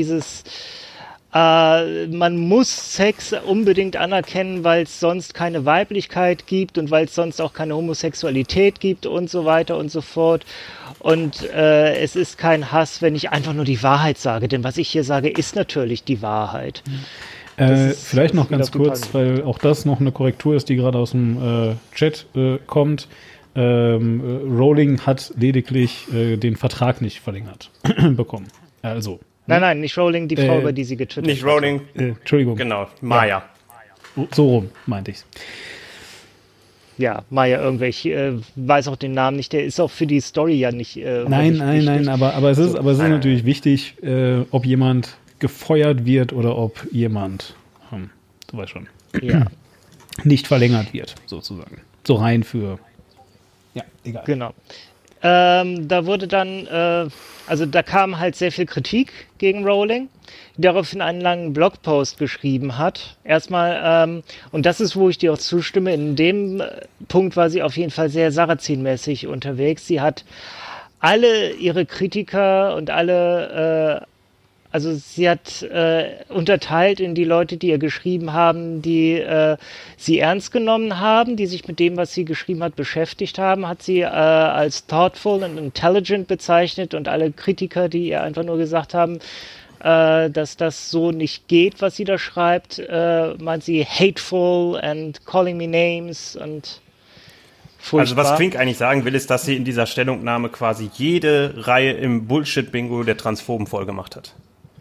man muss Sex unbedingt anerkennen, weil es sonst keine Weiblichkeit gibt und weil es sonst auch keine Homosexualität gibt und so weiter und so fort. Und es ist kein Hass, wenn ich einfach nur die Wahrheit sage, denn was ich hier sage, ist natürlich die Wahrheit. Vielleicht noch ganz kurz, weil auch das noch eine Korrektur ist, die gerade aus dem Chat kommt. Rowling hat lediglich den Vertrag nicht verlängert bekommen. Also Nein, nicht Rowling, die Frau, über die sie getwittert hat. Nicht Rowling. Entschuldigung. Genau, Maya. Ja. So rum, meinte ich's. Ja, Maya weiß auch den Namen nicht, der ist auch für die Story ja nicht Nein, aber es ist natürlich wichtig, ob jemand gefeuert wird oder ob jemand, du weißt schon, ja, nicht verlängert wird, sozusagen. So rein für, ja, egal. Genau. Da wurde dann, also da kam halt sehr viel Kritik gegen Rowling, die daraufhin einen langen Blogpost geschrieben hat. Erstmal, und das ist, wo ich dir auch zustimme, in dem Punkt war sie auf jeden Fall sehr Sarrazin-mäßig unterwegs. Sie hat alle ihre Kritiker und also sie hat unterteilt in die Leute, die ihr geschrieben haben, die sie ernst genommen haben, die sich mit dem, was sie geschrieben hat, beschäftigt haben, hat sie als thoughtful and intelligent bezeichnet, und alle Kritiker, die ihr einfach nur gesagt haben, dass das so nicht geht, was sie da schreibt, meint sie hateful and calling me names und furchtbar. Also was Quink eigentlich sagen will, ist, dass sie in dieser Stellungnahme quasi jede Reihe im Bullshit-Bingo der Transphoben vollgemacht hat.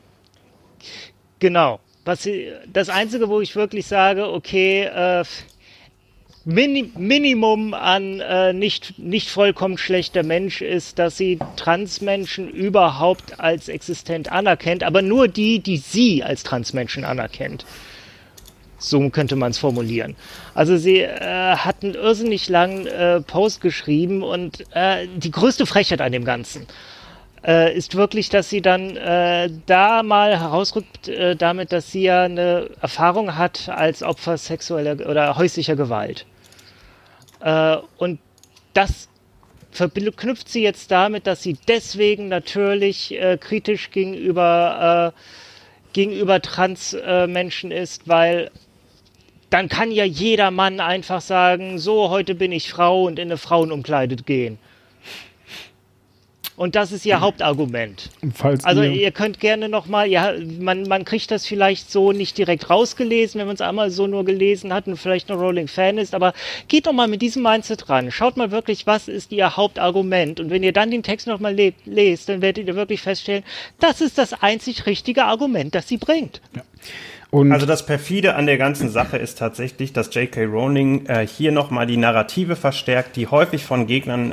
Genau. Das Einzige, wo ich wirklich sage, okay, Minimum an nicht vollkommen schlechter Mensch ist, dass sie Transmenschen überhaupt als existent anerkennt, aber nur die sie als Transmenschen anerkennt. So könnte man es formulieren. Also sie hat einen irrsinnig langen Post geschrieben, und die größte Frechheit an dem Ganzen ist wirklich, dass sie dann da mal herausrückt damit, dass sie ja eine Erfahrung hat als Opfer sexueller oder häuslicher Gewalt. Und das verknüpft sie jetzt damit, dass sie deswegen natürlich kritisch gegenüber gegenüber Trans-Menschen ist, weil dann kann ja jeder Mann einfach sagen, so, heute bin ich Frau und in eine Frauenumkleide gehen. Und das ist ihr Hauptargument. Also ihr könnt gerne nochmal, ja, man kriegt das vielleicht so nicht direkt rausgelesen, wenn man es einmal so nur gelesen hat und vielleicht nur Rowling-Fan ist, aber geht doch mal mit diesem Mindset ran. Schaut mal wirklich, was ist ihr Hauptargument. Und wenn ihr dann den Text nochmal lest, dann werdet ihr wirklich feststellen, das ist das einzig richtige Argument, das sie bringt. Ja. Und also das Perfide an der ganzen Sache ist tatsächlich, dass J.K. Rowling hier nochmal die Narrative verstärkt, die häufig von Gegnern,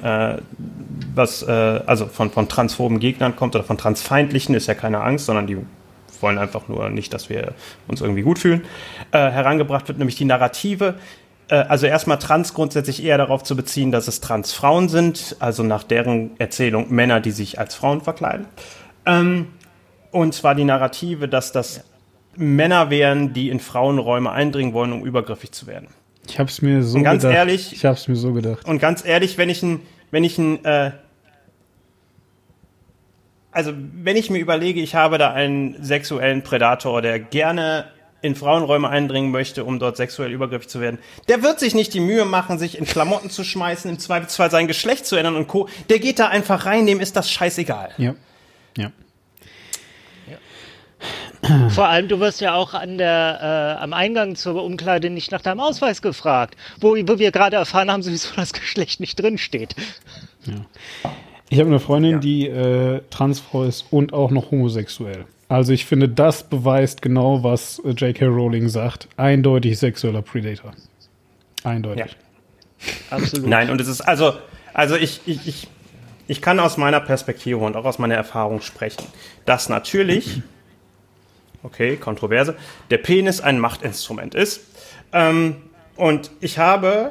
also von transphoben Gegnern kommt oder von transfeindlichen, ist ja keine Angst, sondern die wollen einfach nur nicht, dass wir uns irgendwie gut fühlen, herangebracht wird, nämlich die Narrative. Also erstmal trans grundsätzlich eher darauf zu beziehen, dass es Transfrauen sind, also nach deren Erzählung Männer, die sich als Frauen verkleiden. Und zwar die Narrative, dass das Männer wären, die in Frauenräume eindringen wollen, um übergriffig zu werden. Ich hab's mir so gedacht. Ich hab's mir so gedacht. Und ganz ehrlich, wenn ich mir überlege, ich habe da einen sexuellen Predator, der gerne in Frauenräume eindringen möchte, um dort sexuell übergriffig zu werden, der wird sich nicht die Mühe machen, sich in Klamotten zu schmeißen, im Zweifelsfall sein Geschlecht zu ändern und Co. Der geht da einfach rein, dem ist das scheißegal. Ja. Vor allem, du wirst ja auch am Eingang zur Umkleide nicht nach deinem Ausweis gefragt, wo wir gerade erfahren haben, sowieso das Geschlecht nicht drinsteht. Ja. Ich habe eine Freundin, die Transfrau ist und auch noch homosexuell. Also ich finde, das beweist genau, was J.K. Rowling sagt. Eindeutig sexueller Predator. Eindeutig. Ja. Absolut. Nein, und es ist ich kann aus meiner Perspektive und auch aus meiner Erfahrung sprechen, dass natürlich okay, Kontroverse, der Penis ein Machtinstrument ist. Und ich war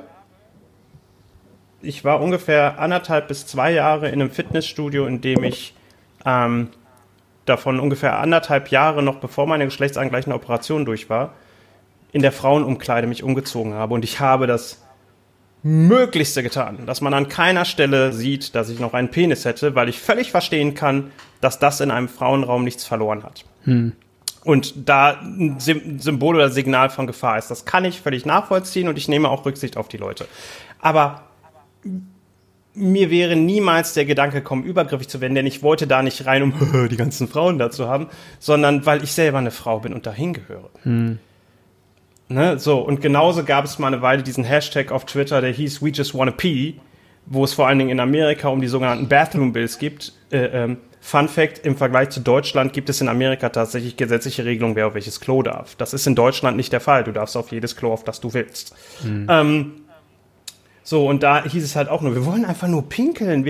ungefähr 1,5 bis 2 Jahre in einem Fitnessstudio, in dem ich davon ungefähr 1,5 Jahre, noch bevor meine geschlechtsangleichende Operation durch war, in der Frauenumkleide mich umgezogen habe. Und ich habe das Möglichste getan, dass man an keiner Stelle sieht, dass ich noch einen Penis hätte, weil ich völlig verstehen kann, dass das in einem Frauenraum nichts verloren hat. Und da ein Symbol oder Signal von Gefahr ist. Das kann ich völlig nachvollziehen und ich nehme auch Rücksicht auf die Leute. Aber mir wäre niemals der Gedanke gekommen, übergriffig zu werden, denn ich wollte da nicht rein, um die ganzen Frauen da zu haben, sondern weil ich selber eine Frau bin und dahin gehöre. Ne, so, und genauso gab es mal eine Weile diesen Hashtag auf Twitter, der hieß We Just Wanna Pee, wo es vor allen Dingen in Amerika um die sogenannten Bathroom Bills gibt. Fun Fact, im Vergleich zu Deutschland gibt es in Amerika tatsächlich gesetzliche Regelungen, wer auf welches Klo darf. Das ist in Deutschland nicht der Fall. Du darfst auf jedes Klo, auf das du willst. So, und da hieß es halt auch nur, wir wollen einfach nur pinkeln.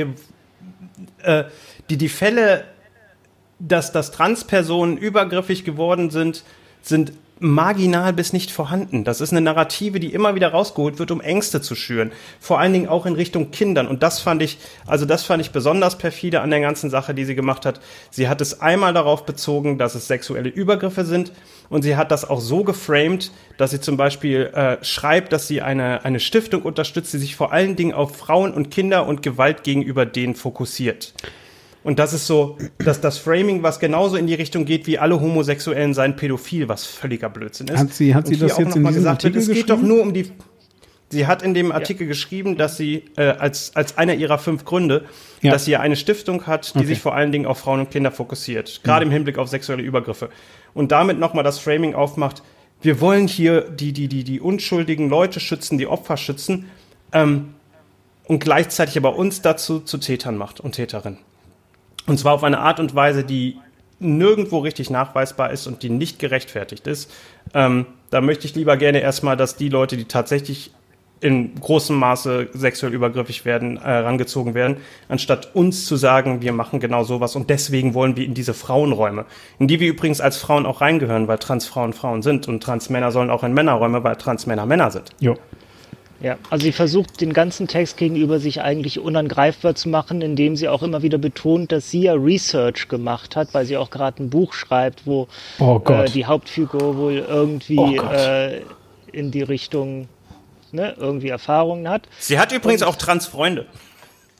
Die Fälle, dass Transpersonen übergriffig geworden sind marginal bis nicht vorhanden. Das ist eine Narrative, die immer wieder rausgeholt wird, um Ängste zu schüren. Vor allen Dingen auch in Richtung Kindern. Und das fand ich besonders perfide an der ganzen Sache, die sie gemacht hat. Sie hat es einmal darauf bezogen, dass es sexuelle Übergriffe sind. Und sie hat das auch so geframed, dass sie zum Beispiel schreibt, dass sie eine Stiftung unterstützt, die sich vor allen Dingen auf Frauen und Kinder und Gewalt gegenüber denen fokussiert. Und das ist so, dass das Framing, was genauso in die Richtung geht, wie alle Homosexuellen seien pädophil, was völliger Blödsinn ist. Hat sie das jetzt in diesem Artikel geschrieben? Es geht doch nur um die... Sie hat in dem Artikel geschrieben, dass sie als einer ihrer 5 Gründe, dass sie eine Stiftung hat, die sich vor allen Dingen auf Frauen und Kinder fokussiert, gerade im Hinblick auf sexuelle Übergriffe. Und damit nochmal das Framing aufmacht, wir wollen hier die unschuldigen Leute schützen, die Opfer schützen und gleichzeitig aber uns dazu zu Tätern macht und Täterinnen. Und zwar auf eine Art und Weise, die nirgendwo richtig nachweisbar ist und die nicht gerechtfertigt ist. Da möchte ich lieber gerne erstmal, dass die Leute, die tatsächlich in großem Maße sexuell übergriffig werden, rangezogen werden, anstatt uns zu sagen, wir machen genau sowas und deswegen wollen wir in diese Frauenräume, in die wir übrigens als Frauen auch reingehören, weil Transfrauen Frauen sind und Transmänner sollen auch in Männerräume, weil Transmänner Männer sind. Jo. Ja, also sie versucht den ganzen Text gegenüber sich eigentlich unangreifbar zu machen, indem sie auch immer wieder betont, dass sie ja Research gemacht hat, weil sie auch gerade ein Buch schreibt, wo die Hauptfigur wohl irgendwie in die Richtung irgendwie Erfahrungen hat. Sie hat übrigens auch Transfreunde.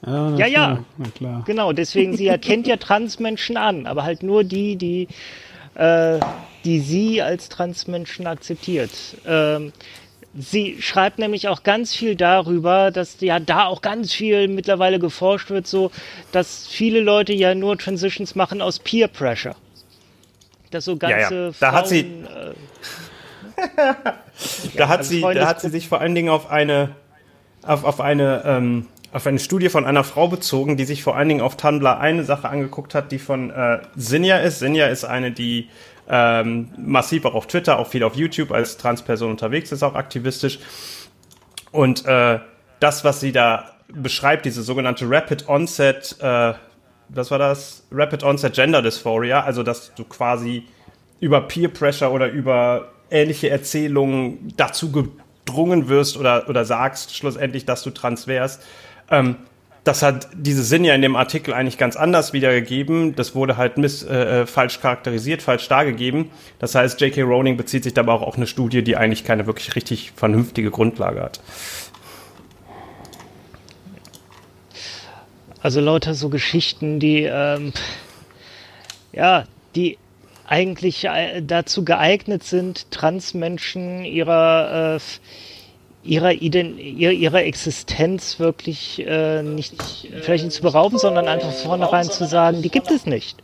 Ja, na klar. Genau, deswegen, sie erkennt ja Transmenschen an, aber halt nur die die sie als Transmenschen akzeptiert. Sie schreibt nämlich auch ganz viel darüber, dass ja da auch ganz viel mittlerweile geforscht wird, so dass viele Leute ja nur Transitions machen aus Peer Pressure. Dass so ganze Da Frauen, hat sie, da hat sie sich vor allen Dingen auf eine Studie von einer Frau bezogen, die sich vor allen Dingen auf Tumblr eine Sache angeguckt hat, die von Sinja ist. Sinja ist eine, die massiv auch auf Twitter, auch viel auf YouTube als Transperson unterwegs ist, auch aktivistisch. Und das, was sie da beschreibt, diese sogenannte Rapid Onset Gender Dysphoria, also dass du quasi über Peer Pressure oder über ähnliche Erzählungen dazu gedrungen wirst oder sagst schlussendlich, dass du trans wärst. Das hat diese Sinja in dem Artikel eigentlich ganz anders wiedergegeben. Das wurde halt falsch charakterisiert, falsch dargegeben. Das heißt, J.K. Rowling bezieht sich dabei auch auf eine Studie, die eigentlich keine wirklich richtig vernünftige Grundlage hat. Also lauter so Geschichten, die die eigentlich dazu geeignet sind, Transmenschen ihrer Existenz wirklich vielleicht nicht zu berauben, sondern einfach vornherein zu sagen, die gibt es nicht.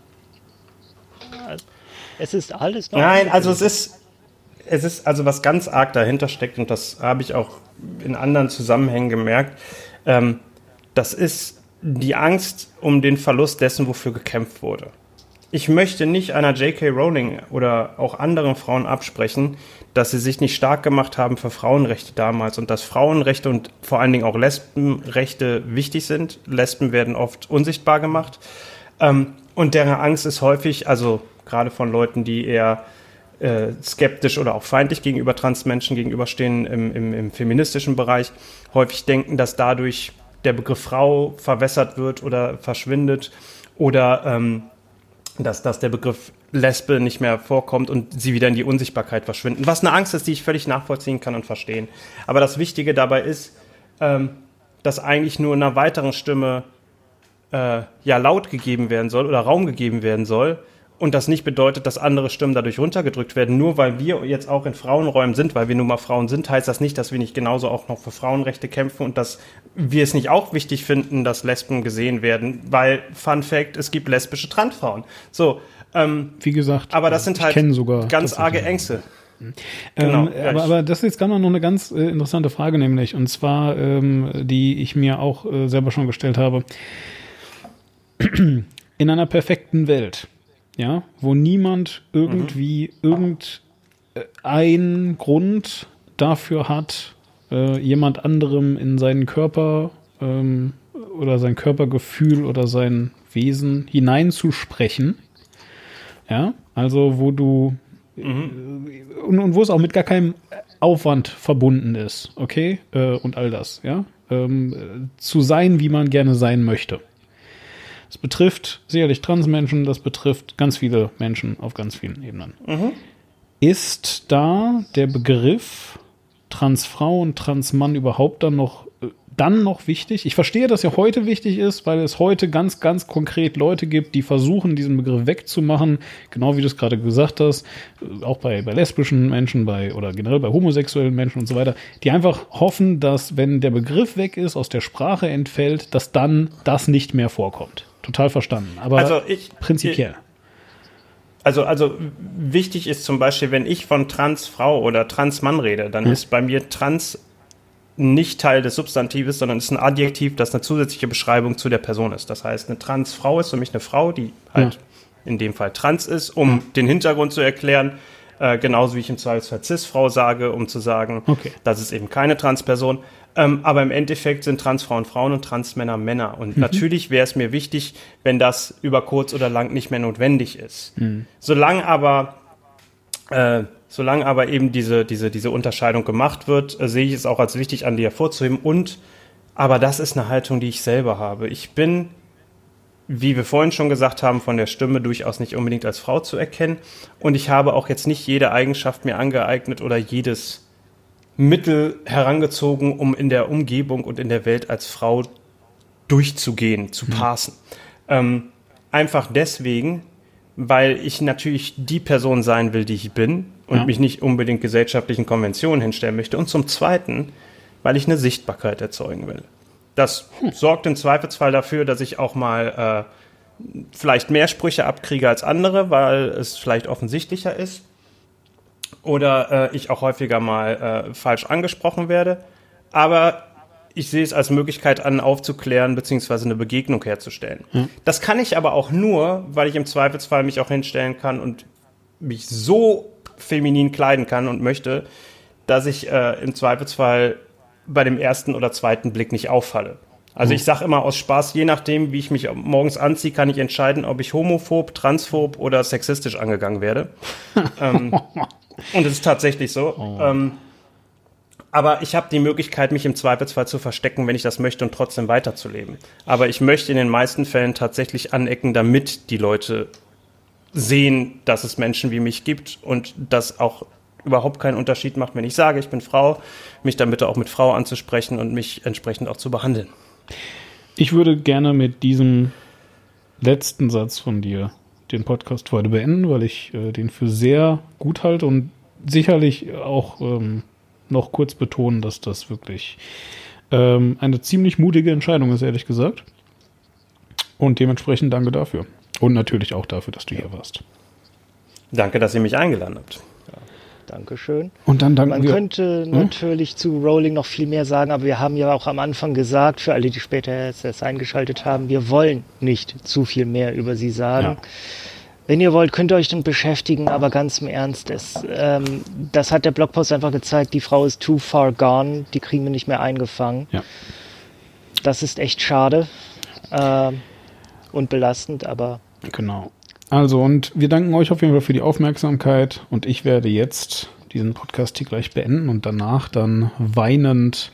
Es ist alles noch. Nein, also es ist also was ganz arg dahinter steckt, und das habe ich auch in anderen Zusammenhängen gemerkt. Das ist die Angst um den Verlust dessen, wofür gekämpft wurde. Ich möchte nicht einer J.K. Rowling oder auch anderen Frauen absprechen, dass sie sich nicht stark gemacht haben für Frauenrechte damals und dass Frauenrechte und vor allen Dingen auch Lesbenrechte wichtig sind. Lesben werden oft unsichtbar gemacht. Und deren Angst ist häufig, also gerade von Leuten, die eher skeptisch oder auch feindlich gegenüber Transmenschen gegenüberstehen im feministischen Bereich, häufig denken, dass dadurch der Begriff Frau verwässert wird oder verschwindet oder dass der Begriff Lesbe nicht mehr vorkommt und sie wieder in die Unsichtbarkeit verschwinden. Was eine Angst ist, die ich völlig nachvollziehen kann und verstehen. Aber das Wichtige dabei ist, dass eigentlich nur einer weiteren Stimme laut gegeben werden soll oder Raum gegeben werden soll. Und das nicht bedeutet, dass andere Stimmen dadurch runtergedrückt werden. Nur weil wir jetzt auch in Frauenräumen sind, weil wir nun mal Frauen sind, heißt das nicht, dass wir nicht genauso auch noch für Frauenrechte kämpfen und dass wir es nicht auch wichtig finden, dass Lesben gesehen werden. Weil, Fun Fact, es gibt lesbische Transfrauen. So, wie gesagt, aber das sind halt ganz arge Ängste. Genau, aber das ist jetzt gerade noch eine ganz interessante Frage, nämlich, und zwar, die ich mir auch selber schon gestellt habe. In einer perfekten Welt, ja, wo niemand irgendwie irgendeinen Grund dafür hat, jemand anderem in seinen Körper oder sein Körpergefühl oder sein Wesen hineinzusprechen. Ja, also wo du und wo es auch mit gar keinem Aufwand verbunden ist, okay, und all das, ja, zu sein, wie man gerne sein möchte. Das betrifft sicherlich Transmenschen, das betrifft ganz viele Menschen auf ganz vielen Ebenen. Ist da der Begriff Transfrau und Transmann überhaupt dann noch wichtig? Ich verstehe, dass er heute wichtig ist, weil es heute ganz, ganz konkret Leute gibt, die versuchen, diesen Begriff wegzumachen, genau wie du es gerade gesagt hast, auch bei lesbischen Menschen, oder generell bei homosexuellen Menschen und so weiter, die einfach hoffen, dass, wenn der Begriff weg ist, aus der Sprache entfällt, dass dann das nicht mehr vorkommt. Total verstanden, aber prinzipiell. Also wichtig ist zum Beispiel, wenn ich von Transfrau oder Transmann rede, dann ist bei mir Trans nicht Teil des Substantives, sondern ist ein Adjektiv, das eine zusätzliche Beschreibung zu der Person ist. Das heißt, eine Transfrau ist für mich eine Frau, die halt in dem Fall trans ist, um den Hintergrund zu erklären, genauso wie ich im Zweifelsfall Cis-Frau sage, um zu sagen, das ist eben keine Transperson. Aber im Endeffekt sind Transfrauen Frauen und Transmänner Männer. Und natürlich wäre es mir wichtig, wenn das über kurz oder lang nicht mehr notwendig ist. Solange aber eben diese Unterscheidung gemacht wird, sehe ich es auch als wichtig an, die hervorzuheben. Aber das ist eine Haltung, die ich selber habe. Ich bin, wie wir vorhin schon gesagt haben, von der Stimme durchaus nicht unbedingt als Frau zu erkennen. Und ich habe auch jetzt nicht jede Eigenschaft mir angeeignet oder jedes Mittel herangezogen, um in der Umgebung und in der Welt als Frau durchzugehen, zu passen. Einfach deswegen, weil ich natürlich die Person sein will, die ich bin und mich nicht unbedingt gesellschaftlichen Konventionen hinstellen möchte. Und zum Zweiten, weil ich eine Sichtbarkeit erzeugen will. Das sorgt im Zweifelsfall dafür, dass ich auch mal vielleicht mehr Sprüche abkriege als andere, weil es vielleicht offensichtlicher ist. Oder ich auch häufiger mal falsch angesprochen werde. Aber ich sehe es als Möglichkeit an, aufzuklären bzw. eine Begegnung herzustellen. Das kann ich aber auch nur, weil ich im Zweifelsfall mich auch hinstellen kann und mich so feminin kleiden kann und möchte, dass ich im Zweifelsfall bei dem ersten oder zweiten Blick nicht auffalle. Also ich sage immer aus Spaß, je nachdem, wie ich mich morgens anziehe, kann ich entscheiden, ob ich homophob, transphob oder sexistisch angegangen werde. Und es ist tatsächlich so. Aber ich habe die Möglichkeit, mich im Zweifelsfall zu verstecken, wenn ich das möchte und trotzdem weiterzuleben. Aber ich möchte in den meisten Fällen tatsächlich anecken, damit die Leute sehen, dass es Menschen wie mich gibt und das auch überhaupt keinen Unterschied macht, wenn ich sage, ich bin Frau, mich dann bitte auch mit Frau anzusprechen und mich entsprechend auch zu behandeln. Ich würde gerne mit diesem letzten Satz von dir den Podcast heute beenden, weil ich den für sehr gut halte und sicherlich auch noch kurz betonen, dass das wirklich eine ziemlich mutige Entscheidung ist, ehrlich gesagt. Und dementsprechend danke dafür. Und natürlich auch dafür, dass du hier warst. Danke, dass ihr mich eingeladen habt. Dankeschön. Und dann danken Man wir. könnte natürlich zu Rowling noch viel mehr sagen, aber wir haben ja auch am Anfang gesagt, für alle, die später erst eingeschaltet haben, wir wollen nicht zu viel mehr über sie sagen. Ja. Wenn ihr wollt, könnt ihr euch damit beschäftigen, aber ganz im Ernst, das hat der Blogpost einfach gezeigt, die Frau ist too far gone, die kriegen wir nicht mehr eingefangen. Ja. Das ist echt schade und belastend, aber... Genau. Also, und wir danken euch auf jeden Fall für die Aufmerksamkeit und ich werde jetzt diesen Podcast hier gleich beenden und danach dann weinend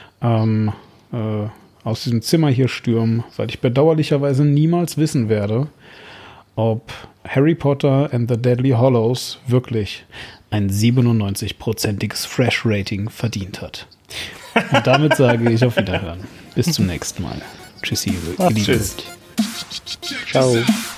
aus diesem Zimmer hier stürmen, weil ich bedauerlicherweise niemals wissen werde, ob Harry Potter and the Deadly Hallows wirklich ein 97%iges Fresh-Rating verdient hat. Und damit sage ich auf Wiederhören. Bis zum nächsten Mal. Tschüssi, ihr Lieben. Tschüss. Ciao.